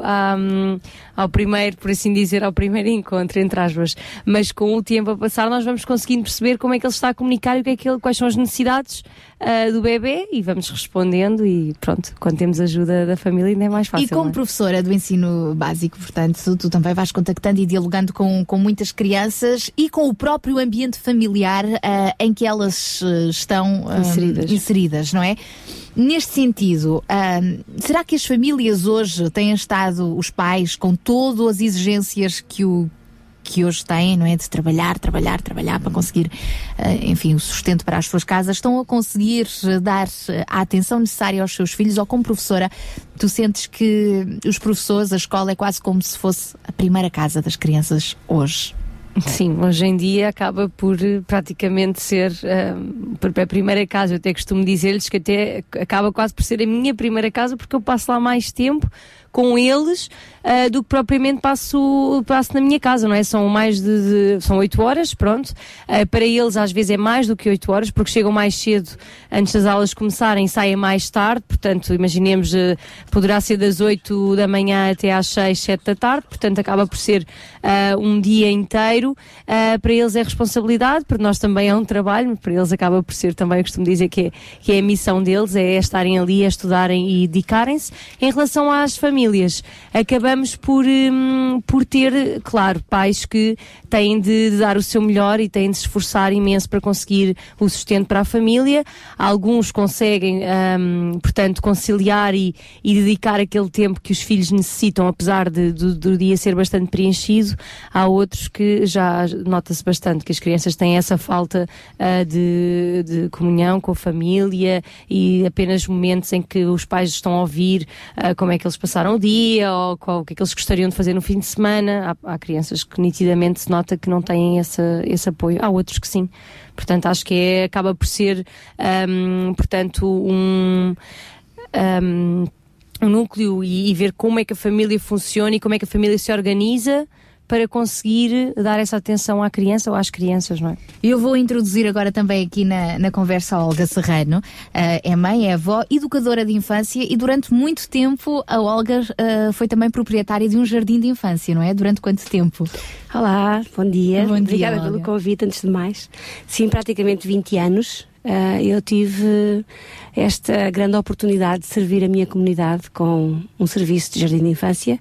ao primeiro, por assim dizer, ao primeiro encontro, entre aspas. Mas com o tempo a passar nós vamos conseguindo perceber como é que ele está a comunicar e quais são as necessidades do bebê, e vamos respondendo, e pronto, quando temos ajuda da família ainda é mais fácil. E como professora do ensino básico, portanto, tu também vais contactando e dialogando com muitas crianças e com o próprio ambiente familiar em que elas estão inseridas, não é? Neste sentido, será que as famílias hoje têm estado, os pais, com todas as exigências que hoje têm, não é? De trabalhar para conseguir, enfim, o sustento para as suas casas, estão a conseguir dar a atenção necessária aos seus filhos? Ou como professora, tu sentes que os professores, a escola é quase como se fosse a primeira casa das crianças hoje? Sim, hoje em dia acaba por praticamente ser a primeira casa. Eu até costumo dizer-lhes que até acaba quase por ser a minha primeira casa, porque eu passo lá mais tempo com eles do que propriamente passo na minha casa, não é? São mais são 8 horas, pronto. Para eles às vezes é mais do que 8 horas, porque chegam mais cedo antes das aulas começarem, saem mais tarde, portanto, imaginemos, poderá ser das 8 da manhã até às 6, 7 da tarde, portanto acaba por ser um dia inteiro. Para eles é responsabilidade, para nós também é um trabalho, para eles acaba por ser também, eu costumo dizer que é a missão deles, é estarem ali a estudarem e dedicarem-se. Em relação às famílias, acabamos por ter, claro, pais que têm de dar o seu melhor e têm de se esforçar imenso para conseguir o sustento para a família. Alguns conseguem, portanto, conciliar e dedicar aquele tempo que os filhos necessitam, apesar do dia ser bastante preenchido. Há outros que já nota-se bastante que as crianças têm essa falta de comunhão com a família e apenas momentos em que os pais estão a ouvir como é que eles passaram o dia ou o que é que eles gostariam de fazer no fim de semana. Há crianças que nitidamente se nota que não têm esse apoio. Há outros que sim. Portanto, acho que acaba por ser, portanto, um núcleo e ver como é que a família funciona e como é que a família se organiza para conseguir dar essa atenção à criança ou às crianças, não é? Eu vou introduzir agora também aqui na conversa a Olga Serrano. É mãe, é avó, educadora de infância e durante muito tempo a Olga foi também proprietária de um jardim de infância, não é? Durante quanto tempo? Olá, bom dia. Bom dia, obrigada Olga. pelo convite, antes de mais. Sim, praticamente 20 anos. Eu tive esta grande oportunidade de servir a minha comunidade com um serviço de jardim de infância.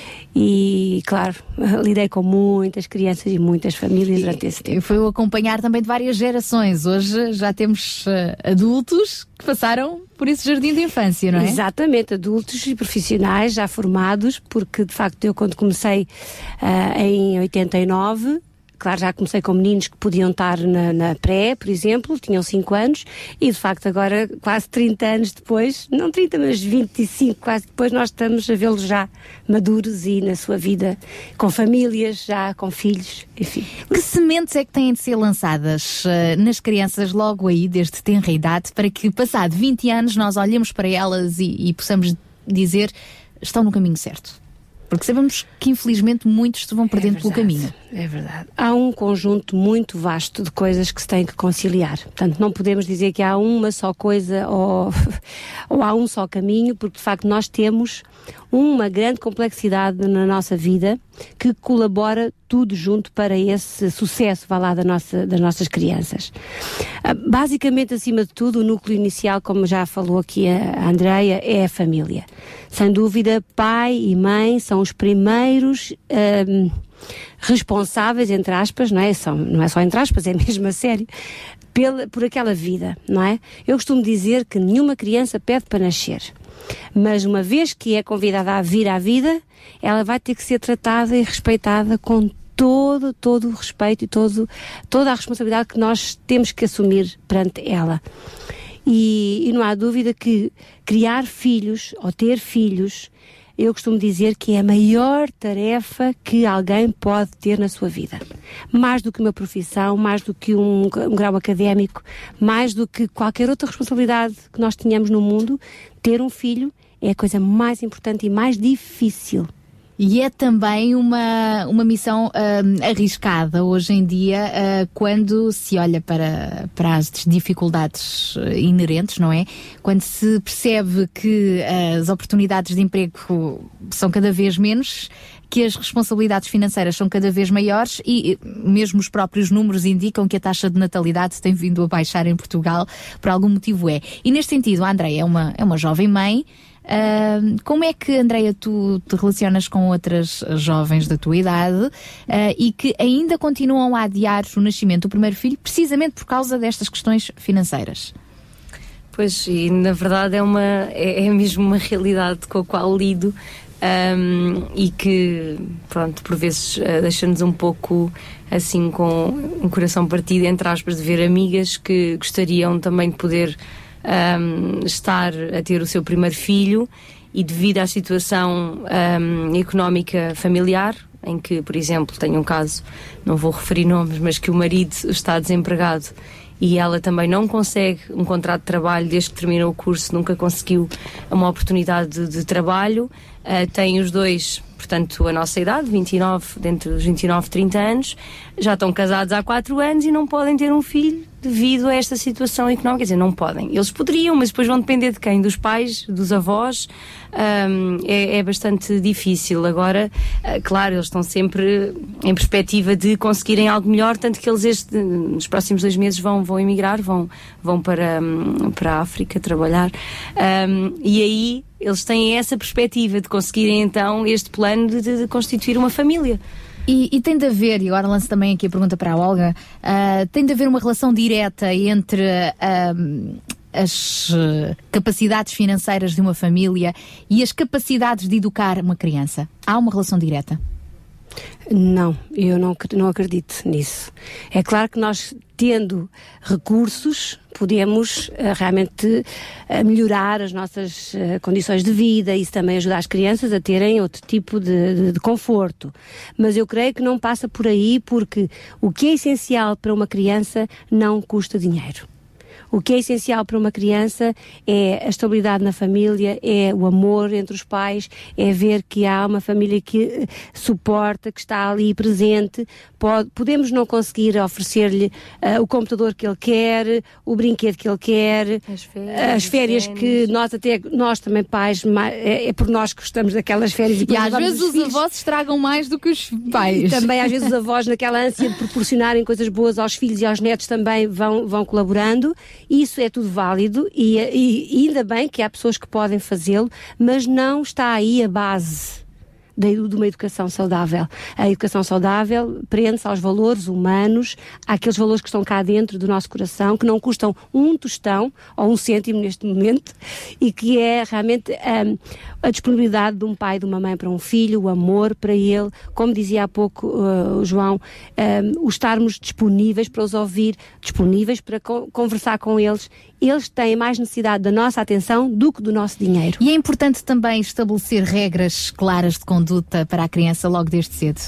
E, claro, lidei com muitas crianças e muitas famílias durante esse tempo. Foi o acompanhar também de várias gerações. Hoje já temos adultos que passaram por esse jardim de infância, não é? Exatamente, adultos e profissionais já formados, porque de facto eu quando comecei em 89... Claro, já comecei com meninos que podiam estar na pré, por exemplo, tinham 5 anos, e de facto agora, quase 30 anos depois, não 30, mas 25 quase depois, nós estamos a vê-los já maduros e na sua vida, com famílias, já com filhos, enfim. Que sementes é que têm de ser lançadas nas crianças logo aí, desde tenra idade, para que, passado 20 anos, nós olhemos para elas e possamos dizer, estão no caminho certo? Porque sabemos que, infelizmente, muitos se vão perdendo pelo caminho. É verdade. Há um conjunto muito vasto de coisas que se tem que conciliar. Portanto, não podemos dizer que há uma só coisa ou há um só caminho, porque, de facto, nós temos uma grande complexidade na nossa vida que colabora tudo junto para esse sucesso, vá lá, das nossas crianças. Basicamente, acima de tudo, o núcleo inicial, como já falou aqui a Andreia, é a família. Sem dúvida, pai e mãe são os primeiros responsáveis, entre aspas, não é só entre aspas, é mesmo a sério, por aquela vida, não é? Eu costumo dizer que nenhuma criança pede para nascer, mas uma vez que é convidada a vir à vida, ela vai ter que ser tratada e respeitada com todo o respeito e toda a responsabilidade que nós temos que assumir perante ela. E não há dúvida que criar filhos ou ter filhos, eu costumo dizer que é a maior tarefa que alguém pode ter na sua vida. Mais do que uma profissão, mais do que um grau académico, mais do que qualquer outra responsabilidade que nós tenhamos no mundo, ter um filho é a coisa mais importante e mais difícil. E é também uma missão arriscada hoje em dia, quando se olha para as dificuldades inerentes, não é? Quando se percebe que as oportunidades de emprego são cada vez menos, que as responsabilidades financeiras são cada vez maiores e mesmo os próprios números indicam que a taxa de natalidade tem vindo a baixar em Portugal, por algum motivo é. E neste sentido, a Andreia é uma jovem mãe. Como é que, Andreia, tu te relacionas com outras jovens da tua idade e que ainda continuam a adiar o nascimento do primeiro filho precisamente por causa destas questões financeiras? Pois, e na verdade é mesmo uma realidade com a qual lido e que, pronto, por vezes deixa-nos um pouco assim com um coração partido, entre aspas, de ver amigas que gostariam também de poder estar a ter o seu primeiro filho e devido à situação económica familiar, em que, por exemplo, tenho um caso, não vou referir nomes, mas que o marido está desempregado e ela também não consegue um contrato de trabalho desde que terminou o curso, nunca conseguiu uma oportunidade de trabalho. Tem os dois, portanto, a nossa idade, 29, dentre os 29 e 30 anos, já estão casados há 4 anos e não podem ter um filho devido a esta situação económica. Quer dizer, não podem. Eles poderiam, mas depois vão depender de quem? Dos pais, dos avós. É bastante difícil. Agora, claro, eles estão sempre em perspectiva de conseguirem algo melhor, tanto que eles nos próximos 2 meses vão emigrar, vão para a África trabalhar. E aí eles têm essa perspectiva de conseguirem então este plano de constituir uma família. E tem de haver, e agora lanço também aqui a pergunta para a Olga, tem de haver uma relação direta entre as capacidades financeiras de uma família e as capacidades de educar uma criança? Há uma relação direta? Não, eu não acredito nisso. É claro que nós, tendo recursos, podemos realmente melhorar as nossas condições de vida, e isso também ajuda as crianças a terem outro tipo de conforto. Mas eu creio que não passa por aí, porque o que é essencial para uma criança não custa dinheiro. O que é essencial para uma criança é a estabilidade na família, é o amor entre os pais, é ver que há uma família que suporta, que está ali presente. Podemos não conseguir oferecer-lhe o computador que ele quer, o brinquedo que ele quer, as férias que nós também pais, é por nós que gostamos daquelas férias. E às vezes os avós estragam mais do que os pais. E também às vezes os avós, naquela ânsia de proporcionarem coisas boas aos filhos e aos netos, também vão colaborando. Isso é tudo válido e ainda bem que há pessoas que podem fazê-lo, mas não está aí a base de uma educação saudável. A educação saudável prende-se aos valores humanos, àqueles valores que estão cá dentro do nosso coração, que não custam um tostão ou 1 cêntimo neste momento, e que é realmente a disponibilidade de um pai e de uma mãe para um filho, o amor para ele, como dizia há pouco o João, o estarmos disponíveis para os ouvir, disponíveis para conversar com eles. Eles têm mais necessidade da nossa atenção do que do nosso dinheiro. E é importante também estabelecer regras claras de conduta para a criança logo desde cedo.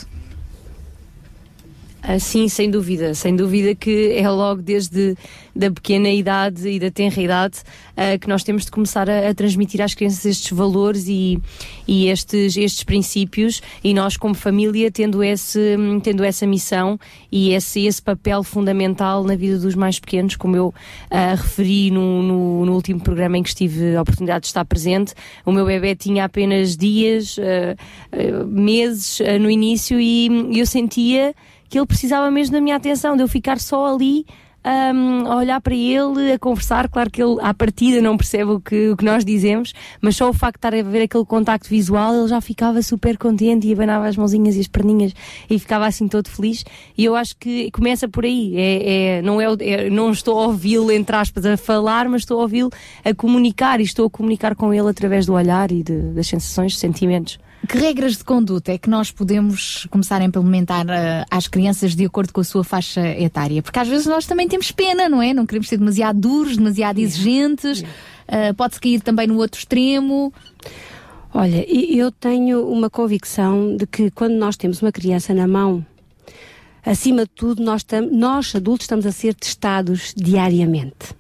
Sim, sem dúvida que é logo desde da pequena idade e da tenra idade que nós temos de começar a transmitir às crianças estes valores e estes princípios, e nós como família tendo essa missão e esse papel fundamental na vida dos mais pequenos, como eu referi no último programa em que tive a oportunidade de estar presente. O meu bebé tinha apenas dias, meses no início, e eu sentia que ele precisava mesmo da minha atenção, de eu ficar só ali a olhar para ele, a conversar. Claro que ele à partida não percebe o que nós dizemos, mas só o facto de estar a ver aquele contacto visual, ele já ficava super contente e abanava as mãozinhas e as perninhas e ficava assim todo feliz. E eu acho que começa por aí. Não estou a ouvi-lo, entre aspas, a falar, mas estou a ouvi-lo a comunicar, e estou a comunicar com ele através do olhar e das sensações, dos sentimentos. Que regras de conduta é que nós podemos começar a implementar às crianças de acordo com a sua faixa etária? Porque às vezes nós também temos pena, não é? Não queremos ser demasiado duros, demasiado exigentes. Pode-se cair também no outro extremo. Olha, eu tenho uma convicção de que quando nós temos uma criança na mão, acima de tudo, nós adultos estamos a ser testados diariamente.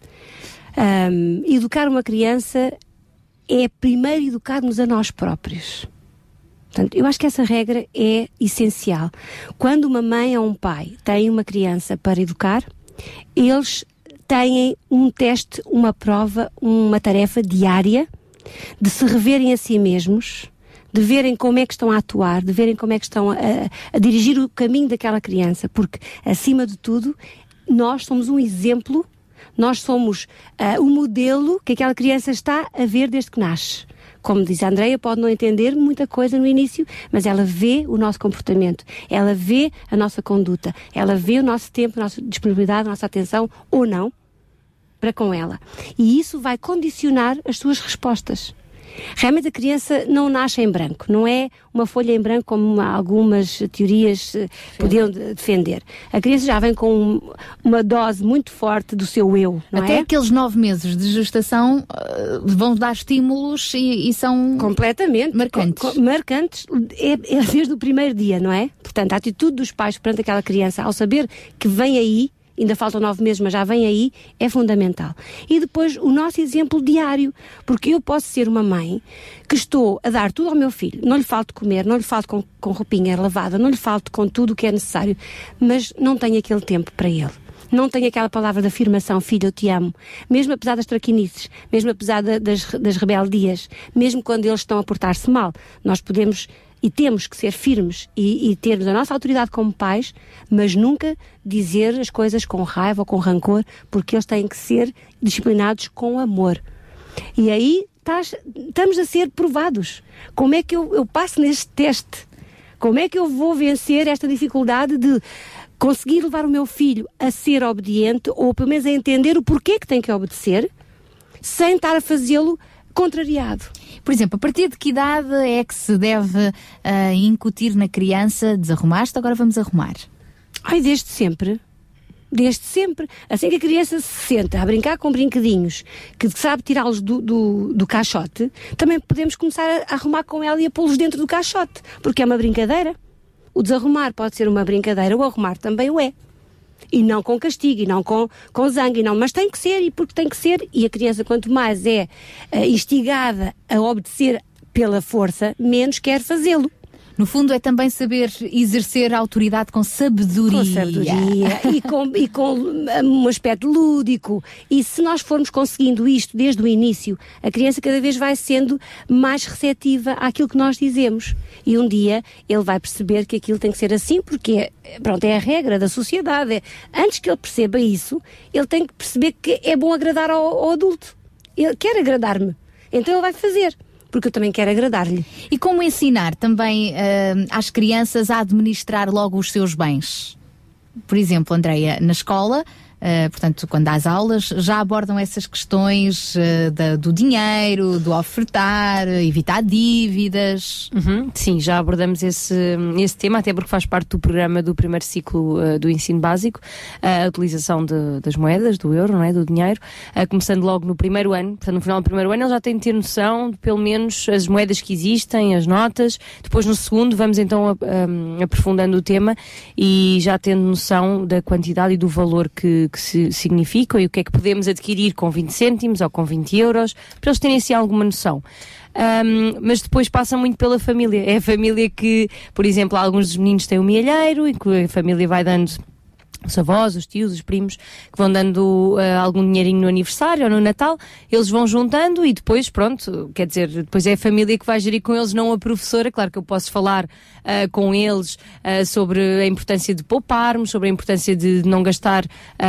Educar uma criança é primeiro educar-nos a nós próprios. Portanto, eu acho que essa regra é essencial. Quando uma mãe ou um pai tem uma criança para educar, eles têm um teste, uma prova, uma tarefa diária de se reverem a si mesmos, de verem como é que estão a atuar, de verem como é que estão a dirigir o caminho daquela criança, porque, acima de tudo, nós somos um exemplo, nós somos o modelo que aquela criança está a ver desde que nasce. Como diz a Andreia, pode não entender muita coisa no início, mas ela vê o nosso comportamento, ela vê a nossa conduta, ela vê o nosso tempo, a nossa disponibilidade, a nossa atenção, ou não, para com ela. E isso vai condicionar as suas respostas. Realmente a criança não nasce em branco, não é uma folha em branco como algumas teorias podiam defender. A criança já vem com uma dose muito forte do seu eu, não Até aqueles 9 meses de gestação vão dar estímulos e são completamente marcantes. Marcantes é desde o primeiro dia, não é? Portanto, a atitude dos pais perante aquela criança, ao saber que vem aí, ainda faltam 9 meses, mas já vem aí, é fundamental. E depois o nosso exemplo diário, porque eu posso ser uma mãe que estou a dar tudo ao meu filho, não lhe falto comer, não lhe falto com roupinha lavada, não lhe falto com tudo o que é necessário, mas não tenho aquele tempo para ele. Não tenho aquela palavra de afirmação, filho, eu te amo. Mesmo apesar das traquinices, mesmo apesar das rebeldias, mesmo quando eles estão a portar-se mal, nós podemos e temos que ser firmes e termos a nossa autoridade como pais, mas nunca dizer as coisas com raiva ou com rancor, porque eles têm que ser disciplinados com amor. E aí estamos a ser provados. Como é que eu passo neste teste? Como é que eu vou vencer esta dificuldade de conseguir levar o meu filho a ser obediente, ou pelo menos a entender o porquê que tem que obedecer, sem estar a fazê-lo contrariado? Por exemplo, a partir de que idade é que se deve incutir na criança, desarrumaste, agora vamos arrumar? Desde sempre. Desde sempre. Assim que a criança se senta a brincar com brinquedinhos, que sabe tirá-los do caixote, também podemos começar a arrumar com ela e a pô-los dentro do caixote, porque é uma brincadeira. O desarrumar pode ser uma brincadeira, o arrumar também o é. E não com castigo, e não com zangue, mas tem que ser, e porque tem que ser. E a criança, quanto mais é instigada a obedecer pela força, menos quer fazê-lo. No fundo é também saber exercer a autoridade com sabedoria. Com sabedoria e com um aspecto lúdico. E se nós formos conseguindo isto desde o início, a criança cada vez vai sendo mais receptiva àquilo que nós dizemos. E um dia ele vai perceber que aquilo tem que ser assim, porque é a regra da sociedade. Antes que ele perceba isso, ele tem que perceber que é bom agradar ao adulto. Ele quer agradar-me, então ele vai fazer, porque eu também quero agradar-lhe. E como ensinar também às crianças a administrar logo os seus bens? Por exemplo, Andreia, na escola, portanto, quando dá as aulas, já abordam essas questões do dinheiro, do ofertar, evitar dívidas? Sim, já abordamos esse tema, até porque faz parte do programa do primeiro ciclo do ensino básico, a utilização das moedas, do euro, não é? Do dinheiro, começando logo no primeiro ano. Portanto, no final do primeiro ano eles já têm de ter noção de pelo menos as moedas que existem, as notas. Depois no segundo vamos então aprofundando o tema e já tendo noção da quantidade e do valor que se significam e o que é que podemos adquirir com 20 cêntimos ou com 20 euros, para eles terem assim alguma noção. Mas depois passa muito pela família. É a família que, por exemplo, alguns dos meninos têm um mielheiro e que a família vai dando, os avós, os tios, os primos, que vão dando algum dinheirinho no aniversário ou no Natal, eles vão juntando e depois, pronto, quer dizer, depois é a família que vai gerir com eles, não a professora. Claro que eu posso falar com eles sobre a importância de pouparmos, sobre a importância de não gastar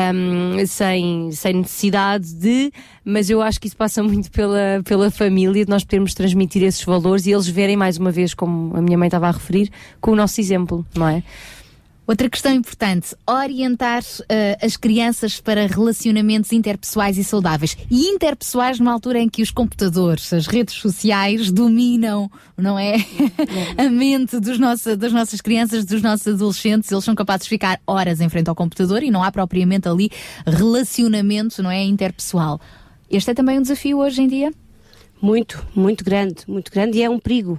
sem necessidade de, mas eu acho que isso passa muito pela família, de nós podermos transmitir esses valores e eles verem, mais uma vez, como a minha mãe estava a referir, com o nosso exemplo, não é? Outra questão importante, orientar as crianças para relacionamentos interpessoais e saudáveis. E interpessoais numa altura em que os computadores, as redes sociais dominam, não é? A mente das nossas crianças, dos nossos adolescentes. Eles são capazes de ficar horas em frente ao computador e não há propriamente ali relacionamento, não é? Interpessoal. Este é também um desafio hoje em dia? Muito, muito grande e é um perigo.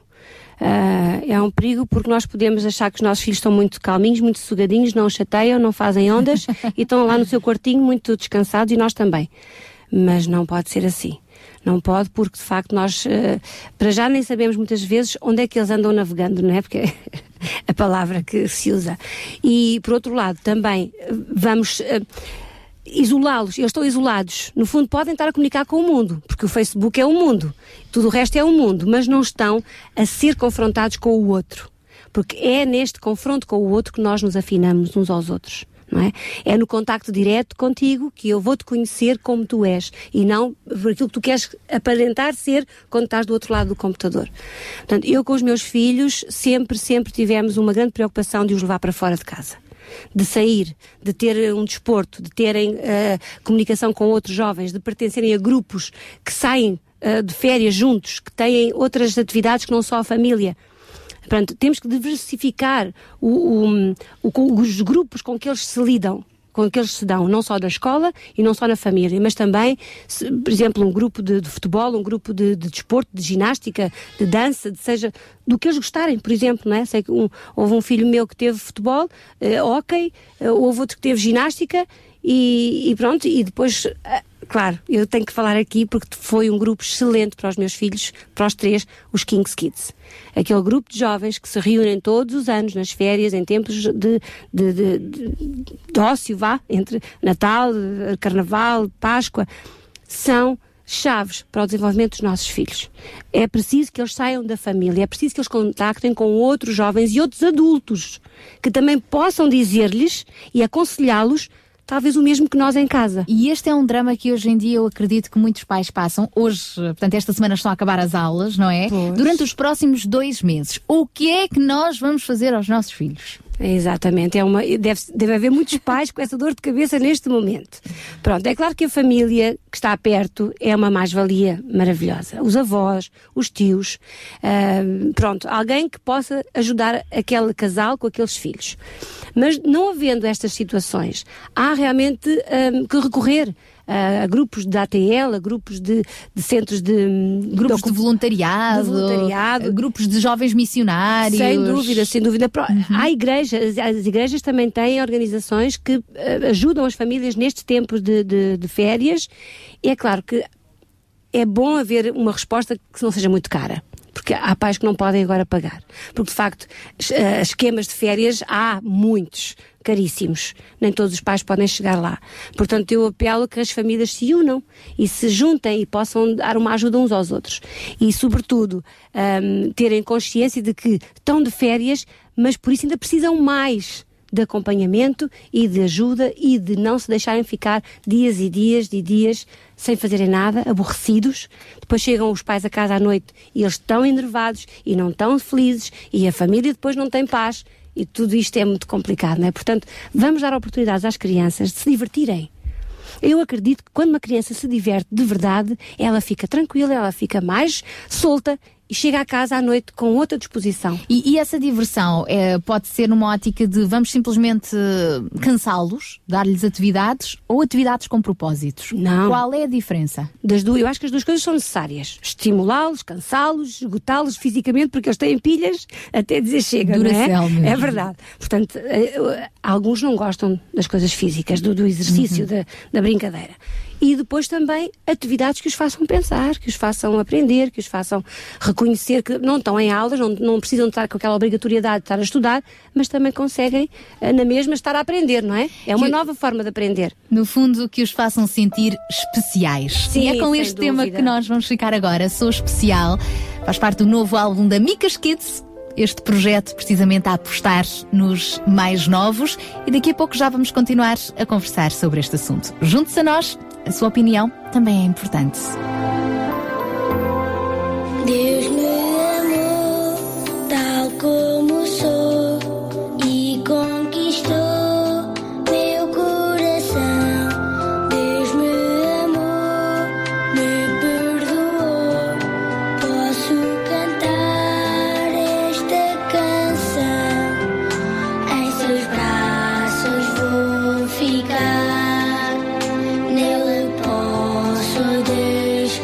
É um perigo porque nós podemos achar que os nossos filhos estão muito calminhos, muito sossegadinhos, não chateiam, não fazem ondas e estão lá no seu quartinho muito descansados, e nós também. Mas não pode ser assim. Não pode, porque de facto nós para já nem sabemos muitas vezes onde é que eles andam navegando, não é? Porque é a palavra que se usa. E por outro lado também vamos isolá-los. Eles estão isolados. No fundo podem estar a comunicar com o mundo, porque o Facebook é o mundo, tudo o resto é o mundo, mas não estão a ser confrontados com o outro, porque é neste confronto com o outro que nós nos afinamos uns aos outros, não é? É no contacto direto contigo que eu vou-te conhecer como tu és e não por aquilo que tu queres aparentar ser quando estás do outro lado do computador. Portanto, eu com os meus filhos sempre tivemos uma grande preocupação de os levar para fora de casa, de sair, de ter um desporto, de terem comunicação com outros jovens, de pertencerem a grupos que saem de férias juntos, que têm outras atividades que não só a família. Portanto, temos que diversificar os grupos com que eles se lidam, com que eles se dão, não só da escola e não só na família, mas também, por exemplo, um grupo de futebol, um grupo de desporto, de ginástica, de dança, seja do que eles gostarem, por exemplo, não é? Sei que houve um filho meu que teve futebol, hóquei, houve outro que teve ginástica, e pronto, e depois... Claro, eu tenho que falar aqui porque foi um grupo excelente para os meus filhos, para os 3, os King's Kids. Aquele grupo de jovens que se reúnem todos os anos nas férias, em tempos de ócio, entre Natal, Carnaval, Páscoa, são chaves para o desenvolvimento dos nossos filhos. É preciso que eles saiam da família, é preciso que eles contactem com outros jovens e outros adultos que também possam dizer-lhes e aconselhá-los talvez o mesmo que nós em casa. E este é um drama que hoje em dia eu acredito que muitos pais passam. Hoje, portanto, esta semana estão a acabar as aulas, não é? Pois. Durante os próximos 2 meses. O que é que nós vamos fazer aos nossos filhos? Exatamente, deve haver muitos pais com essa dor de cabeça neste momento. Pronto, é claro que a família que está perto é uma mais-valia maravilhosa. Os avós, os tios, pronto, alguém que possa ajudar aquele casal com aqueles filhos. Mas não havendo estas situações, há realmente que recorrer a grupos de ATL, a grupos de centros de... Grupos de voluntariado, grupos de jovens missionários. Sem dúvida, sem dúvida. Há igrejas, as igrejas também têm organizações que ajudam as famílias neste tempo de férias. E é claro que é bom haver uma resposta que não seja muito cara. Porque há pais que não podem agora pagar. Porque, de facto, esquemas de férias há muitos, caríssimos. Nem todos os pais podem chegar lá. Portanto, eu apelo que as famílias se unam e se juntem e possam dar uma ajuda uns aos outros. E, sobretudo, terem consciência de que estão de férias, mas por isso ainda precisam mais de acompanhamento e de ajuda e de não se deixarem ficar dias e dias sem fazerem nada, aborrecidos. Depois chegam os pais a casa à noite e eles estão enervados e não estão felizes e a família depois não tem paz e tudo isto é muito complicado, não é? Portanto, vamos dar oportunidades às crianças de se divertirem. Eu acredito que quando uma criança se diverte de verdade, ela fica tranquila, ela fica mais solta e chega a casa à noite com outra disposição. E essa diversão pode ser numa ótica de vamos simplesmente cansá-los, dar-lhes atividades ou atividades com propósitos? Não. Qual é a diferença? Eu acho que as duas coisas são necessárias. Estimulá-los, cansá-los, esgotá-los fisicamente porque eles têm pilhas até dizer chega, não é? É verdade. Portanto, alguns não gostam das coisas físicas, do exercício, da brincadeira. E depois também atividades que os façam pensar, que os façam aprender, que os façam reconhecer que não estão em aulas, não precisam estar com aquela obrigatoriedade de estar a estudar, mas também conseguem na mesma estar a aprender, não é? É uma nova forma de aprender. No fundo, que os façam sentir especiais. Sim, e é com este tema que nós vamos ficar agora. Sou Especial, faz parte do novo álbum da Micas Kids. Este projeto precisamente a apostar nos mais novos e daqui a pouco já vamos continuar a conversar sobre este assunto. Junte-se a nós, a sua opinião também é importante. Deus me amou tal como sou e conquistou meu coração. Deus me amou, me perdoou, posso cantar esta canção. Em seus braços vou ficar, nele posso descansar.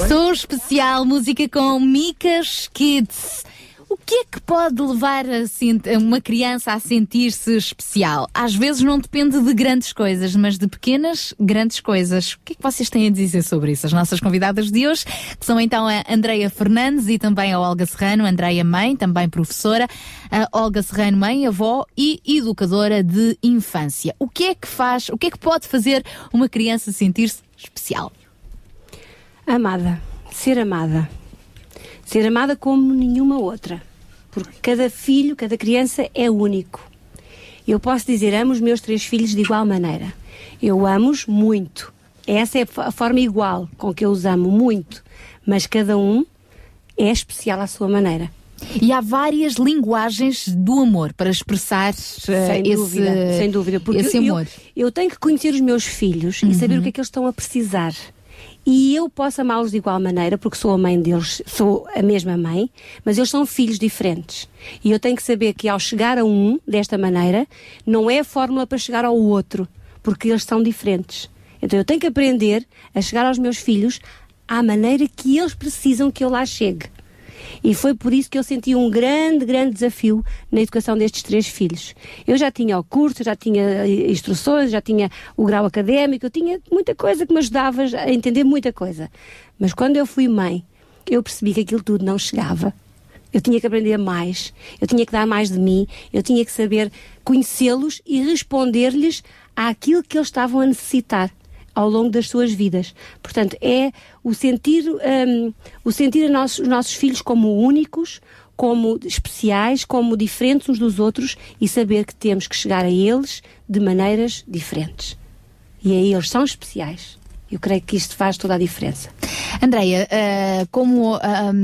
Sou especial, música com Micas Kids. O que é que pode levar uma criança a sentir-se especial? Às vezes não depende de grandes coisas, mas de pequenas, grandes coisas. O que é que vocês têm a dizer sobre isso? As nossas convidadas de hoje, que são então a Andreia Fernandes e também a Olga Serrano. Andreia, mãe, também professora. A Olga Serrano, mãe, avó e educadora de infância. O que é que pode fazer uma criança sentir-se especial? Amada. Ser amada. Ser amada como nenhuma outra. Porque cada filho, cada criança é único. Eu posso dizer, amo os meus 3 filhos de igual maneira. Eu amo-os muito. Essa é a forma igual com que eu os amo muito. Mas cada um é especial à sua maneira. E há várias linguagens do amor para expressar sem dúvida, porque esse amor. Eu tenho que conhecer os meus filhos e saber o que é que eles estão a precisar. E eu posso amá-los de igual maneira, porque sou a mãe deles, sou a mesma mãe, mas eles são filhos diferentes. E eu tenho que saber que ao chegar a um, desta maneira, não é a fórmula para chegar ao outro, porque eles são diferentes. Então eu tenho que aprender a chegar aos meus filhos à maneira que eles precisam que eu lá chegue. E foi por isso que eu senti um grande, grande desafio na educação destes 3 filhos. Eu já tinha o curso, já tinha instruções, já tinha o grau académico, eu tinha muita coisa que me ajudava a entender muita coisa. Mas quando eu fui mãe, eu percebi que aquilo tudo não chegava. Eu tinha que aprender mais, eu tinha que dar mais de mim, eu tinha que saber conhecê-los e responder-lhes àquilo que eles estavam a necessitar ao longo das suas vidas. Portanto, é o sentir os nossos filhos como únicos, como especiais, como diferentes uns dos outros e saber que temos que chegar a eles de maneiras diferentes. E aí eles são especiais. Eu creio que isto faz toda a diferença. Andreia, como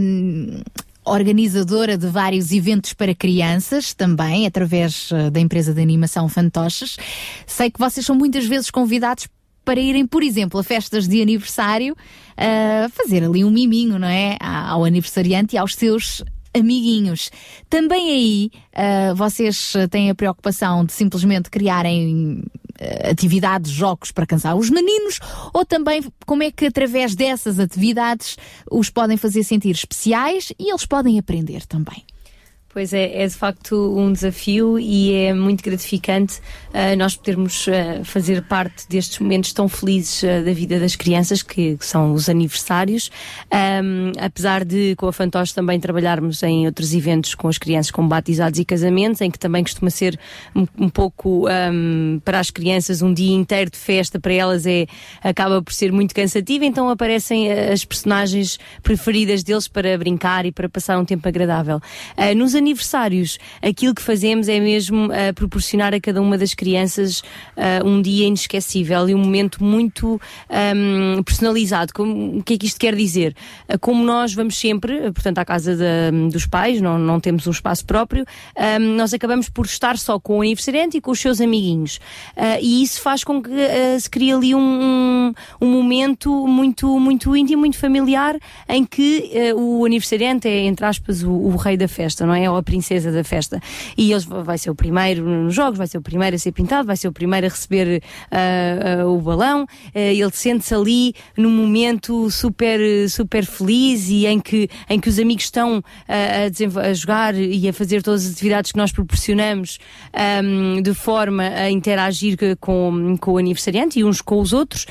organizadora de vários eventos para crianças, também através da empresa de animação Fantoches, sei que vocês são muitas vezes convidados para irem, por exemplo, a festas de aniversário, fazer ali um miminho, não é? Ao aniversariante e aos seus amiguinhos. Também aí vocês têm a preocupação de simplesmente criarem atividades, jogos para cansar os meninos, ou também como é que através dessas atividades os podem fazer sentir especiais e eles podem aprender também? Pois é de facto um desafio e é muito gratificante nós podermos fazer parte destes momentos tão felizes da vida das crianças, que são os aniversários. Apesar de, com a Fantoche, também trabalharmos em outros eventos com as crianças, como batizados e casamentos, em que também costuma ser um pouco para as crianças um dia inteiro de festa, para elas acaba por ser muito cansativo, então aparecem as personagens preferidas deles para brincar e para passar um tempo agradável. Nos aniversários, aquilo que fazemos é mesmo proporcionar a cada uma das crianças um dia inesquecível e um momento muito personalizado. O que é que isto quer dizer? Como nós vamos sempre, portanto, à casa dos pais, não temos um espaço próprio, nós acabamos por estar só com o aniversariante e com os seus amiguinhos. E isso faz com que se crie ali um momento muito, muito íntimo, muito familiar, em que o aniversariante é, entre aspas, o rei da festa, não é? Ou a princesa da festa. E ele vai ser o primeiro nos jogos, vai ser o primeiro a ser pintado, vai ser o primeiro a receber o balão. Ele sente-se ali num momento super, super feliz e em que os amigos estão a jogar e a fazer todas as atividades que nós proporcionamos de forma a interagir com o aniversariante e uns com os outros.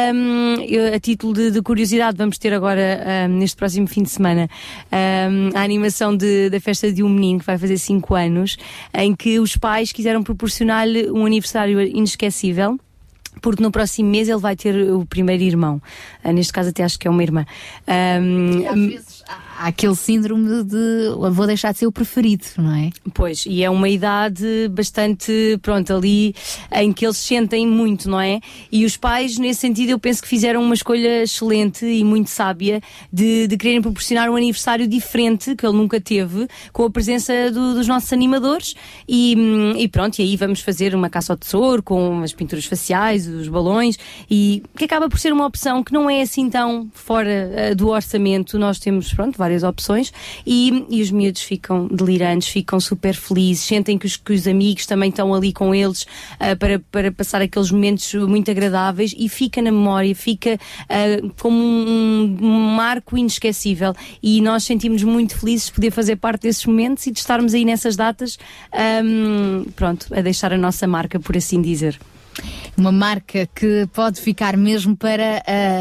A título de curiosidade, vamos ter agora, neste próximo fim de semana, a animação da festa de um menino que vai fazer 5 anos, em que os pais quiseram proporcionar-lhe um aniversário inesquecível, porque no próximo mês ele vai ter o primeiro irmão. Neste caso até acho que é uma irmã. Às vezes há aquele síndrome de vou deixar de ser o preferido, não é? Pois, e é uma idade bastante, ali em que eles sentem muito, não é? E os pais, nesse sentido, eu penso que fizeram uma escolha excelente e muito sábia de quererem proporcionar um aniversário diferente, que ele nunca teve, com a presença dos nossos animadores e aí vamos fazer uma caça ao tesouro com as pinturas faciais, os balões, e que acaba por ser uma opção que não é assim tão fora do orçamento. Nós temos, várias opções e os miúdos ficam delirantes, ficam super felizes, sentem que os amigos também estão ali com eles para passar aqueles momentos muito agradáveis, e fica na memória, fica como um marco inesquecível, e nós sentimos muito felizes de poder fazer parte desses momentos e de estarmos aí nessas datas, a deixar a nossa marca, por assim dizer. Uma marca que pode ficar mesmo para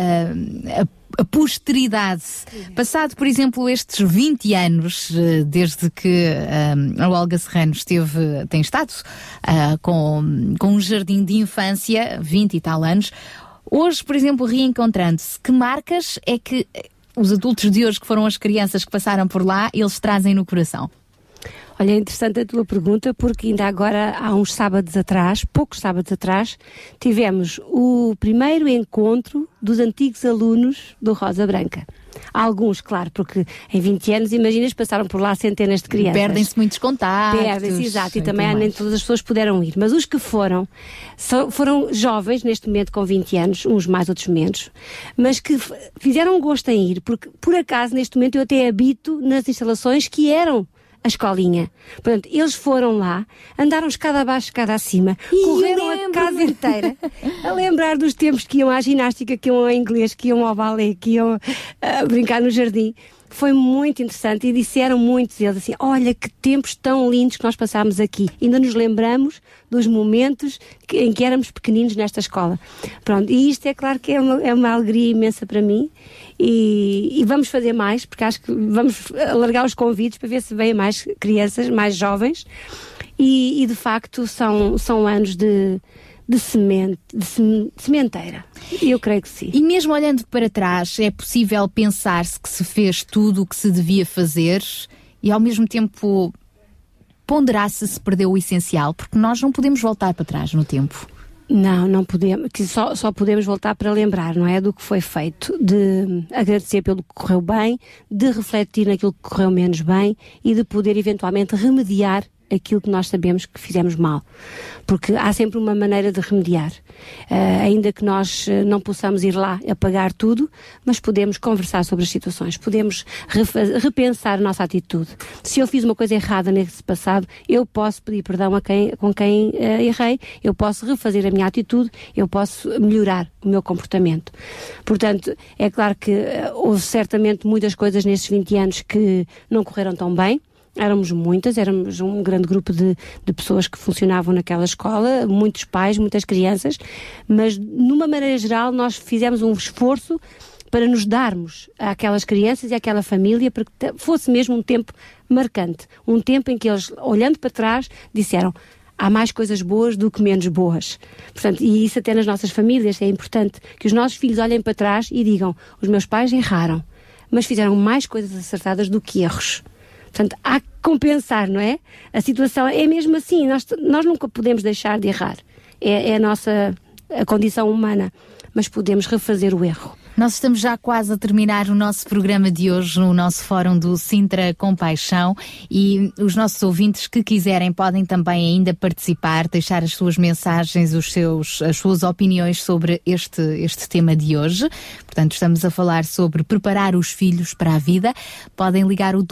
a posteridade. Passado, por exemplo, estes 20 anos, desde que a Olga Serrano tem estado com um jardim de infância, 20 e tal anos, hoje, por exemplo, reencontrando-se, que marcas é que os adultos de hoje, que foram as crianças que passaram por lá, eles trazem no coração? Olha, é interessante a tua pergunta, porque ainda agora, há uns sábados atrás, poucos sábados atrás, tivemos o primeiro encontro dos antigos alunos do Rosa Branca. Alguns, claro, porque em 20 anos, imaginas, passaram por lá centenas de crianças. Perdem-se muitos contatos. Perdem-se, exato, e também nem todas as pessoas puderam ir. Mas os que foram jovens, neste momento com 20 anos, uns mais, outros menos, mas que fizeram gosto em ir, porque, por acaso, neste momento eu até habito nas instalações que eram a escolinha. Portanto, eles foram lá, andaram escada abaixo, escada acima, correram a casa inteira a lembrar dos tempos que iam à ginástica, que iam ao inglês, que iam ao balé, que iam brincar no jardim. Foi muito interessante e disseram muitos deles assim: olha que tempos tão lindos que nós passámos aqui. Ainda nos lembramos dos momentos em que éramos pequeninos nesta escola. Pronto, e isto é claro que é uma alegria imensa para mim, e vamos fazer mais, porque acho que vamos alargar os convites para ver se vêm mais crianças, mais jovens, e de facto são anos de sementeira. Eu creio que sim. E mesmo olhando para trás, é possível pensar-se que se fez tudo o que se devia fazer e ao mesmo tempo ponderar se perdeu o essencial, porque nós não podemos voltar para trás no tempo. Não podemos, que só podemos voltar para lembrar, não é? Do que foi feito, de agradecer pelo que correu bem, de refletir naquilo que correu menos bem e de poder eventualmente remediar aquilo que nós sabemos que fizemos mal, porque há sempre uma maneira de remediar, ainda que nós não possamos ir lá apagar tudo, mas podemos conversar sobre as situações, podemos repensar a nossa atitude. Se eu fiz uma coisa errada nesse passado, eu posso pedir perdão com quem errei, eu posso refazer a minha atitude, eu posso melhorar o meu comportamento. Portanto, é claro que houve certamente muitas coisas nestes 20 anos que não correram tão bem. Éramos um grande grupo de pessoas que funcionavam naquela escola, muitos pais, muitas crianças, mas, numa maneira geral, nós fizemos um esforço para nos darmos àquelas crianças e àquela família, para que fosse mesmo um tempo marcante. Um tempo em que eles, olhando para trás, disseram: há mais coisas boas do que menos boas. Portanto, e isso até nas nossas famílias é importante, que os nossos filhos olhem para trás e digam: os meus pais erraram, mas fizeram mais coisas acertadas do que erros. Portanto, há que compensar, não é? A situação é mesmo assim, nós nunca podemos deixar de errar. É a condição humana, mas podemos refazer o erro. Nós estamos já quase a terminar o nosso programa de hoje no nosso fórum do Sintra Compaixão, e os nossos ouvintes que quiserem podem também ainda participar, deixar as suas mensagens, as suas opiniões sobre este tema de hoje. Portanto, estamos a falar sobre preparar os filhos para a vida. Podem ligar o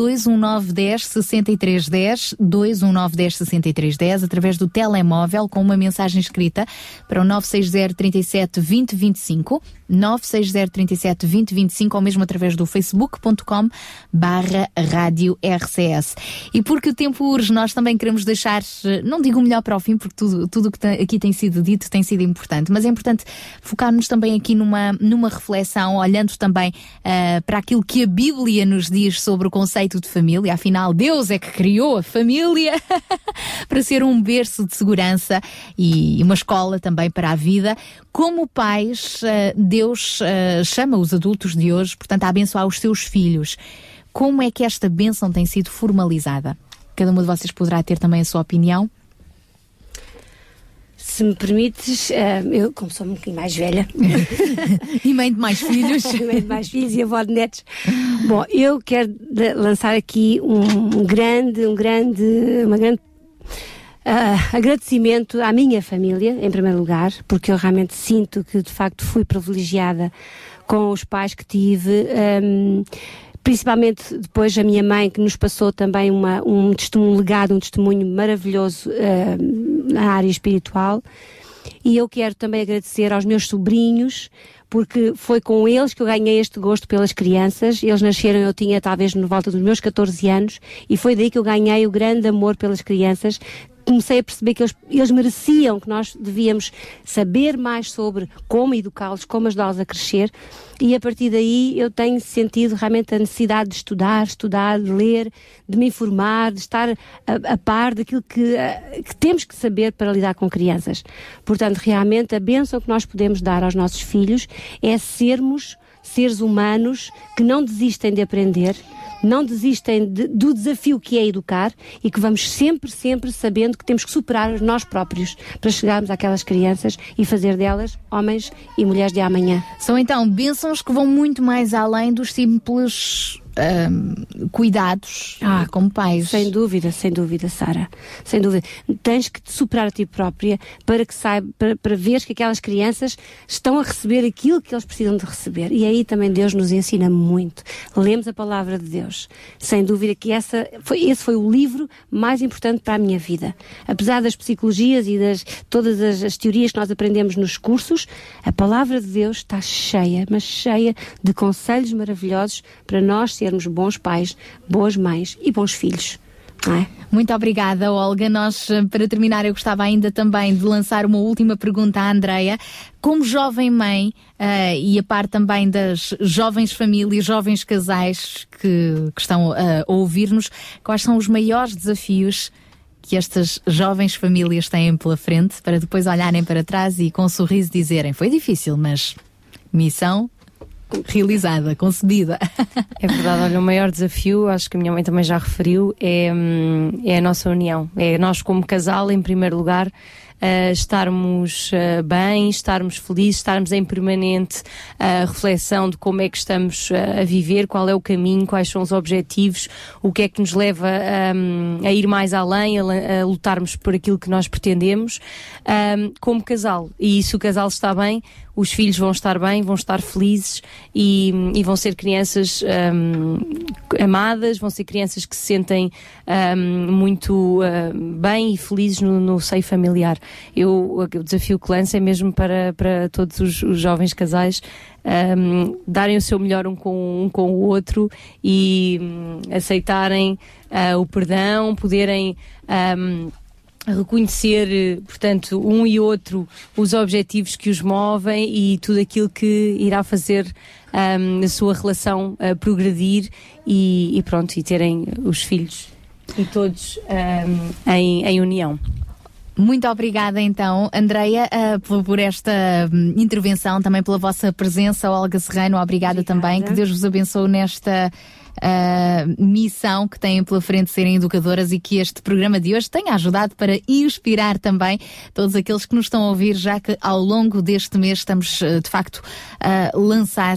21910-6310, 21910-6310, através do telemóvel, com uma mensagem escrita para o 960-37-2025, 960-37-2025, ou mesmo através do facebook.com/Rádio RCS. E porque o tempo urge, nós também queremos deixar, não digo o melhor para o fim, porque tudo o que aqui tem sido dito tem sido importante, mas é importante focar-nos também aqui numa reflexão, olhando também para aquilo que a Bíblia nos diz sobre o conceito de família. Afinal, Deus é que criou a família para ser um berço de segurança e uma escola também para a vida. Como pais, Deus chama os adultos de hoje, portanto, a abençoar os seus filhos. Como é que esta bênção tem sido formalizada? Cada uma de vocês poderá ter também a sua opinião. Se me permites, eu, como sou um bocadinho mais velha e mãe de mais filhos, e avó de netos, bom, eu quero lançar aqui um grande agradecimento à minha família, em primeiro lugar, porque eu realmente sinto que de facto fui privilegiada com os pais que tive, principalmente depois a minha mãe, que nos passou também um legado, um testemunho maravilhoso na área espiritual. E eu quero também agradecer aos meus sobrinhos, porque foi com eles que eu ganhei este gosto pelas crianças. Eles nasceram, eu tinha talvez no volta dos meus 14 anos, e foi daí que eu ganhei o grande amor pelas crianças. Comecei a perceber que eles mereciam, que nós devíamos saber mais sobre como educá-los, como ajudá-los a crescer, e a partir daí eu tenho sentido realmente a necessidade de estudar, de ler, de me informar, de estar a par daquilo que temos que saber para lidar com crianças. Portanto, realmente a bênção que nós podemos dar aos nossos filhos é sermos seres humanos que não desistem de aprender, não desistem do desafio que é educar, e que vamos sempre sabendo que temos que superar nós próprios para chegarmos àquelas crianças e fazer delas homens e mulheres de amanhã. São então bênçãos que vão muito mais além dos simples cuidados como pais. Sem dúvida, Sara. Sem dúvida. Tens que te superar a ti própria para que para veres que aquelas crianças estão a receber aquilo que eles precisam de receber. E aí também Deus nos ensina muito. Lemos a palavra de Deus. Sem dúvida que esse foi o livro mais importante para a minha vida. Apesar das psicologias e todas as teorias que nós aprendemos nos cursos, a palavra de Deus está cheia, mas cheia de conselhos maravilhosos para nós sermos bons pais, boas mães e bons filhos. Não é? Muito obrigada, Olga. Nós, para terminar, eu gostava ainda também de lançar uma última pergunta à Andreia. Como jovem mãe, e a par também das jovens famílias, jovens casais que estão a ouvir-nos, quais são os maiores desafios que estas jovens famílias têm pela frente, para depois olharem para trás e com um sorriso dizerem: foi difícil, mas missão realizada, concebida. É verdade, olha, o maior desafio, acho que a minha mãe também já referiu, é a nossa união. É nós como casal, em primeiro lugar, estarmos bem, estarmos felizes, estarmos em permanente reflexão de como é que estamos a viver, qual é o caminho, quais são os objetivos, o que é que nos leva a ir mais além, a lutarmos por aquilo que nós pretendemos como casal. E se o casal está bem, os filhos vão estar bem, vão estar felizes e vão ser crianças amadas, vão ser crianças que se sentem muito bem e felizes no seio familiar. O desafio que lanço é mesmo para todos os jovens casais darem o seu melhor um com o outro e aceitarem o perdão, poderem reconhecer, portanto, um e outro os objetivos que os movem e tudo aquilo que irá fazer a sua relação progredir e pronto, e terem os filhos e todos em união. Muito obrigada então, Andreia, por esta intervenção, também pela vossa presença. Olga Serrano, obrigada também, que Deus vos abençoe nesta missão que têm pela frente de serem educadoras, e que este programa de hoje tenha ajudado para inspirar também todos aqueles que nos estão a ouvir, já que ao longo deste mês estamos de facto a lançar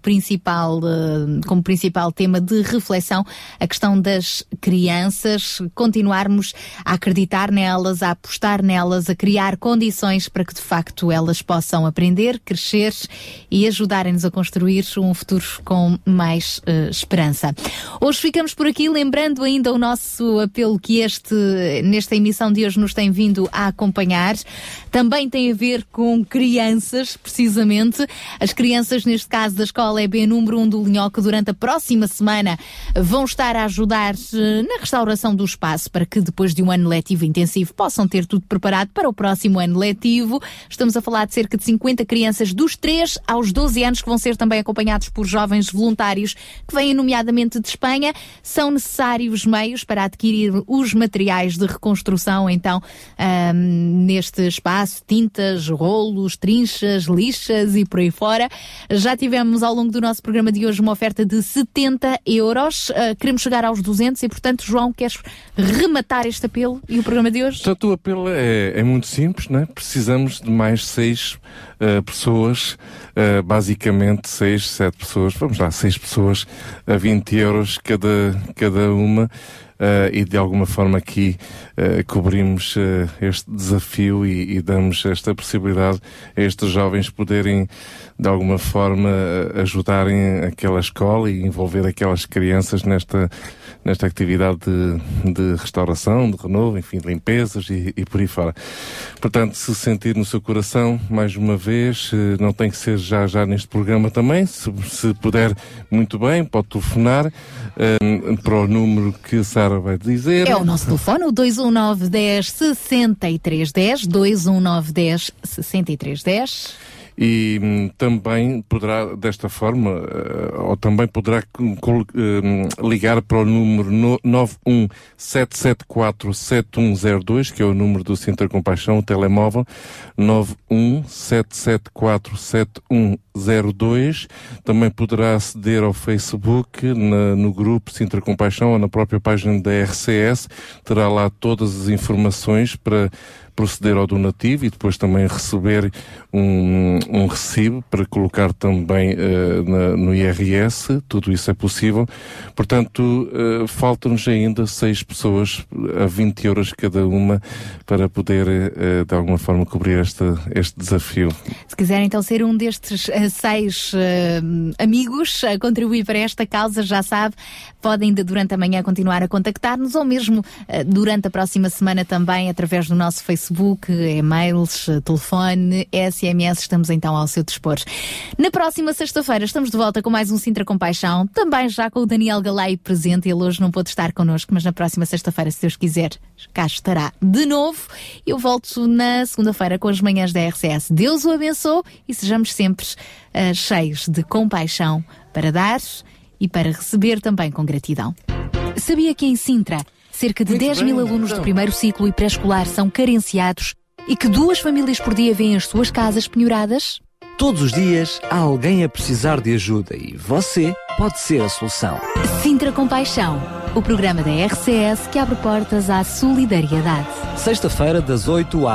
como principal tema de reflexão a questão das crianças, continuarmos a acreditar nelas, a apostar nelas, a criar condições para que de facto elas possam aprender, crescer e ajudarem-nos a construir um futuro com mais esperança. Hoje ficamos por aqui, lembrando ainda o nosso apelo que nesta emissão de hoje nos tem vindo a acompanhar. Também tem a ver com crianças, precisamente. As crianças, neste caso da Escola EB número 1 do Linhoque, durante a próxima semana vão estar a ajudar na restauração do espaço para que depois de um ano letivo intensivo possam ter tudo preparado para o próximo ano letivo. Estamos a falar de cerca de 50 crianças dos 3 aos 12 anos que vão ser também acompanhados por jovens voluntários que vêm nomeadamente de Espanha. São necessários meios para adquirir os materiais de reconstrução, então, neste espaço: tintas, rolos, trinchas, lixas e por aí fora. Já tivemos ao longo do nosso programa de hoje uma oferta de 70 euros. Queremos chegar aos 200 e, portanto, João, queres rematar este apelo e o programa de hoje? Portanto, o apelo é muito simples, não é? Precisamos de mais 6 pessoas, basicamente 6, 7 pessoas, vamos lá, 6 pessoas a 20 euros cada uma. e de alguma forma aqui cobrimos este desafio e damos esta possibilidade a estes jovens poderem de alguma forma ajudarem aquela escola e envolver aquelas crianças nesta atividade de restauração, de renovo, enfim, de limpezas e por aí fora. Portanto, se sentir no seu coração, mais uma vez, não tem que ser já neste programa também, se puder, muito bem, pode telefonar para o número que a Sara vai dizer. É o nosso telefone, o 219 10 63 10, 219 10 63 10. E também poderá, desta forma, ou também poderá ligar para o número 917747102, que é o número do Sintra Compaixão, o telemóvel, 917747102. Também poderá aceder ao Facebook, no grupo Sintra Compaixão ou na própria página da RCS. Terá lá todas as informações para proceder ao donativo e depois também receber um recibo para colocar também no IRS. Tudo isso é possível. Portanto, faltam-nos ainda 6 pessoas a 20 euros cada uma para poder de alguma forma cobrir este desafio. Se quiserem então ser um destes 6 amigos a contribuir para esta causa, já sabe, podem durante a manhã continuar a contactar-nos ou mesmo durante a próxima semana também através do nosso Facebook, e-mails, telefone, SMS, estamos então ao seu dispor. Na próxima sexta-feira estamos de volta com mais um Sintra Compaixão, também já com o Daniel Galay presente. Ele hoje não pôde estar connosco, mas na próxima sexta-feira, se Deus quiser, cá estará de novo. Eu volto na segunda-feira com as manhãs da RCS. Deus o abençoe e sejamos sempre cheios de compaixão para dar e para receber também com gratidão. Sabia que em Sintra cerca de 10 mil alunos do primeiro ciclo e pré-escolar são carenciados e que 2 famílias por dia vêm as suas casas penhoradas? Todos os dias há alguém a precisar de ajuda e você pode ser a solução. Sintra Compaixão, o programa da RCS que abre portas à solidariedade. Sexta-feira, das 8 às